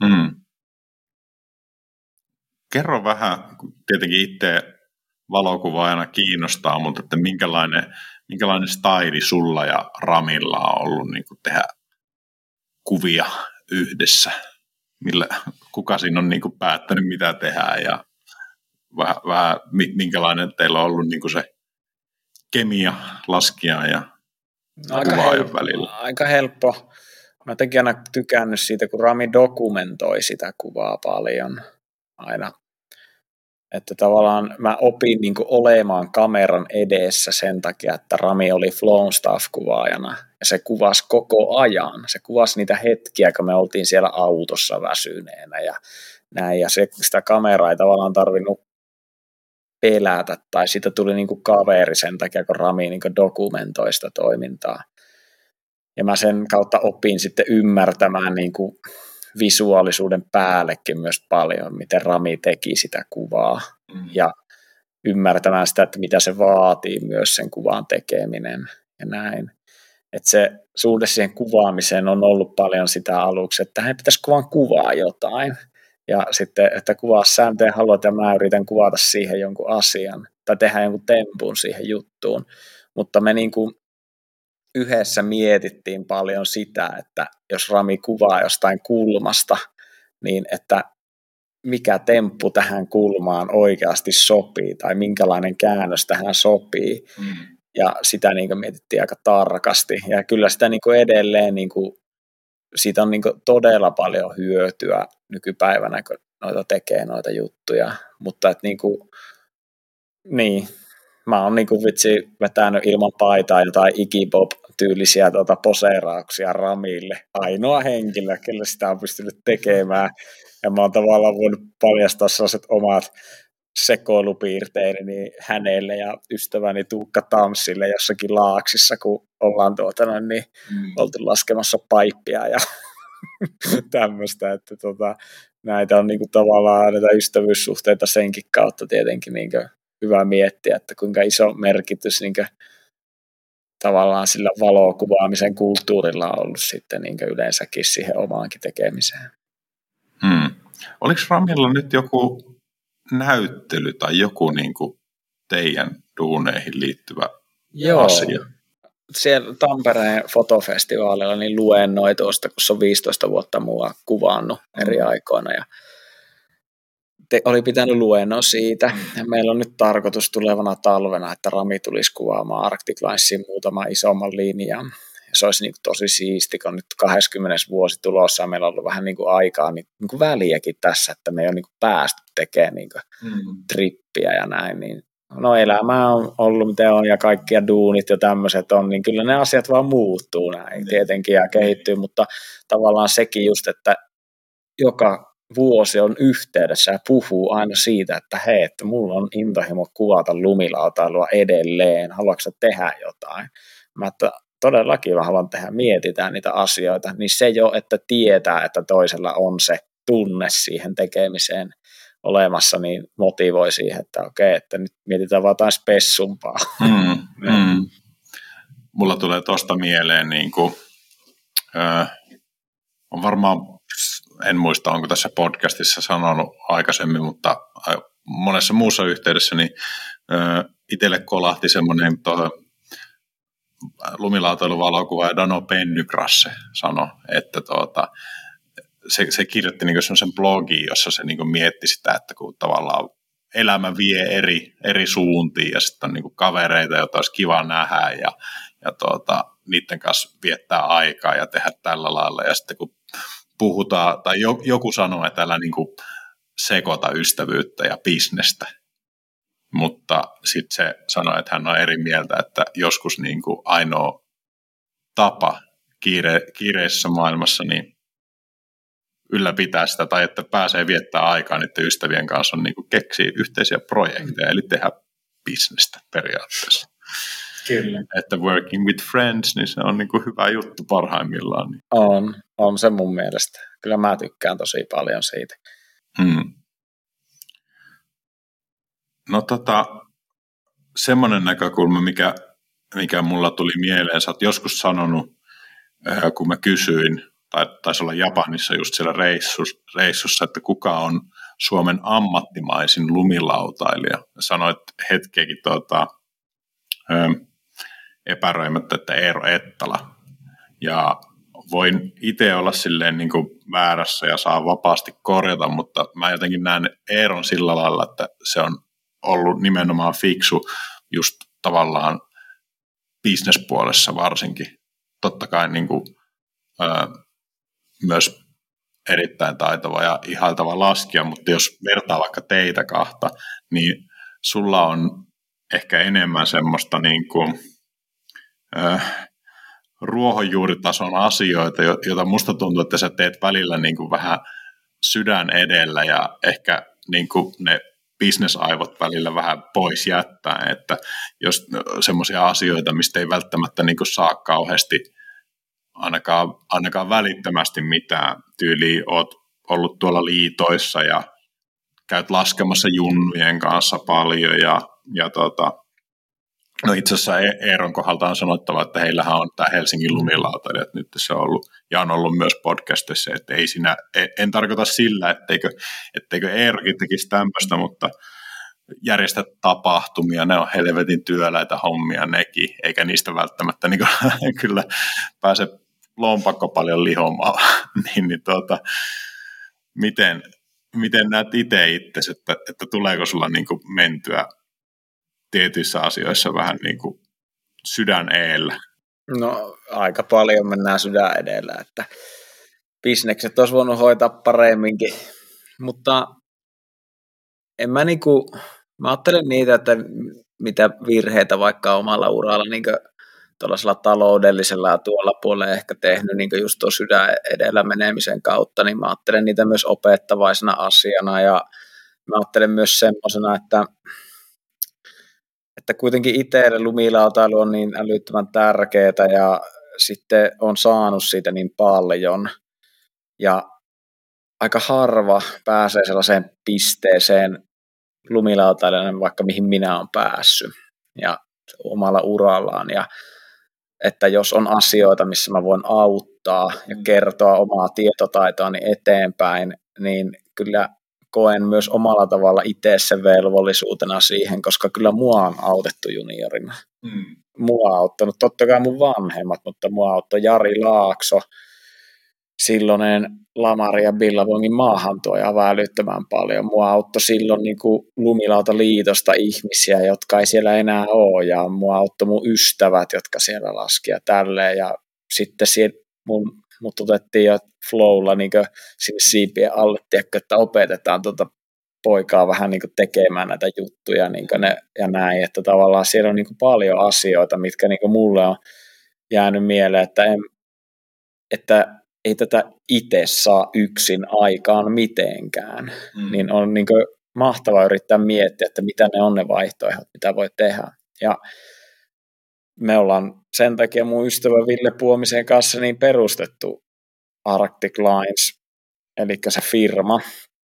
Kerro vähän, tietenkin itse valokuvaajana kiinnostaa, mutta että minkälainen staili sulla ja Ramilla on ollut tehdä kuvia yhdessä? Kuka siinä on päättänyt, mitä tehdään ja vähän minkälainen teillä on ollut se kemia laskijan ja kuvaajan välillä? Aika helppo. Mä jotenkin aina tykännyt siitä, kun Rami dokumentoi sitä kuvaa paljon aina. Että tavallaan mä opin olemaan kameran edessä sen takia, että Rami oli Flowstaff-kuvaajana ja se kuvasi koko ajan. Se kuvasi niitä hetkiä, kun me oltiin siellä autossa väsyneenä ja näin. Ja sitä kameraa ei tavallaan tarvinnut pelätä tai siitä tuli kaveri sen takia, kun Rami dokumentoi sitä toimintaa. Ja mä sen kautta opin sitten ymmärtämään visuaalisuuden päällekin myös paljon, miten Rami teki sitä kuvaa ja ymmärtämään sitä, että mitä se vaatii myös sen kuvan tekeminen ja näin. Että se suhde siihen kuvaamiseen on ollut paljon sitä aluksi, että hän pitäisi kuvan kuvaa jotain ja sitten, että kuvaa sääntöjä haluat ja mä yritän kuvata siihen jonkun asian tai tehdä jonkun tempun siihen juttuun, mutta me yhdessä mietittiin paljon sitä, että jos Rami kuvaa jostain kulmasta, niin että mikä temppu tähän kulmaan oikeasti sopii tai minkälainen käännös tähän sopii. Ja sitä mietittiin aika tarkasti. Ja kyllä sitä edelleen siitä on todella paljon hyötyä nykypäivänä, kun noita tekee noita juttuja. Mutta että mä oon vitsi vetänyt ilman paitaa jotain Iggy Pop-tyylisiä poseerauksia Ramille. Ainoa henkilö, kelle sitä on pystynyt tekemään. Ja mä oon tavallaan voinut paljastaa sellaiset omat sekoilupiirteeni hänelle ja ystäväni Tuukka Tamsille jossakin Laaksissa, kun ollaan oltu laskemassa paippia ja tämmöistä, että näitä on tavallaan näitä ystävyyssuhteita senkin kautta tietenkin hyvä miettiä, että kuinka iso merkitys tavallaan sillä valokuvaamisen kulttuurilla on ollut sitten yleensäkin siihen omaankin tekemiseen. Oliko Ramilla nyt joku näyttely tai joku niin kuin teidän duuneihin liittyvä asia? Siellä Tampereen fotofestivaalilla niin luennoi tuosta, kun se on 15 vuotta mua kuvannut eri aikoina ja oli pitänyt luennon siitä. Ja meillä on nyt tarkoitus tulevana talvena, että Rami tulisi kuvaamaan Arctic Linesin muutaman isomman linjan. Ja se olisi niin kuin tosi siisti, kun nyt 20. vuosi tulossa ja meillä on ollut vähän niin kuin aikaa niin kuin väliäkin tässä, että me ei ole niin kuin päästy tekemään niin kuin trippiä ja näin. Niin, no elämä on ollut mitä on ja kaikkia duunit ja tämmöiset on, niin kyllä ne asiat vaan muuttuu näin tietenkin ja kehittyy, mutta tavallaan sekin just, että joka vuosi on yhteydessä ja puhuu aina siitä, että hei, että mulla on intohimo kuvata lumilautailua edelleen, haluatko sä tehdä jotain? Mä että todellakin mä haluan tehdä, mietitään niitä asioita, niin se jo, että tietää, että toisella on se tunne siihen tekemiseen olemassa, niin motivoi siihen, että okei, että nyt mietitään vaan jotain spessumpaa. Mulla tulee tosta mieleen, niin kuin, on varmaan, en muista, onko tässä podcastissa sanonut aikaisemmin, mutta monessa muussa yhteydessä niin itselle kolahti semmoinen lumilautailuvalokuva Dano Pennygrasse sanoi, että se kirjoitti niin semmoisen blogin, jossa se niin mietti sitä, että kun tavallaan elämä vie eri suuntiin ja sitten on niin kavereita, joita olisi kiva nähdä ja niiden kanssa viettää aikaa ja tehdä tällä lailla ja sitten kun puhutaan, tai joku sanoo, että älä niin kuin sekoita ystävyyttä ja bisnestä, mutta sitten se sanoi, että hän on eri mieltä, että joskus niin kuin ainoa tapa kiireisessä maailmassa niin ylläpitää sitä, tai että pääsee viettää aikaa niiden ystävien kanssa, on niin kuin keksiä yhteisiä projekteja, eli tehdä bisnestä periaatteessa. Kyllä. Että working with friends, niin se on niin kuin hyvä juttu parhaimmillaan. On se mun mielestä. Kyllä mä tykkään tosi paljon siitä. No semmoinen näkökulma, mikä mulla tuli mieleen, sä oot joskus sanonut, kun mä kysyin, tai taisi olla Japanissa just siellä reissussa, että kuka on Suomen ammattimaisin lumilautailija. Sanoit hetkeäkin epäröimättä, että Eero Ettala. Ja voin itse olla silleen niin kuin väärässä ja saa vapaasti korjata, mutta mä jotenkin näen Eeron sillä lailla, että se on ollut nimenomaan fiksu just tavallaan business-puolessa varsinkin. Totta kai niin kuin, myös erittäin taitava ja ihailtava laskija, mutta jos vertaa vaikka teitä kahta, niin sulla on ehkä enemmän semmoista niin kuin, ruohonjuuritason asioita, joita musta tuntuu, että sä teet välillä niin kuin vähän sydän edellä ja ehkä niin kuin ne bisnesaivot välillä vähän pois jättää, että jos semmoisia asioita, mistä ei välttämättä niin kuin saa kauheasti ainakaan välittömästi mitään tyyliä, oot ollut tuolla liitoissa ja käyt laskemassa junnujen kanssa paljon ja no itse asiassa Eeron kohdalta on sanottava, että heillähän on tämä Helsingin lumilautailijat nyt se on ollut, ja on ollut myös podcastissa, että ei siinä, en tarkoita sillä, etteikö Eerokin tekisi tämmöistä, mutta järjestät tapahtumia, ne on helvetin työläitä hommia nekin, eikä niistä välttämättä niin kuin, kyllä pääse lompakko paljon lihomaan, miten näet itsesi, että tuleeko sulla niin kuin mentyä tietyissä asioissa vähän niin kuin sydän eellä? No aika paljon mennään sydän edellä, että bisnekset olisi voinut hoitaa paremminkin, mutta en mä mä ajattelen niitä, että mitä virheitä vaikka omalla uralla niin tuollaisella taloudellisella ja tuolla puolella ehkä tehnyt niin just tuon sydän edellä menemisen kautta, niin mä ajattelen niitä myös opettavaisena asiana ja mä ajattelen myös semmoisena, että kuitenkin itselle lumilautailu on niin älyttömän tärkeää ja sitten on saanut siitä niin paljon ja aika harva pääsee sellaiseen pisteeseen lumilautailijana, vaikka mihin minä olen päässyt ja omalla urallaan ja että jos on asioita, missä mä voin auttaa ja kertoa omaa tietotaitoani eteenpäin, niin kyllä koen myös omalla tavalla itse sen velvollisuutena siihen, koska kyllä mua on autettu juniorina. Mua on auttanut totta kai mun vanhemmat, mutta mua auttoi Jari Laakso, silloinen Lamari ja Billabongin maahantuoja aivan älyttömän paljon. Mua auttoi silloin niin kuin Lumilautaliitosta ihmisiä, jotka ei siellä enää ole, ja mua auttoi mun ystävät, jotka siellä laski ja tälleen, ja sitten mut otettiin jo flowlla niin sinne siipien alle, tiedätkö, että opetetaan poikaa vähän niin tekemään näitä juttuja niin ja näin, että tavallaan siellä on niin paljon asioita, mitkä niin mulle on jäänyt mieleen, että ei tätä itse saa yksin aikaan mitenkään, niin on niin mahtavaa yrittää miettiä, että mitä ne on ne vaihtoehdot, mitä voi tehdä. Ja me ollaan sen takia mun ystävä Ville Puomisen kanssa niin perustettu Arctic Lines, eli se firma,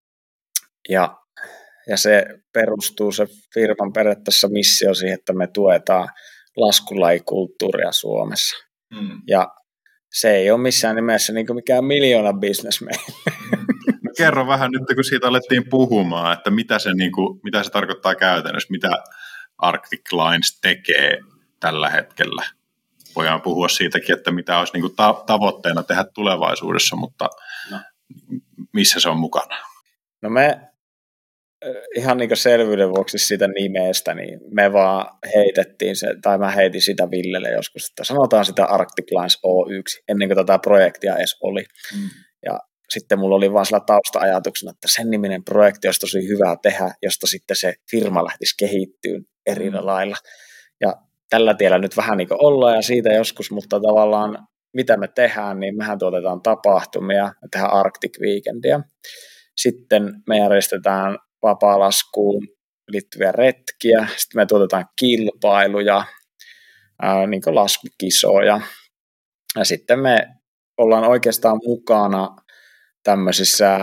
ja se perustuu se firman periaatteessa missio siihen, että me tuetaan laskulajikulttuuria Suomessa. Ja se ei ole missään nimessä niin mikään miljoona business meille. No kerro vähän nyt, kun siitä alettiin puhumaan, että mitä se tarkoittaa käytännössä, mitä Arctic Lines tekee tällä hetkellä. Voidaan puhua siitäkin, että mitä olisi niin tavoitteena tehdä tulevaisuudessa, mutta missä se on mukana? No me ihan niin selvyyden vuoksi siitä nimestä, niin me vaan heitettiin se, tai mä heitin sitä Villelle joskus, että sanotaan sitä Arctic Lines O1, ennen kuin tätä projektia edes oli. Ja sitten mulla oli vaan sillä tausta-ajatuksena, että sen niminen projekti olisi tosi hyvä tehdä, josta sitten se firma lähtisi kehittyyn eri lailla. Ja tällä tiellä nyt vähän niin kuin ollaan ja siitä joskus, mutta tavallaan mitä me tehdään, niin mehän tuotetaan tapahtumia, me tehdään Arctic Weekendia. Sitten me järjestetään vapaalaskuun liittyviä retkiä, sitten me tuotetaan kilpailuja, niin kuin laskukisoja, ja sitten me ollaan oikeastaan mukana tämmöisissä,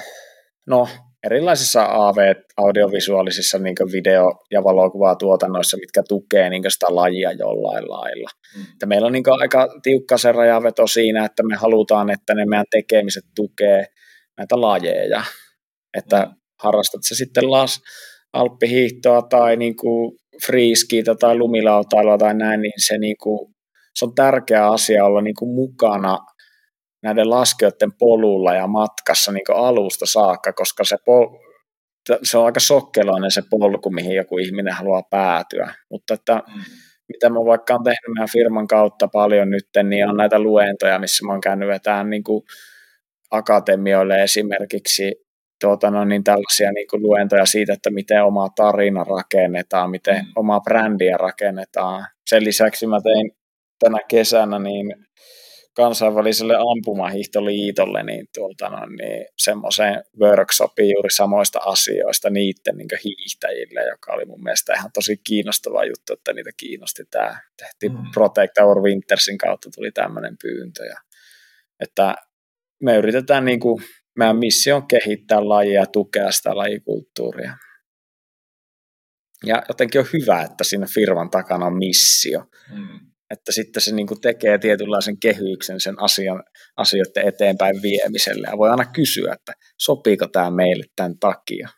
erilaisissa audiovisuaalisissa niin kuin video- ja valokuvatuotannoissa, mitkä tukee niin kuin sitä lajia jollain lailla. Että meillä on niin kuin aika tiukka se rajaveto siinä, että me halutaan, että ne meidän tekemiset tukee näitä lajeja, että harrastat se sitten alppihiihtoa tai niinku freeskiitä tai lumilautailua tai näin, niin se on tärkeä asia olla niinku mukana näiden laskijoiden polulla ja matkassa niinku alusta saakka, koska se on aika sokkeloinen se polku, mihin joku ihminen haluaa päätyä. Mutta että mitä mä vaikka olen tehnyt meidän firman kautta paljon nyt, niin on näitä luentoja, missä mä oon käynyt vetämään niinku akatemioille esimerkiksi tällaisia niin kuin luentoja siitä, että miten oma tarina rakennetaan, miten omaa brändiä rakennetaan. Sen lisäksi mä tein tänä kesänä niin kansainväliselle ampumahiihtoliitolle niin semmoisen workshopin juuri samoista asioista niiden niin kuin hiihtäjille, joka oli mun mielestä ihan tosi kiinnostava juttu, että niitä kiinnosti tämä. Tehtiin Protect Our Wintersin kautta tuli tämmöinen pyyntö. Että me yritetään niin kuin meidän missio on kehittää lajia ja tukea sitä lajikulttuuria. Ja jotenkin on hyvä, että siinä firman takana on missio. Että sitten se niinku tekee tietynlaisen kehyksen sen asioiden eteenpäin viemiselle. Ja voi aina kysyä, että sopiiko tämä meille tämän takia.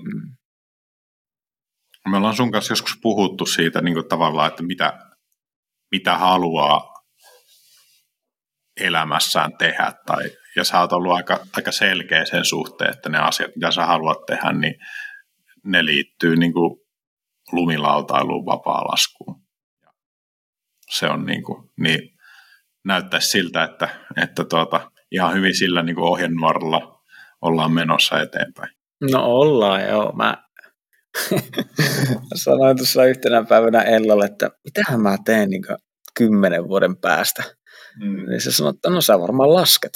Me ollaan sun kanssa joskus puhuttu siitä niin tavallaan, että mitä haluaa elämässään tehdä ja sä oot ollut aika selkeä sen suhteen, että ne asiat, mitä sä haluat tehdä, niin ne liittyy niin kuin lumilautailuun, vapaalaskuun. Se on niin näyttäisi siltä, että ihan hyvin sillä niin kuin ohjenuoralla ollaan menossa eteenpäin. No ollaan, joo. Mä sanoin tuossa yhtenä päivänä Ellalle, että mitähän mä teen niin 10 vuoden päästä. Niin se sanoi, että no sä varmaan lasket.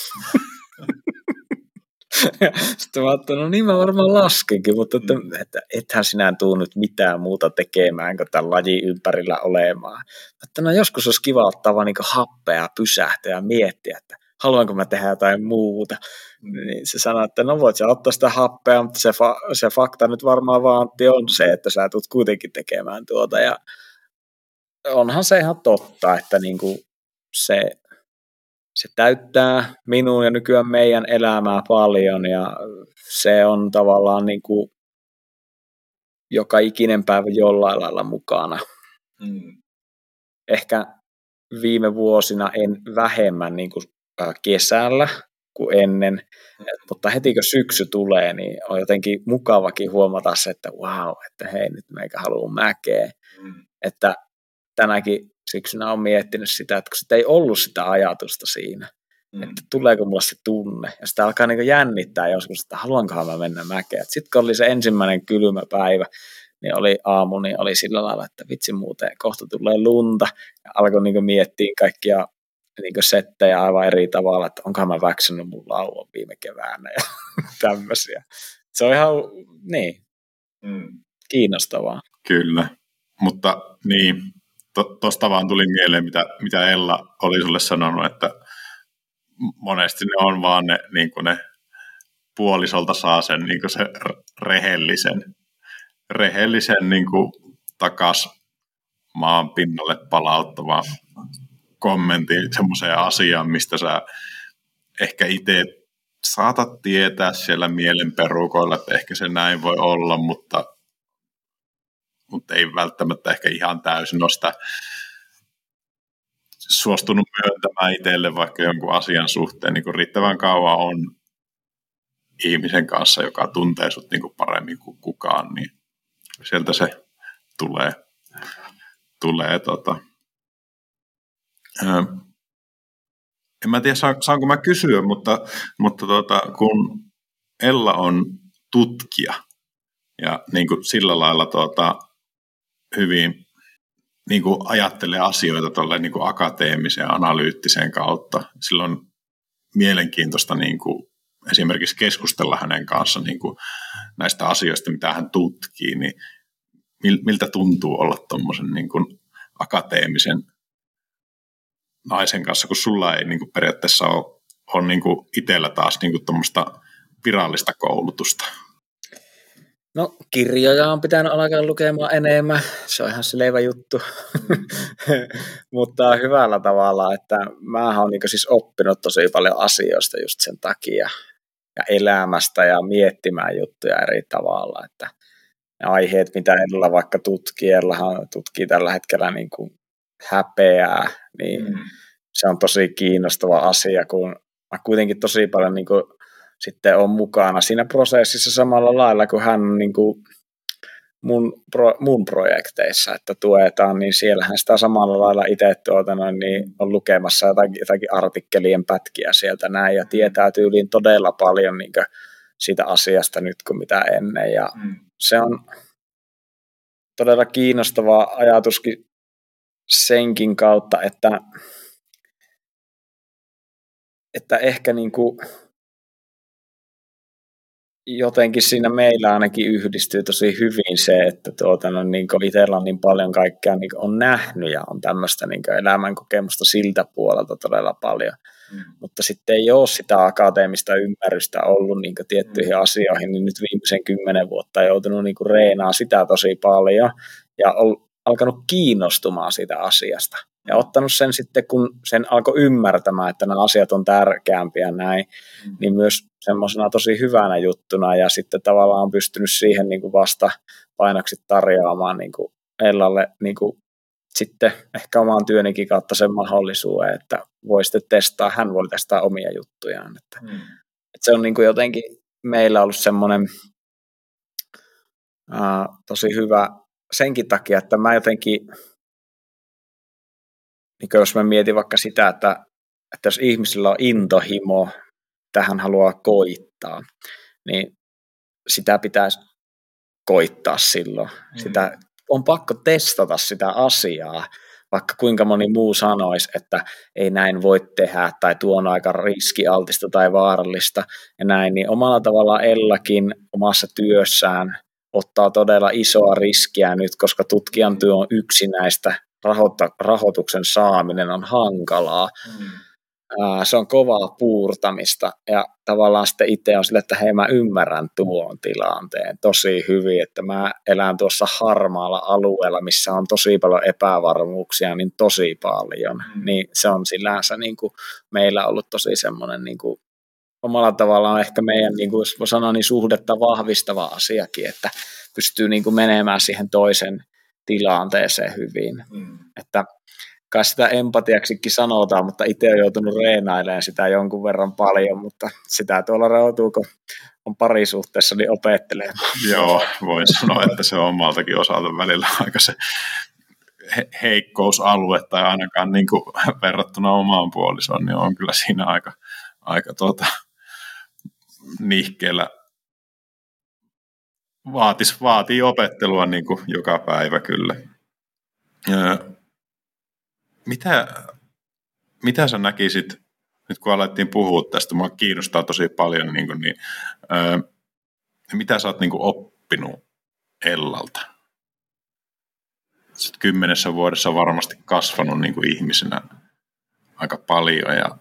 Sitten mä ajattelin, no niin mä varmaan laskenkin, mutta että ethän sinä tuu nyt mitään muuta tekemään kuin tämän lajin ympärillä olemaan. Että no joskus olisi kiva ottaa vaan niin happea, pysähtyä ja miettiä, että haluanko mä tehdä jotain muuta. Niin se sanoi, että no voit sä ottaa sitä happea, mutta se fakta nyt varmaan vaan on se, että sä tulet kuitenkin tekemään tuota. Ja onhan se ihan totta, että niin kuin se se täyttää minun ja nykyään meidän elämää paljon ja se on tavallaan niin kuin joka ikinen päivä jollain lailla mukana. Ehkä viime vuosina en vähemmän niin kuin kesällä kuin ennen, mutta heti kun syksy tulee, niin on jotenkin mukavakin huomata se, että wow, että hei, nyt meikä haluaa mäkeä. Että tänäkin syksynä on miettinyt sitä, että kun sitä ei ollut sitä ajatusta siinä, että tuleeko mulle se tunne, ja sitä alkaa niin jännittää joskus, että haluankohan mä mennä mäkeä. Sitten kun oli se ensimmäinen kylmä päivä, niin oli aamu, niin oli sillä lailla, että vitsi muuten, kohta tulee lunta, ja alkoi niin miettiä kaikkia niin settejä aivan eri tavalla, että onkohan mä väksynyt mun lauan viime keväänä, ja tämmöisiä. Se on ihan, niin, kiinnostavaa. Kyllä, mutta niin, tuosta vaan tuli mieleen, mitä Ella oli sulle sanonut, että monesti ne on vaan ne, niin kuin ne puolisolta saa sen, niin kuin se rehellisen niin kuin takas maan pinnalle palauttava kommentin semmoiseen asiaan, mistä sä ehkä itse saatat tietää siellä mielen perukoilla, että ehkä se näin voi olla, mutta ei välttämättä ehkä ihan täysin ole sitä suostunut myöntämään itselle vaikka jonkun asian suhteen. Niin kuin riittävän kauan on ihmisen kanssa, joka tuntee sut niin kuin paremmin kuin kukaan, niin sieltä se tulee en mä tiedä, saanko mä kysyä, mutta kun Ella on tutkija ja niin kuin sillä lailla hyvin niin kuin ajattelee asioita tuolle niin kuin akateemisen ja analyyttisen kautta, silloin mielenkiintoista niin kuin esimerkiksi keskustella hänen kanssaan niin kuin näistä asioista, mitä hän tutkii, niin miltä tuntuu olla tuommoisen niin kuin akateemisen naisen kanssa, kun sulla ei niin kuin periaatteessa ole niin kuin itsellä taas niin kuin tuommoista virallista koulutusta? No, kirjoja on pitänyt alkaa lukemaan enemmän. Se on ihan selvä juttu. Mutta hyvällä tavalla, että mä oon niin siis oppinut tosi paljon asioista just sen takia ja elämästä ja miettimään juttuja eri tavalla. Että ne aiheet, mitä Ella vaikka tutkii tällä hetkellä niin kuin häpeää, niin se on tosi kiinnostava asia, kun mä kuitenkin tosi paljon niin kuin sitten on mukana siinä prosessissa samalla lailla kuin hän niin kuin mun projekteissa, että tuetaan, niin siellähän sitä samalla lailla itse niin on lukemassa jotakin artikkelien pätkiä sieltä näin ja tietää tyyliin todella paljon niin kuin siitä asiasta nyt kuin mitä ennen ja se on todella kiinnostava ajatuskin senkin kautta, että ehkä niin kuin jotenkin siinä meillä ainakin yhdistyy tosi hyvin se, että niin itsellä on niin paljon kaikkea niin on nähnyt ja on tämmöistä niin elämänkokemusta siltä puolelta todella paljon. Mutta sitten ei ole sitä akateemista ymmärrystä ollut niin tiettyihin asioihin, niin nyt viimeisen 10 vuotta on joutunut niin reenaamaan sitä tosi paljon ja on alkanut kiinnostumaan siitä asiasta. Ja ottanut sen sitten, kun sen alkoi ymmärtämään, että nämä asiat on tärkeämpiä näin, niin myös semmoisena tosi hyvänä juttuna ja sitten tavallaan on pystynyt siihen niin kuin vasta painoksi tarjoamaan niin kuin Ellalle niin kuin sitten ehkä oman työnikin kautta sen mahdollisuuden, että voi sitten testaa, hän voi testaa omia juttujaan. Että se on niin kuin jotenkin meillä ollut semmoinen tosi hyvä senkin takia, että mä jotenkin niin jos mä mietin vaikka sitä, että jos ihmisillä on intohimo, tähän haluaa koittaa, niin sitä pitäisi koittaa silloin. Sitä on pakko testata sitä asiaa, vaikka kuinka moni muu sanoisi, että ei näin voi tehdä, tai tuo on aika riskialtista tai vaarallista, ja näin, niin omalla tavallaan Ellakin omassa työssään ottaa todella isoa riskiä nyt, koska tutkijan työ on yksinäistä, rahoituksen saaminen on hankalaa, se on kovaa puurtamista ja tavallaan sitten itse on sille, että hei mä ymmärrän tuon tilanteen tosi hyvin, että mä elän tuossa harmaalla alueella, missä on tosi paljon epävarmuuksia, niin tosi paljon, niin se on sillänsä niin kuin meillä ollut tosi semmoinen niin kuin omalla tavallaan ehkä meidän, niin kuin jos voi sanoa, niin suhdetta vahvistava asiakin, että pystyy niin kuin menemään siihen toisen tilanteeseen hyvin, että kai sitä empatiaksikin sanotaan, mutta itse olen joutunut reenailemaan sitä jonkun verran paljon, mutta sitä tuolla rautuu, kun on parisuhteessa, niin opettelee. Joo, voin sanoa, että se on omaltakin osalta välillä aika se heikkousalue, tai ainakaan niin kuin verrattuna omaan puolisoon, niin on kyllä siinä aika nihkeellä. Vaatii opettelua niin kuin joka päivä kyllä. Mitä sä näkisit, nyt kun alettiin puhua tästä, mua kiinnostaa tosi paljon, niin mitä sä oot niin kuin oppinut Ellalta? Sä oot 10 vuodessa varmasti kasvanut niin kuin ihmisenä aika paljon ja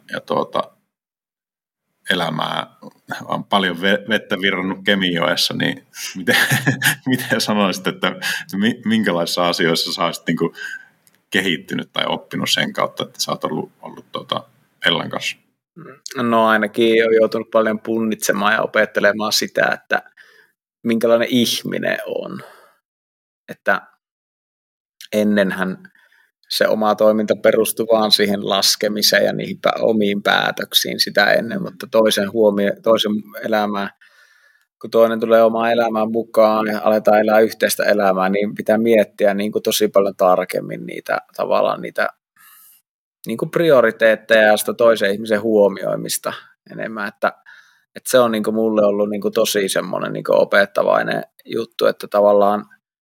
elämää on paljon vettä virrannut Kemijoessa, niin miten sanoisit, että minkälaisissa asioissa sä olisit niin kuin kehittynyt tai oppinut sen kautta, että sä oot ollut Ellan kanssa? No ainakin olen joutunut paljon punnitsemaan ja opettelemaan sitä, että minkälainen ihminen on. Että ennenhän se oma toiminta perustui vaan siihen laskemiseen ja niihin omiin päätöksiin sitä ennen, mutta toisen elämään, kun toinen tulee omaan elämään mukaan ja aletaan elää yhteistä elämää, niin pitää miettiä niin kuin tosi paljon tarkemmin niitä tavallaan niitä niin kuin prioriteetteja ja sitä toisen ihmisen huomioimista enemmän, että se on niin kuin mulle ollut niin kuin tosi semmoinen niin kuin opettavainen juttu, että tavallaan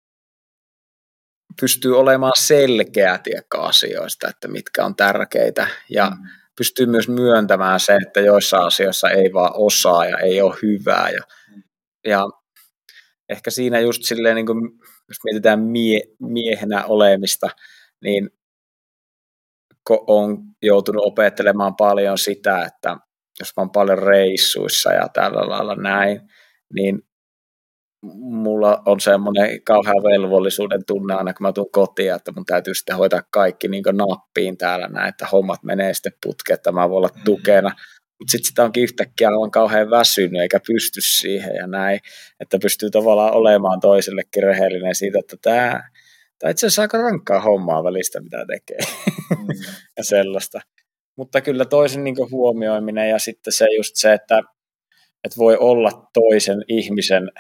pystyy olemaan selkeä asioista, että mitkä on tärkeitä ja pystyy myös myöntämään se, että joissain asioissa ei vaan osaa ja ei ole hyvää ja ehkä siinä just silleen, niin kuin, jos mietitään miehenä olemista, niin on joutunut opettelemaan paljon sitä, että jos mä oon paljon reissuissa ja tällä lailla näin, niin mulla on semmoinen kauhean velvollisuuden tunne aina, kun mä tuun kotiin, että mun täytyy sitten hoitaa kaikki niin kuin nappiin täällä näin, että hommat menee sitten putkeen, että mä voin olla tukena. Mutta sitten sitä onkin yhtäkkiä aivan kauhean väsynyt eikä pysty siihen ja näin, että pystyy tavallaan olemaan toisellekin rehellinen siitä, että tämä itse asiassa aika rankkaa hommaa välistä, mitä tekee ja sellaista. Mutta kyllä toisen niin kuin huomioiminen ja sitten se just se, että voi olla toisen ihmisen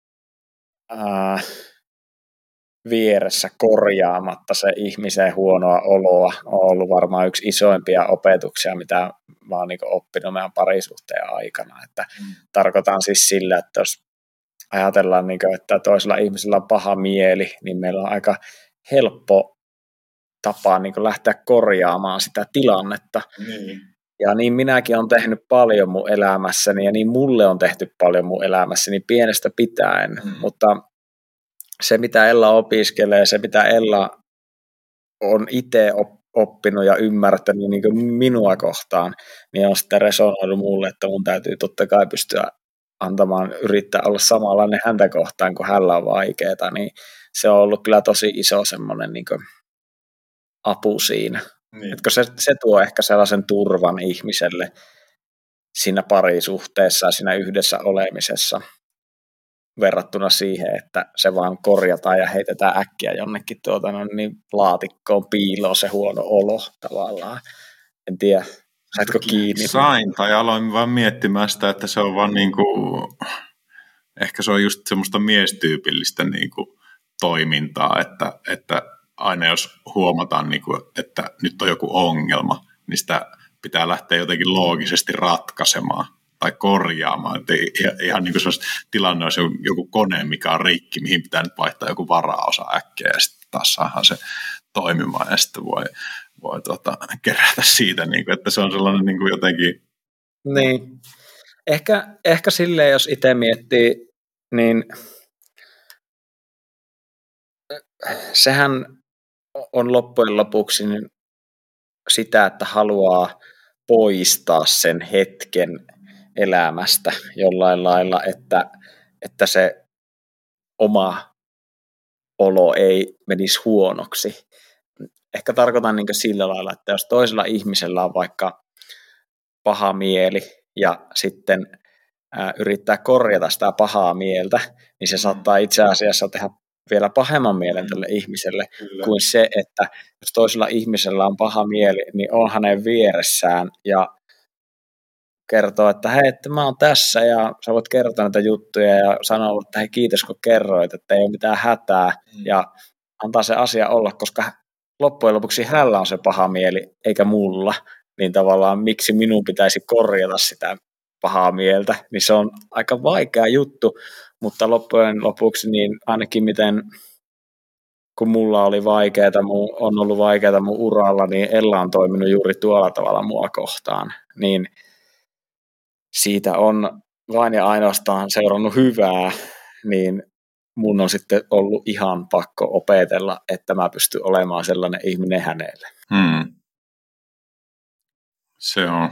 vieressä korjaamatta se ihmisen huonoa oloa on ollut varmaan yksi isoimpia opetuksia, mitä mä oon niin kuin oppinut meidän parisuhteen aikana. Että tarkoitan siis sillä, että jos ajatellaan, niin kuin, että toisella ihmisellä on paha mieli, niin meillä on aika helppo tapa niin kuin lähteä korjaamaan sitä tilannetta. Ja niin minäkin olen tehnyt paljon mun elämässäni, ja niin mulle on tehty paljon mun elämässäni pienestä pitäen, mutta se, mitä Ella opiskelee, se, mitä Ella on itse oppinut ja ymmärtänyt niin kuin minua kohtaan, niin on sitten resonoinut mulle, että mun täytyy totta kai pystyä yrittää olla samanlainen häntä kohtaan, kun hänellä on vaikeaa, niin se on ollut kyllä tosi iso semmoinen niin kuin apu siinä. Että se tuo ehkä sellaisen turvan ihmiselle siinä parisuhteessa ja siinä yhdessä olemisessa verrattuna siihen, että se vaan korjataan ja heitetään äkkiä jonnekin niin laatikkoon piiloon se huono olo tavallaan. En tiedä, saitko kiinni? Sain, tai aloin vaan miettimään sitä, että se on vaan niinku, ehkä se on just semmoista miestyypillistä niinku toimintaa, että aina jos huomataan, niinku, että nyt on joku ongelma, niin sitä pitää lähteä jotenkin loogisesti ratkaisemaan tai korjaamaan. Että ihan niin kuin se tilanne olisi joku kone, mikä on rikki, mihin pitää nyt vaihtaa joku varaosa äkkiä ja sitten taas saadaan se toimimaan ja sitten voi kerätä siitä, niin kuin, että se on sellainen niin kuin jotenkin... Niin. Ehkä silleen, jos itse miettii, niin sehän on loppujen lopuksi sitä, että haluaa poistaa sen hetken elämästä jollain lailla, että se oma olo ei menisi huonoksi. Ehkä tarkoitan niin sillä lailla, että jos toisella ihmisellä on vaikka paha mieli ja sitten yrittää korjata sitä pahaa mieltä, niin se saattaa itse asiassa tehdä vielä pahemman mielen tälle ihmiselle kuin se, että jos toisella ihmisellä on paha mieli, niin on hänen vieressään ja kertoo, että hei, että mä oon tässä ja sä voit kertoa näitä juttuja ja sanoa, että hei, kiitos kun kerroit, että ei ole mitään hätää ja antaa se asia olla, koska loppujen lopuksi hänellä on se paha mieli eikä mulla, niin tavallaan miksi minun pitäisi korjata sitä pahaa mieltä, niin se on aika vaikea juttu, mutta loppujen lopuksi niin ainakin miten kun mulla oli on ollut vaikeaa mun uralla, niin Ella on toiminut juuri tuolla tavalla mua kohtaan, niin siitä on vain ja ainoastaan seurannut hyvää, niin mun on sitten ollut ihan pakko opetella, että mä pystyn olemaan sellainen ihminen hänelle. Se on.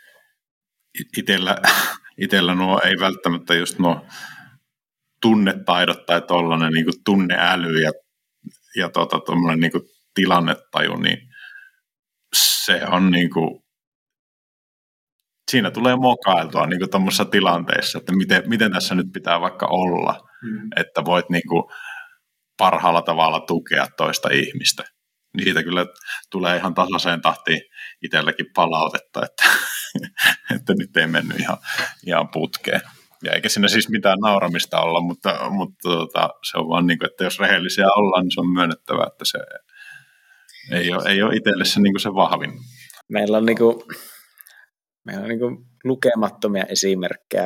Itellä nuo ei välttämättä just nuo tunnetaidot tai tollainen niin kuin tunneäly ja tuommoinen niin kuin tilannetaju, niin se on niin kuin, siinä tulee mokailtua niin kuin tuommoisessa tilanteessa, että miten tässä nyt pitää vaikka olla, että voit niin kuin parhaalla tavalla tukea toista ihmistä. Niin siitä kyllä tulee ihan tasaiseen tahtiin itselläkin palautetta, että nyt ei mennyt ihan putkeen. Ja eikä siinä siis mitään nauramista olla, mutta se on vaan niin kuin, että jos rehellisiä ollaan, niin se on myönnettävä, että se ei ole itselle se, niin kuin se vahvin. Meillä on lukemattomia esimerkkejä,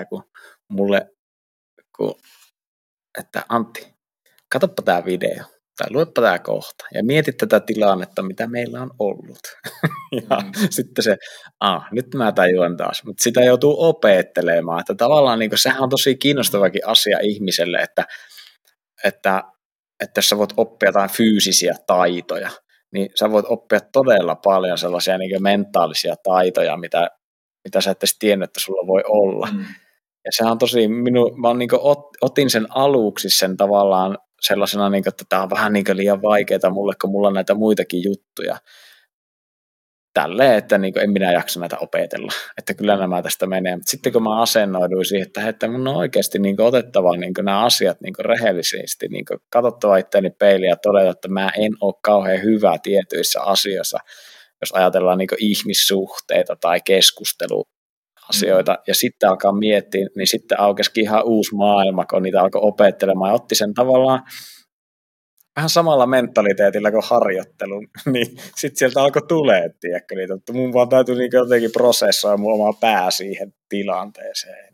että Antti, katsoppa tämä video tai luepa tämä kohta ja mieti tätä tilannetta, mitä meillä on ollut. Ja sitten se, nyt mä tajuan taas, mutta sitä joutuu opettelemaan, että tavallaan niin sehän on tosi kiinnostavakin asia ihmiselle, että jos sä voit oppia jotain fyysisiä taitoja, niin sä voit oppia todella paljon sellaisia niin mentaalisia taitoja, mitä sä et edes tiennyt, että sulla voi olla. Ja sehän on tosi, mä otin sen aluksi sen tavallaan sellaisena, että tämä on vähän liian vaikeaa mulle, kun mulla on näitä muitakin juttuja. Tälleen, että en minä jaksa näitä opetella, että kyllä nämä tästä menee. Mutta sitten kun mä asennoiduin siihen, että mun on oikeasti otettava nämä asiat rehellisesti, katsottava itseäni peiliin ja todeta, että mä en ole kauhean hyvä tietyissä asioissa, jos ajatellaan ihmissuhteita tai keskusteluasioita, ja sitten alkaa miettiä, niin sitten aukesikin ihan uusi maailma, kun niitä alkoi opettelemaan, ja otti sen tavallaan vähän samalla mentaliteetillä kuin harjoittelun, niin sitten sieltä alkoi tulee, tiedätkö, että mun vaan täytyy jotenkin prosessoida mun omaa pää siihen tilanteeseen.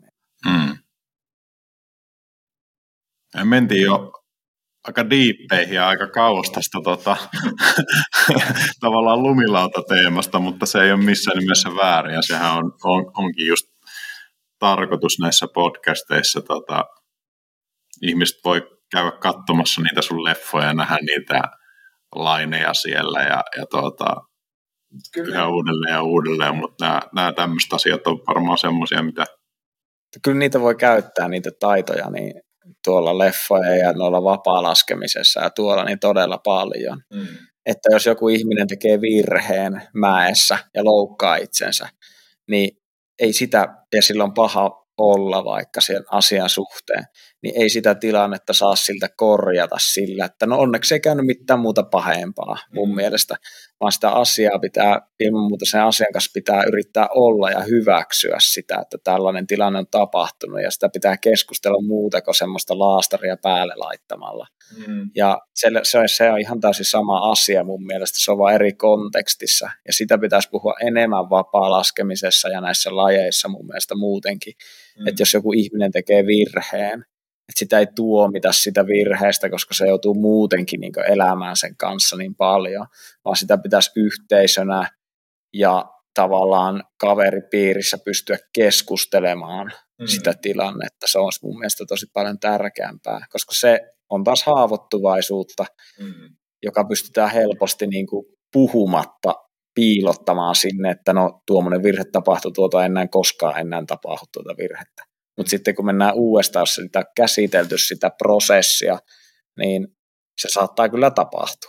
Ja mentiin jo aika diippeihin ja aika kauas tästä tavallaan lumilauta-teemasta, mutta se ei ole missään nimessä väärin, ja sehän onkin just tarkoitus näissä podcasteissa. Ihmiset voi käydä katsomassa niitä sun leffoja ja nähdä niitä laineja siellä ja yhä uudelleen, mutta nämä tämmöiset asiat on varmaan semmoisia, mitä... Kyllä niitä voi käyttää, niitä taitoja, niin tuolla leffoja ja noilla vapaa-laskemisessa ja tuolla niin todella paljon. Että jos joku ihminen tekee virheen mäessä ja loukkaa itsensä, niin ei sitä, ja sillä on paha olla vaikka sen asian suhteen, niin ei sitä tilannetta saa siltä korjata sillä, että no onneksi ei käynyt mitään muuta pahempaa mun mielestä, vaan sitä asiaa pitää, ilman muuta sen asian kanssa pitää yrittää olla ja hyväksyä sitä, että tällainen tilanne on tapahtunut, ja sitä pitää keskustella muuta kuin semmoista laastaria päälle laittamalla. Ja se on ihan täysin sama asia mun mielestä, se on vaan eri kontekstissa, ja sitä pitäisi puhua enemmän vapaa-laskemisessa ja näissä lajeissa mun mielestä muutenkin, että jos joku ihminen tekee virheen, että sitä ei tuomita sitä virheestä, koska se joutuu muutenkin elämään sen kanssa niin paljon, vaan sitä pitäisi yhteisönä ja tavallaan kaveripiirissä pystyä keskustelemaan sitä tilannetta. Se on mun mielestä tosi paljon tärkeämpää, koska se on taas haavoittuvaisuutta, joka pystytään helposti puhumatta piilottamaan sinne, että no tuommoinen virhe tapahtui, enää koskaan enää tapahdu tuota virhettä. Mutta sitten kun mennään uudestaan, jos sitä on käsitelty sitä prosessia, niin se saattaa kyllä tapahtua.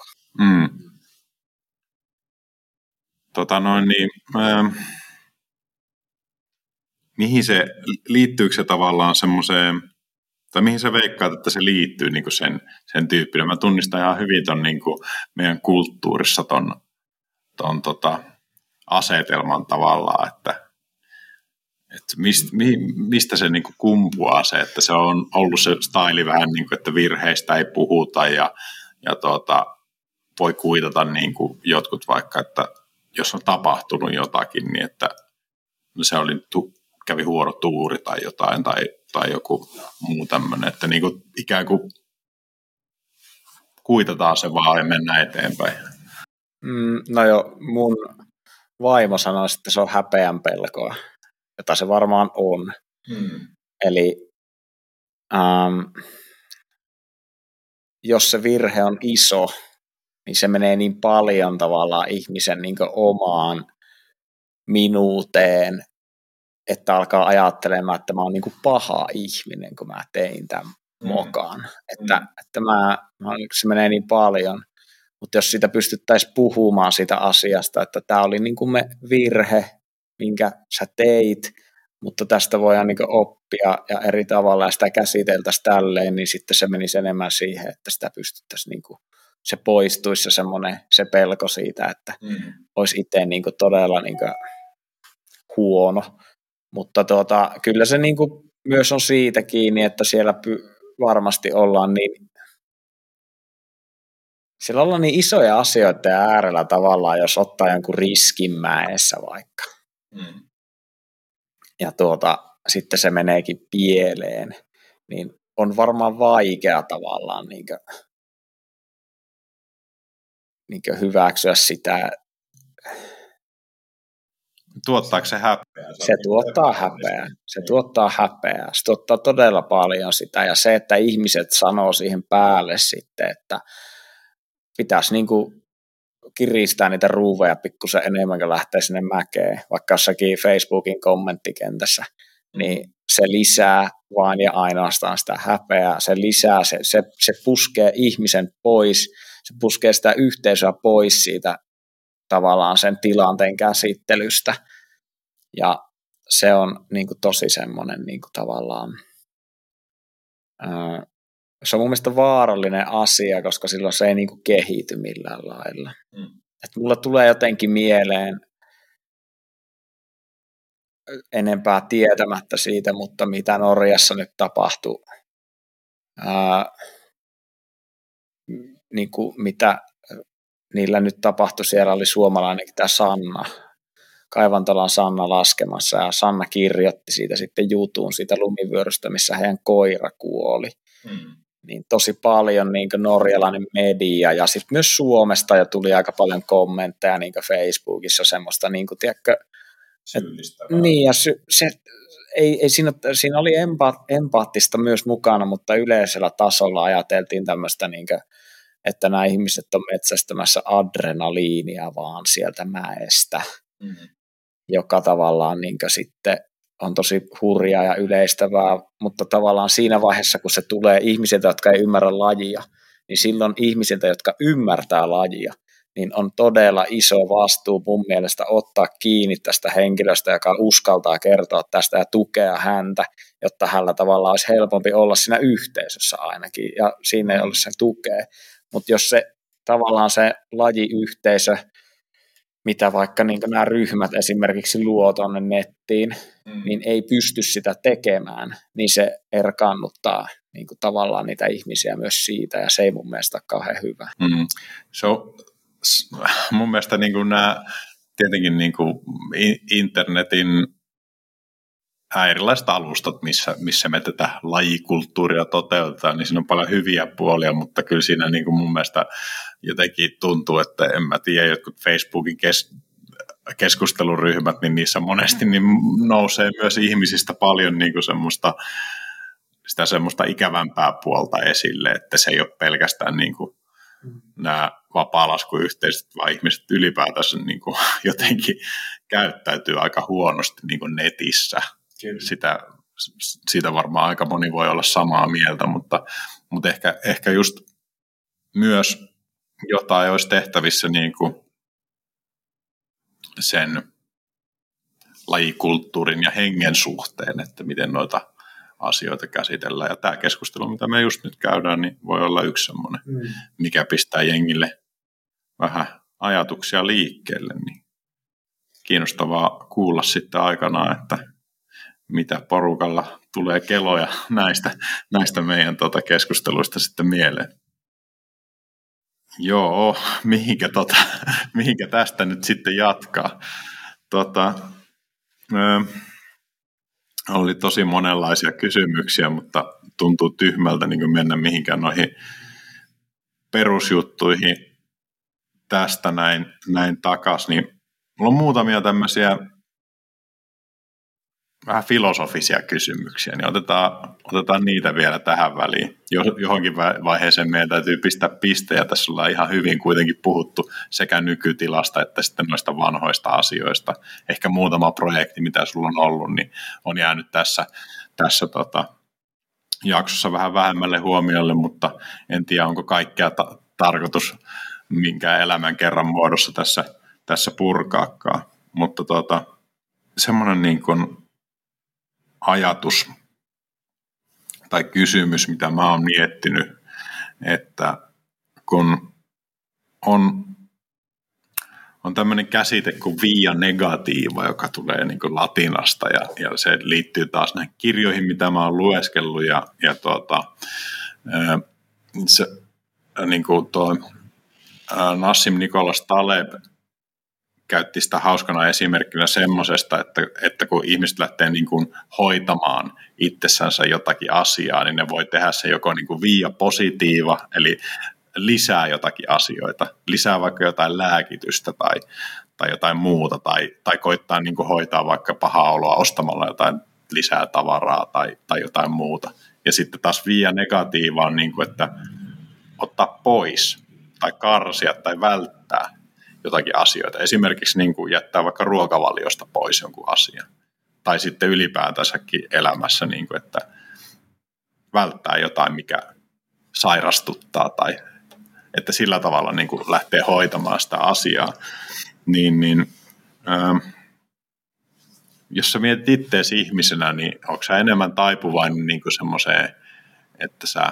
Mihin se, liittyykö se tavallaan semmoiseen, tai mihin sä veikkaat, että se liittyy niin kuin sen tyyppinen? Mä tunnistan ihan hyvin ton niin kuin meidän kulttuurissa ton asetelman tavallaan, että mistä se niin kuin kumpuaa se, että se on ollut se staili vähän niin kuin, että virheistä ei puhuta ja voi kuitata niin kuin jotkut vaikka, että jos on tapahtunut jotakin, niin että se oli kävi huono tuuri tai jotain tai joku muu tämmöinen, että niin kuin ikään kuin kuitataan se vaan ja mennään eteenpäin. No jo, mun vaimo sanoi, että se on häpeän pelkoa, jota se varmaan on. Eli jos se virhe on iso, niin se menee niin paljon tavallaan ihmisen niin kuin omaan minuuteen, että alkaa ajattelemaan, että mä oon niin kuin paha ihminen, kun mä tein tämän mokan. Että se menee niin paljon. Mutta jos sitä pystyttäisiin puhumaan siitä asiasta, että tämä oli niin kuin virhe, minkä sä teit, mutta tästä voidaan niin kuin oppia ja eri tavalla ja sitä käsiteltäisiin tälleen, niin sitten se menisi enemmän siihen, että sitä pystyttäisiin, niin kuin, se poistuisi se pelko siitä, että olisi itse niin kuin todella niin kuin huono. Mutta kyllä se niin kuin myös on siitä kiinni, että siellä varmasti ollaan niin, siellä ollaan niin isoja asioita äärellä tavallaan, jos ottaa jonkun riskin mäessä vaikka. Ja sitten se meneekin pieleen, niin on varmaan vaikea tavallaan niin kuin hyväksyä sitä. Tuottaako se häpeää? Se tuottaa häpeää. Se tuottaa häpeää. Se tuottaa todella paljon sitä. Ja se, että ihmiset sanoo siihen päälle sitten, että pitäisi niin kuin kiristää niitä ruuveja pikkusen enemmän, kun lähtee sinne mäkeen, vaikka jossakin Facebookin kommenttikentässä, niin se lisää vain ja ainoastaan sitä häpeää. Se lisää, se puskee ihmisen pois, se puskee sitä yhteisöä pois siitä tavallaan sen tilanteen käsittelystä. Ja se on niin kuin tosi semmoinen niin kuin tavallaan, se on mun mielestä vaarallinen asia, koska silloin se ei niin kuin kehity millään lailla. Että mulla tulee jotenkin mieleen enempää tietämättä siitä, mutta mitä Norjassa nyt tapahtui, niin kuin mitä niillä nyt tapahtui, siellä oli suomalainen tämä Sanna, Kaivantalan Sanna laskemassa, ja Sanna kirjoitti siitä sitten jutun siitä lumivyörystä, missä heidän koira kuoli. Niin tosi paljon niin kuin norjalainen media, ja sitten myös Suomesta ja tuli aika paljon kommentteja niin kuin Facebookissa semmoista, niin kuin, tiedätkö, niin, ja siinä oli empaattista myös mukana, mutta yleisellä tasolla ajateltiin tämmöistä, niin kuin, että nämä ihmiset on metsästämässä adrenaliinia vaan sieltä mäestä, joka tavallaan niin kuin sitten on tosi hurjaa ja yleistävää, mutta tavallaan siinä vaiheessa, kun se tulee ihmisiltä, jotka ei ymmärrä lajia, niin silloin ihmisiltä, jotka ymmärtää lajia, niin on todella iso vastuu mun mielestä ottaa kiinni tästä henkilöstä, joka uskaltaa kertoa tästä ja tukea häntä, jotta hänellä tavallaan olisi helpompi olla siinä yhteisössä ainakin, ja siinä ei ole se tukea. Mutta jos se tavallaan se lajiyhteisö, mitä vaikka niin nämä ryhmät esimerkiksi luo tuonne nettiin, niin ei pysty sitä tekemään, niin se erkaannuttaa niin kuin tavallaan niitä ihmisiä myös siitä, ja se ei mun mielestä ole kauhean hyvä. Mun mielestä niin kuin nämä, tietenkin niin kuin internetin erilaiset alustat, missä me tätä lajikulttuuria toteutetaan, niin siinä on paljon hyviä puolia, mutta kyllä siinä niin kuin mun mielestä jotenkin tuntuu, että en mä tiedä, jotkut Facebookin keskusteluryhmät, niin niissä monesti niin nousee myös ihmisistä paljon niin kuin semmoista ikävämpää puolta esille, että se ei ole pelkästään niin kuin nämä vapaalaskuyhteisöt, vaan ihmiset ylipäätänsä niin kuin jotenkin käyttäytyy aika huonosti niin kuin netissä. Siitä varmaan aika moni voi olla samaa mieltä, mutta ehkä just myös jotain olisi tehtävissä niin kuin sen lajikulttuurin ja hengen suhteen, että miten noita asioita käsitellään. Ja tämä keskustelu, mitä me just nyt käydään, niin voi olla yksi semmoinen, mikä pistää jengille vähän ajatuksia liikkeelle. Niin kiinnostavaa kuulla sitten aikanaan, että mitä porukalla tulee keloja näistä meidän keskusteluista sitten mieleen. Joo, mihinkä tästä nyt sitten jatkaa? Oli tosi monenlaisia kysymyksiä, mutta tuntuu tyhmältä niin kuin mennä mihinkään noihin perusjuttuihin tästä näin takaisin. Niin mulla on muutamia tämmöisiä vähän filosofisia kysymyksiä, niin otetaan niitä vielä tähän väliin. Johonkin vaiheeseen meidän täytyy pistää piste, ja tässä ollaan ihan hyvin kuitenkin puhuttu sekä nykytilasta että sitten noista vanhoista asioista. Ehkä muutama projekti, mitä sulla on ollut, niin on jäänyt tässä jaksossa vähän vähemmälle huomiolle, mutta en tiedä, onko kaikkea tarkoitus minkään elämän kerran muodossa tässä purkaakaan. Mutta semmoinen niin kuin ajatus tai kysymys, mitä mä oon miettinyt, että kun on tämmöinen käsite kuin via negativa, joka tulee niin kuin latinasta ja se liittyy taas näihin kirjoihin, mitä mä oon lueskellut ja se niin kuin Nassim Nicholas Taleb käytti sitä hauskana esimerkkinä semmoisesta, että kun ihmiset lähtee niin kuin hoitamaan itsessänsä jotakin asiaa, niin ne voi tehdä se joko niin kuin via positiiva, eli lisää jotakin asioita, lisää vaikka jotain lääkitystä tai jotain muuta, tai koittaa niin kuin hoitaa vaikka pahaa oloa ostamalla jotain lisää tavaraa tai jotain muuta. Ja sitten taas via negatiiva on, niin kuin, että ottaa pois tai karsia tai välttää jotakin asioita. Esimerkiksi niin kuin jättää vaikka ruokavaliosta pois jonkun asian. Tai sitten ylipäätänsäkin elämässä, niin kuin, että välttää jotain, mikä sairastuttaa tai että sillä tavalla niin kuin lähtee hoitamaan sitä asiaa. Jos sä mietit itseäsi ihmisenä, niin onko sä enemmän taipuvainen niin kuin semmoiseen, että sä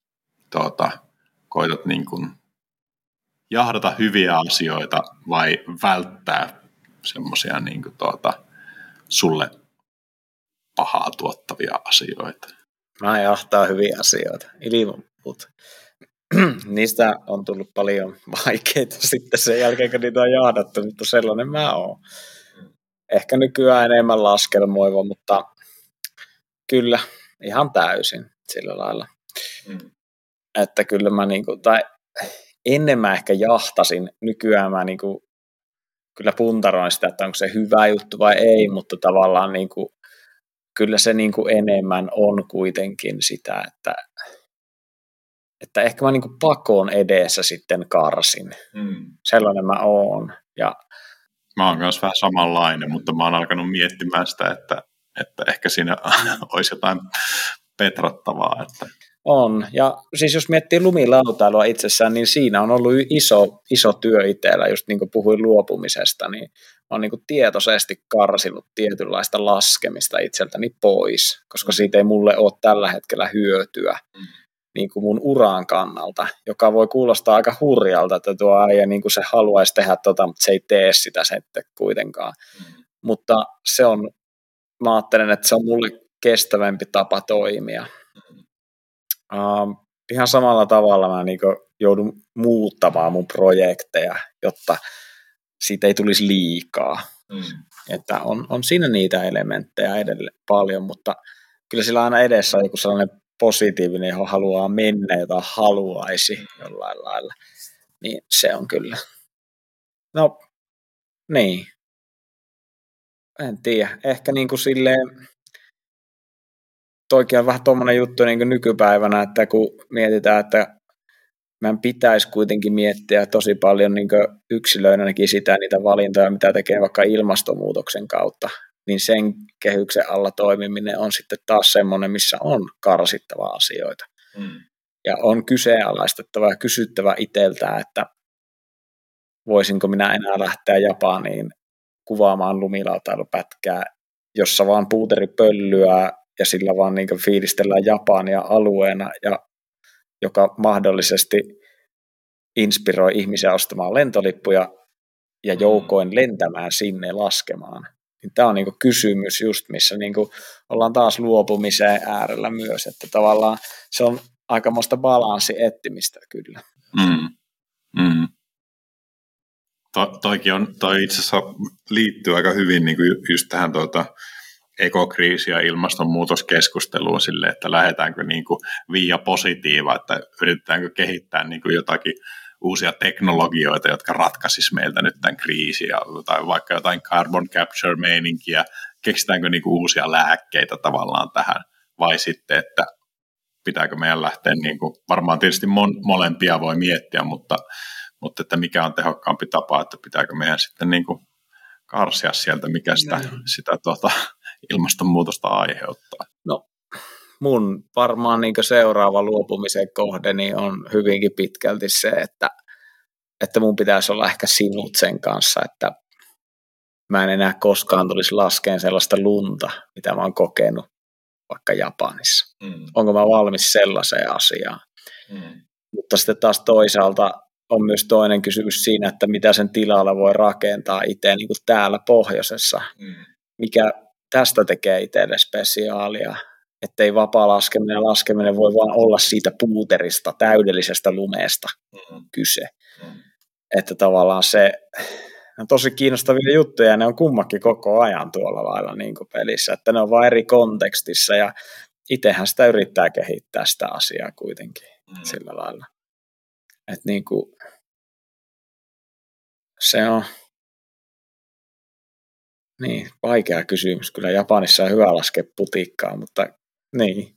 koitat niin kuin jahdata hyviä asioita vai välttää semmoisia niin kuin sulle pahaa tuottavia asioita? Mä jahtaa hyviä asioita, ilman muuta. Niistä on tullut paljon vaikeita sitten sen jälkeen, kun niitä on jahdattu, mutta sellainen mä oon. Ehkä nykyään enemmän laskelmoiva, mutta kyllä ihan täysin sillä lailla. Että kyllä mä niinku, tai ennen mä ehkä jahtasin, nykyään mä niinku, kyllä puntaroin sitä, että onko se hyvä juttu vai ei, mutta tavallaan niinku, kyllä se niinku enemmän on kuitenkin sitä, että ehkä mä niinku pakon edessä sitten karsin. Sellainen mä oon. Ja mä oon myös vähän samanlainen, mutta mä oon alkanut miettimään sitä, että ehkä siinä olisi jotain petrattavaa. Että on. Ja siis jos miettii lumilautailua itsessään, niin siinä on ollut iso työ itsellä, just niin kuin puhuin luopumisesta, niin mä oon niin kuin tietoisesti karsinut tietynlaista laskemista itseltäni pois, koska siitä ei mulle ole tällä hetkellä hyötyä niin kuin mun uran kannalta, joka voi kuulostaa aika hurjalta, että tuo äijä niin kuin se haluaisi tehdä mutta se ei tee sitä sitten kuitenkaan. Mutta se on, mä ajattelen, että se on mulle kestävämpi tapa toimia. Ihan samalla tavalla mä niin joudun muuttamaan mun projekteja, jotta siitä ei tulisi liikaa. Että on siinä niitä elementtejä edelleen paljon, mutta kyllä sillä aina edessä on joku sellainen positiivinen, johon haluaa mennä, jota haluaisi jollain lailla. Niin se on kyllä. No, niin. En tiedä. Ehkä niin kuin silleen toikin on vähän tommoinen juttu niin kuin nykypäivänä, että kun mietitään, että meidän pitäisi kuitenkin miettiä tosi paljon niin yksilöinäkin sitä niitä valintoja, mitä tekee vaikka ilmastonmuutoksen kautta, niin sen kehyksen alla toimiminen on sitten taas semmoinen, missä on karsittava asioita. Ja on kyseenalaistettava ja kysyttävä itseltään, että voisinko minä enää lähteä Japaniin kuvaamaan lumilautailupätkää, jossa vaan puuteri pöllyää ja sillä vaan niin fiilistellään Japania alueena, ja joka mahdollisesti inspiroi ihmisiä ostamaan lentolippuja ja joukoin lentämään sinne laskemaan. Tämä on niin kysymys just, missä niin ollaan taas luopumisen äärellä myös, että tavallaan se on aikamoista balanssin etsimistä kyllä. Toi itse asiassa liittyy aika hyvin niin kuin just tähän ekokriisi- ja ilmastonmuutoskeskusteluun sille, että lähdetäänkö niin kuin via positiiva, että yritetäänkö kehittää niin kuin jotakin uusia teknologioita, jotka ratkaisisi meiltä nyt tämän kriisin, tai vaikka jotain carbon capture-meininkiä, keksitäänkö niin kuin uusia lääkkeitä tavallaan tähän, vai sitten, että pitääkö meidän lähteä, niin kuin, varmaan tietysti molempia voi miettiä, mutta että mikä on tehokkaampi tapa, että pitääkö meidän sitten niin kuin karsia sieltä, mikä sitä ilmastonmuutosta aiheuttaa. No, mun varmaan niin seuraava luopumisen kohde niin on hyvinkin pitkälti se, että mun pitäisi olla ehkä sinut sen kanssa, että mä en enää koskaan tulisi laskeen sellaista lunta, mitä mä oon kokenut vaikka Japanissa. Onko mä valmis sellaiseen asiaan? Mutta sitten taas toisaalta on myös toinen kysymys siinä, että mitä sen tilalla voi rakentaa itse niin kuin täällä pohjoisessa. Mikä tästä tekee itselle spesiaalia, ettei vapaa laskeminen voi vaan olla siitä puuterista, täydellisestä lumeesta kyse. Että tavallaan se on tosi kiinnostavia juttuja, ja ne on kummakin koko ajan tuolla lailla niin kuin pelissä, että ne on vaan eri kontekstissa, ja itsehän sitä yrittää kehittää sitä asiaa kuitenkin sillä lailla. Että niin kuin se on niin vaikea kysymys. Kyllä Japanissa on hyvä laskea putikkaa, mutta niin.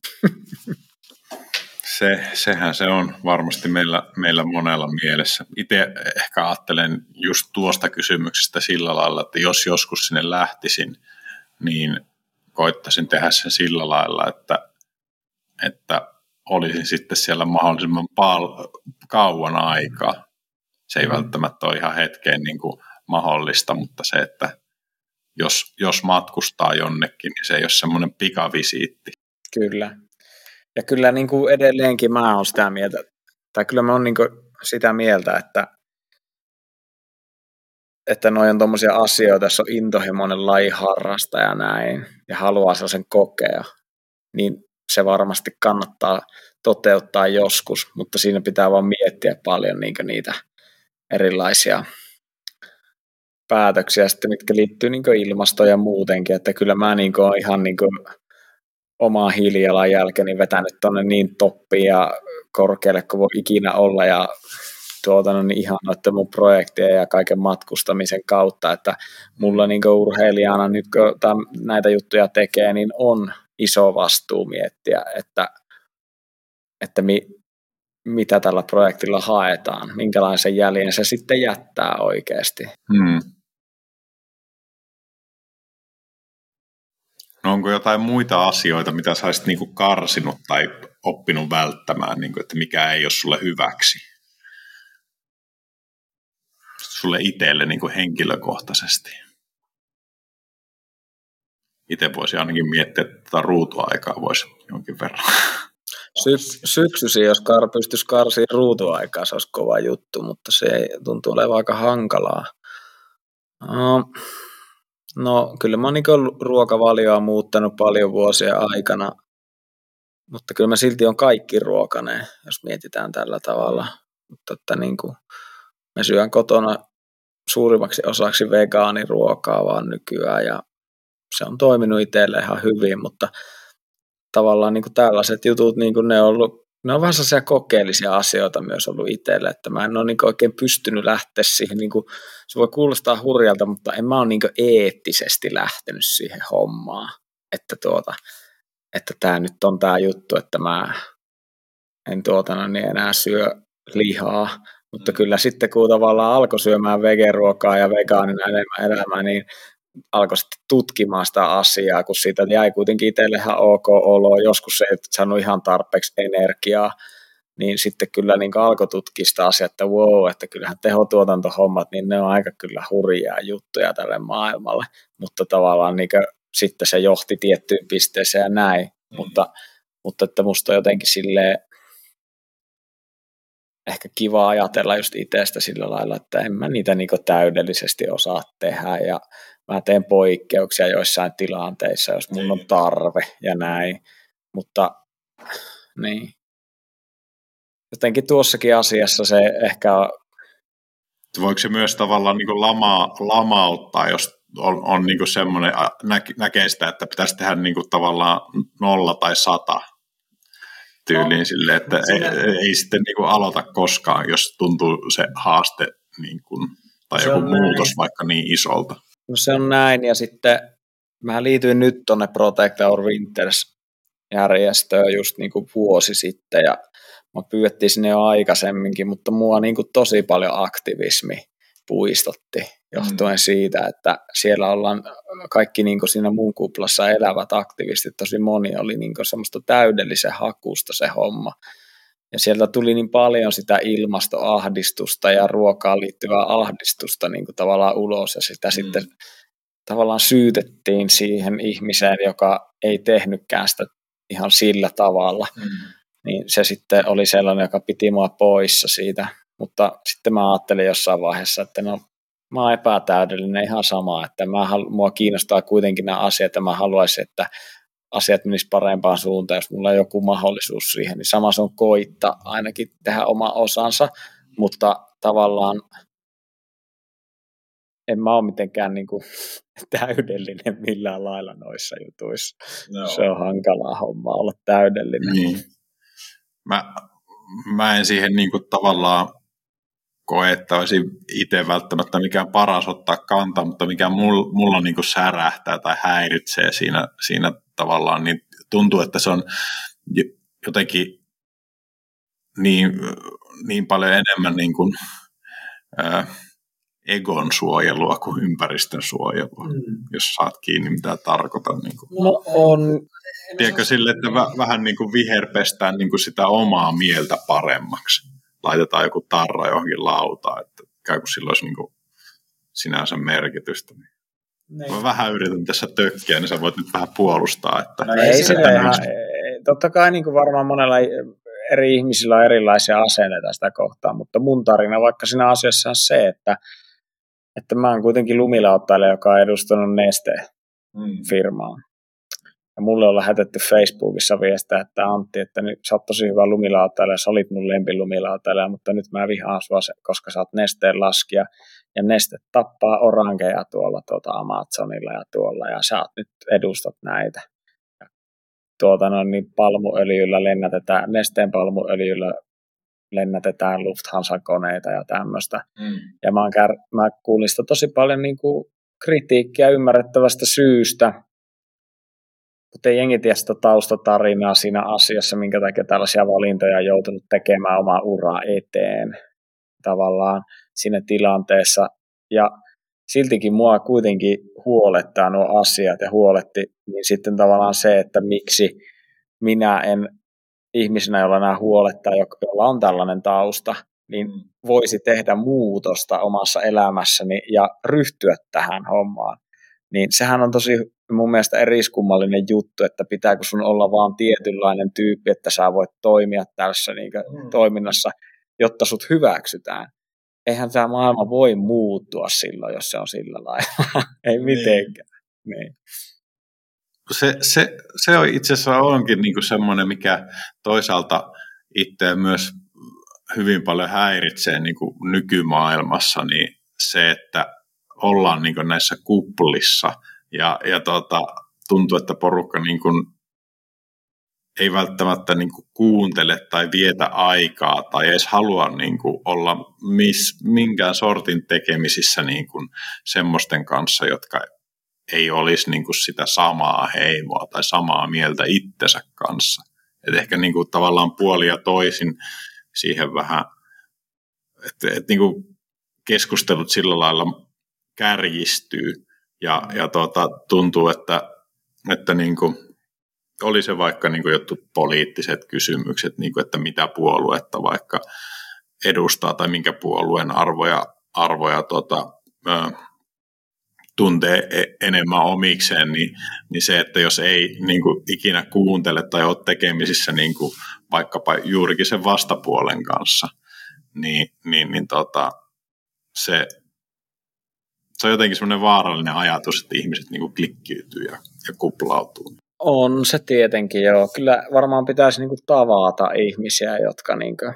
Sehän se on varmasti meillä monella mielessä. Itse ehkä ajattelen just tuosta kysymyksestä sillä lailla, että jos joskus sinne lähtisin, niin koittaisin tehdä sen sillä lailla, että olisin sitten siellä mahdollisimman kauan aikaa. Se ei välttämättä ole ihan hetkeen niin kuin mahdollista, mutta se, että jos matkustaa jonnekin, niin se ei ole semmoinen pikavisiitti. Kyllä. Ja kyllä niin kuin edelleenkin mä oon sitä mieltä, tai kyllä mä oon niin kuin sitä mieltä, että noi on tommosia asioita, jos on intohimoinen lajiharrastaja ja näin, ja haluaa sen kokea, niin se varmasti kannattaa toteuttaa joskus, mutta siinä pitää vaan miettiä paljon niin niitä erilaisia päätöksiä, sitten, mitkä liittyy niin ilmastoon ja muutenkin, että kyllä mä niin oon ihan niin omaa hiilijalanjälkeni vetänyt tuonne niin toppiin ja korkealle kuin voi ikinä olla, ja niin ihan noiden mun projektien ja kaiken matkustamisen kautta, että mulla niin urheilijana nyt kun näitä juttuja tekee, niin on iso vastuu miettiä, että mitä tällä projektilla haetaan, minkälaisen jäljen se sitten jättää oikeasti. No onko jotain muita asioita, mitä sä olisit niinku karsinut tai oppinut välttämään, niinku, että mikä ei ole sulle hyväksi? Sulle itselle niinku henkilökohtaisesti. Itse voisi ainakin miettiä, että ruutuaikaa voisi jonkin verran. Syksysi, jos pystyisi karsimaan ruutuaikaa, se olisi kova juttu, mutta se tuntuu olevan aika hankalaa. No kyllä mä oon niin ruokavalioa muuttanut paljon vuosien aikana, mutta kyllä mä silti on kaikki ruokainen, jos mietitään tällä tavalla. Mutta että niin kuin mä syön kotona suurimmaksi osaksi vegaaniruokaa vaan nykyään, ja se on toiminut itselle ihan hyvin, mutta tavallaan niin kuin tällaiset jutut, niin kuin ne on vähän sellaisia kokeellisia asioita myös ollut itselle, että mä en ole niin oikein pystynyt lähteä siihen, niin kuin, se voi kuulostaa hurjalta, mutta en mä ole niin eettisesti lähtenyt siihen hommaan, että tämä nyt on tämä juttu, että mä en niin enää syö lihaa. Mutta kyllä sitten kun tavallaan alkoi syömään vegeruokaa ja vegaanina enemmän elämää, niin alkoi sitten tutkimaan sitä asiaa, kun siitä jäi kuitenkin itselle ihan ok olo. Joskus ei saanut ihan tarpeeksi energiaa, niin sitten kyllä niin alkoi tutkia sitä asiaa, että wow, että kyllähän tehotuotantohommat, niin ne on aika kyllä hurjaa juttuja tälle maailmalle. Mutta tavallaan niin sitten se johti tiettyyn pisteeseen ja näin. Mutta että musta on jotenkin silleen ehkä kiva ajatella just itsestä sillä lailla, että en mä niitä niinku täydellisesti osaa tehdä ja mä teen poikkeuksia joissain tilanteissa, jos mun on tarve ja näin, mutta niin. Jotenkin tuossakin asiassa se ehkä voiko se myös tavallaan niin kuin lamauttaa, jos on niin kuin semmoinen, näkee sitä, että pitäisi tehdä niin kuin tavallaan 0 tai 100 tyyliin silleen, että ei sitten niin kuin aloita koskaan, jos tuntuu se haaste niin kuin, tai joku muutos näin. Vaikka niin isolta. No se on näin, ja sitten mä liityin nyt tuonne Protect Our Winters-järjestöön just niin kuin vuosi sitten, ja mä pyydettiin sinne jo aikaisemminkin, mutta mua niin kuin tosi paljon aktivismi puistotti, johtuen siitä, että siellä ollaan kaikki niin kuin siinä mun kuplassa elävät aktivistit, tosi moni oli niin kuin semmoista täydellisen hakusta se homma. Ja sieltä tuli niin paljon sitä ilmastoahdistusta ja ruokaan liittyvää ahdistusta niin kuin tavallaan ulos, ja sitä sitten tavallaan syytettiin siihen ihmiseen, joka ei tehnytkään sitä ihan sillä tavalla. Niin se sitten oli sellainen, joka piti mua poissa siitä. Mutta sitten mä ajattelin jossain vaiheessa, että no mä oon epätäydellinen ihan sama, että mua kiinnostaa kuitenkin nämä asiat, ja mä haluaisin, että asiat menis parempaan suuntaan, jos mulla on joku mahdollisuus siihen, niin sama se on koittaa ainakin tehdä oma osansa, mutta tavallaan en mä ole mitenkään niin kuin täydellinen millään lailla noissa jutuissa. No. Se on hankalaa hommaa olla täydellinen. Niin. Mä en siihen niin kuin tavallaan koe, että olisi itse välttämättä mikään paras ottaa kantaa, mutta mikä mulla niin kuin särähtää tai häiritsee siinä tavallaan, niin tuntuu, että se on jotenkin niin paljon enemmän niin kuin, egon suojelua kuin ympäristön suojelua, jos saat kiinni, mitä tarkoitan. Niin kuin. No on. Tiedätkö sille, että vähän niin kuin viherpestään niin kuin sitä omaa mieltä paremmaksi. Laitetaan joku tarra johonkin lautaan, että käy kun sillä olisi niin kuin sinänsä merkitystä. Mä vähän yritän tässä tökkiä, niin sä voit nyt vähän puolustaa. Että no ei sillä ihan, totta kai niin kuin varmaan monella eri ihmisillä on erilaisia asenneita sitä kohtaan, mutta mun tarina vaikka siinä asiassa on se, että mä oon kuitenkin lumilauttailija, joka on edustanut Neste-firmaa. Ja mulle on lähetetty Facebookissa viestiä, että Antti, että nyt sä oot tosi hyvä lumilauttailija, sä olit mun lempilumilauttailija, mutta nyt mä vihaan sua, koska sä oot Nesteen laskija, ja Neste tappaa orangeja tuolla Amazonilla ja tuolla, ja sä nyt edustat näitä. Ja niin palmuöljyllä lennätetään, Nesteen palmuöljyllä lennätetään Lufthansa-koneita ja tämmöistä. Ja mä kuulin sitä tosi paljon niin kuin kritiikkiä ymmärrettävästä syystä, mutta ei jengi tiedä sitä taustatarinaa siinä asiassa, minkä takia tällaisia valintoja on joutunut tekemään omaa uraa eteen tavallaan siinä tilanteessa. Ja siltikin mua kuitenkin huolettaa nuo asiat ja huoletti, niin sitten tavallaan se, että miksi minä en ihmisenä, jolla nämä huolettaa, jolla on tällainen tausta, niin voisi tehdä muutosta omassa elämässäni ja ryhtyä tähän hommaan. Niin sehän on tosi mun mielestä eriskummallinen juttu, että pitääkö sun olla vaan tietynlainen tyyppi, että sä voit toimia tässä toiminnassa, jotta sut hyväksytään. Eihän tämä maailma voi muuttua silloin, jos se on sillä lailla. Ei mitenkään. Niin. Se on itse asiassa onkin niinku semmoinen, mikä toisaalta itseä myös hyvin paljon häiritsee niinku nykymaailmassa, niin se, että ollaan niinku näissä kuplissa ja tuntuu, että porukka niinku ei välttämättä niinku kuuntele tai vietä aikaa tai edes halua niinku olla minkään sortin tekemisissä niinku semmoisten kanssa, jotka ei olisi niinku sitä samaa heimoa tai samaa mieltä itsensä kanssa. Et ehkä niinku tavallaan puoli ja toisin siihen vähän että niin kuin keskustelut sillä lailla kärjistyy ja tuntuu, että niin kuin, oli se vaikka niin kuin jotkut poliittiset kysymykset, niin kuin, että mitä puoluetta vaikka edustaa tai minkä puolueen arvoja tuntee enemmän omikseen, niin se, että jos ei niin kuin ikinä kuuntele tai ole tekemisissä niin kuin vaikkapa juurikin sen vastapuolen kanssa, niin se on jotenkin semmoinen vaarallinen ajatus, että ihmiset niin kuin klikkiytyy ja kuplautuu. On se tietenkin, joo. Kyllä varmaan pitäisi niin kuin tavata ihmisiä, jotka niin kuin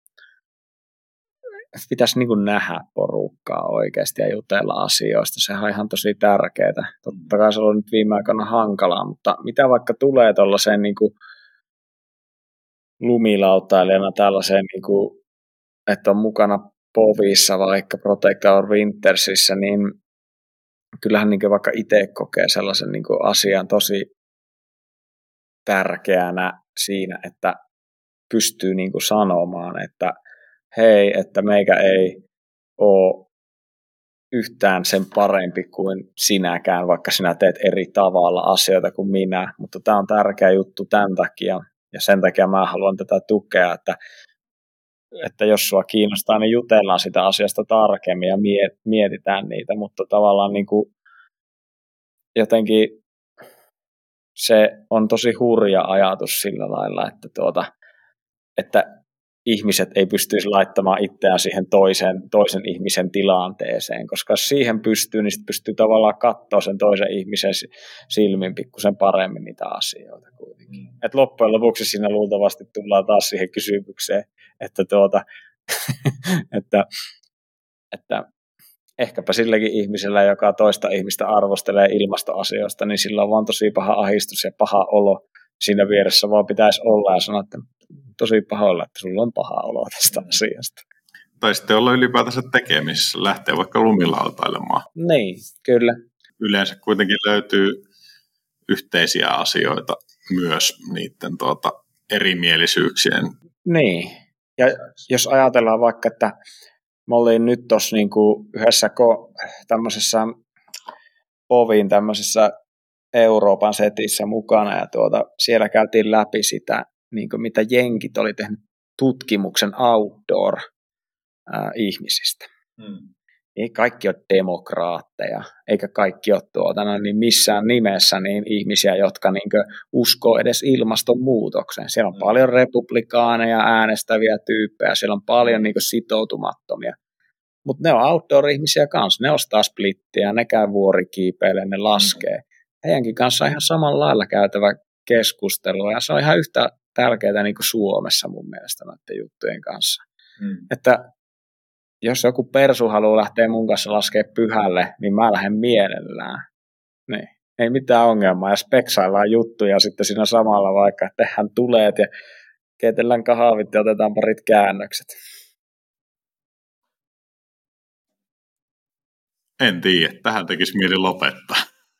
pitäisi niin kuin nähdä porukkaa oikeasti ja jutella asioista. Sehän on ihan tosi tärkeää. Totta kai se on nyt viime aikoina hankalaa, mutta mitä vaikka tulee tuollaiseen niin kuin lumilautailijana tällaiseen, niin kuin, että on mukana povissa vaikka Protect Our Wintersissä, niin kyllähän niin kuin vaikka itse kokee sellaisen niin kuin asian tosi tärkeänä siinä, että pystyy niin kuin sanomaan, että hei, että meikä ei ole yhtään sen parempi kuin sinäkään, vaikka sinä teet eri tavalla asioita kuin minä, mutta tämä on tärkeä juttu tämän takia, ja sen takia mä haluan tätä tukea, että jos sua kiinnostaa, niin jutellaan sitä asiasta tarkemmin ja mietitään niitä, mutta tavallaan niin kuin jotenkin se on tosi hurja ajatus sillä lailla, että ihmiset ei pystyisi laittamaan itseään siihen toisen ihmisen tilanteeseen, koska jos siihen pystyy, niin sitten pystyy tavallaan katsoa sen toisen ihmisen silmin pikkusen paremmin niitä asioita kuitenkin. Et loppujen lopuksi siinä luultavasti tullaan taas siihen kysymykseen, että ehkäpä silläkin ihmisellä, joka toista ihmistä arvostelee ilmastoasioista, niin sillä on vaan tosi paha ahdistus ja paha olo. Siinä vieressä vaan pitäisi olla ja sanoa, että tosi pahoilla, että sulla on paha olo tästä asiasta. Tai sitten olla ylipäätänsä tekemisissä, lähteä vaikka lumilautailemaan. Niin, kyllä. Yleensä kuitenkin löytyy yhteisiä asioita myös niiden erimielisyyksien. Niin, ja jos ajatellaan vaikka, että me olin nyt tuossa niinku yhdessä tämmöisessä povin tämmöisessä Euroopan setissä mukana, ja siellä käytiin läpi sitä, niin kuin mitä jenkit oli tehnyt tutkimuksen outdoor-ihmisistä. Ei kaikki ole demokraatteja, eikä kaikki ole niin missään nimessä niin ihmisiä, jotka niin kuin uskoo edes ilmastonmuutokseen. Siellä on paljon republikaaneja, äänestäviä tyyppejä, siellä on paljon niin kuin sitoutumattomia. Mutta ne on outdoor-ihmisiä kanssa, ne ostaa splittiä, ne käy vuorikiipeille, ne laskee. Heidänkin kanssa on ihan samalla lailla käytävä keskustelua, ja se on ihan yhtä tärkeää niin kuin Suomessa mun mielestä näiden juttujen kanssa. Että jos joku persu haluaa lähteä mun kanssa laskea pyhälle, niin mä lähden mielellään. Niin. Ei mitään ongelmaa, ja speksaillaan juttuja sitten siinä samalla vaikka, että tehdään tuleet ja keitellään kahvit ja otetaan parit käännökset. En tiedä, tähän tekisi mieli lopettaa.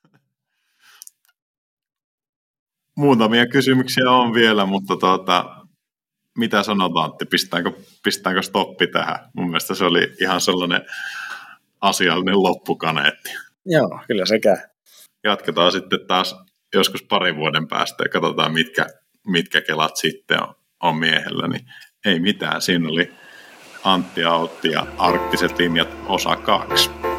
Muutamia kysymyksiä on vielä, mutta mitä sanotaan, että pistetäänkö stoppi tähän? Mun mielestä se oli ihan sellainen asiallinen loppukaneetti. Joo, kyllä sekä. Jatketaan sitten taas joskus parin vuoden päästä ja katsotaan, mitkä kelat sitten on miehellä. Niin ei mitään, siinä oli Antti Autti ja Arktiset linjat osa 2.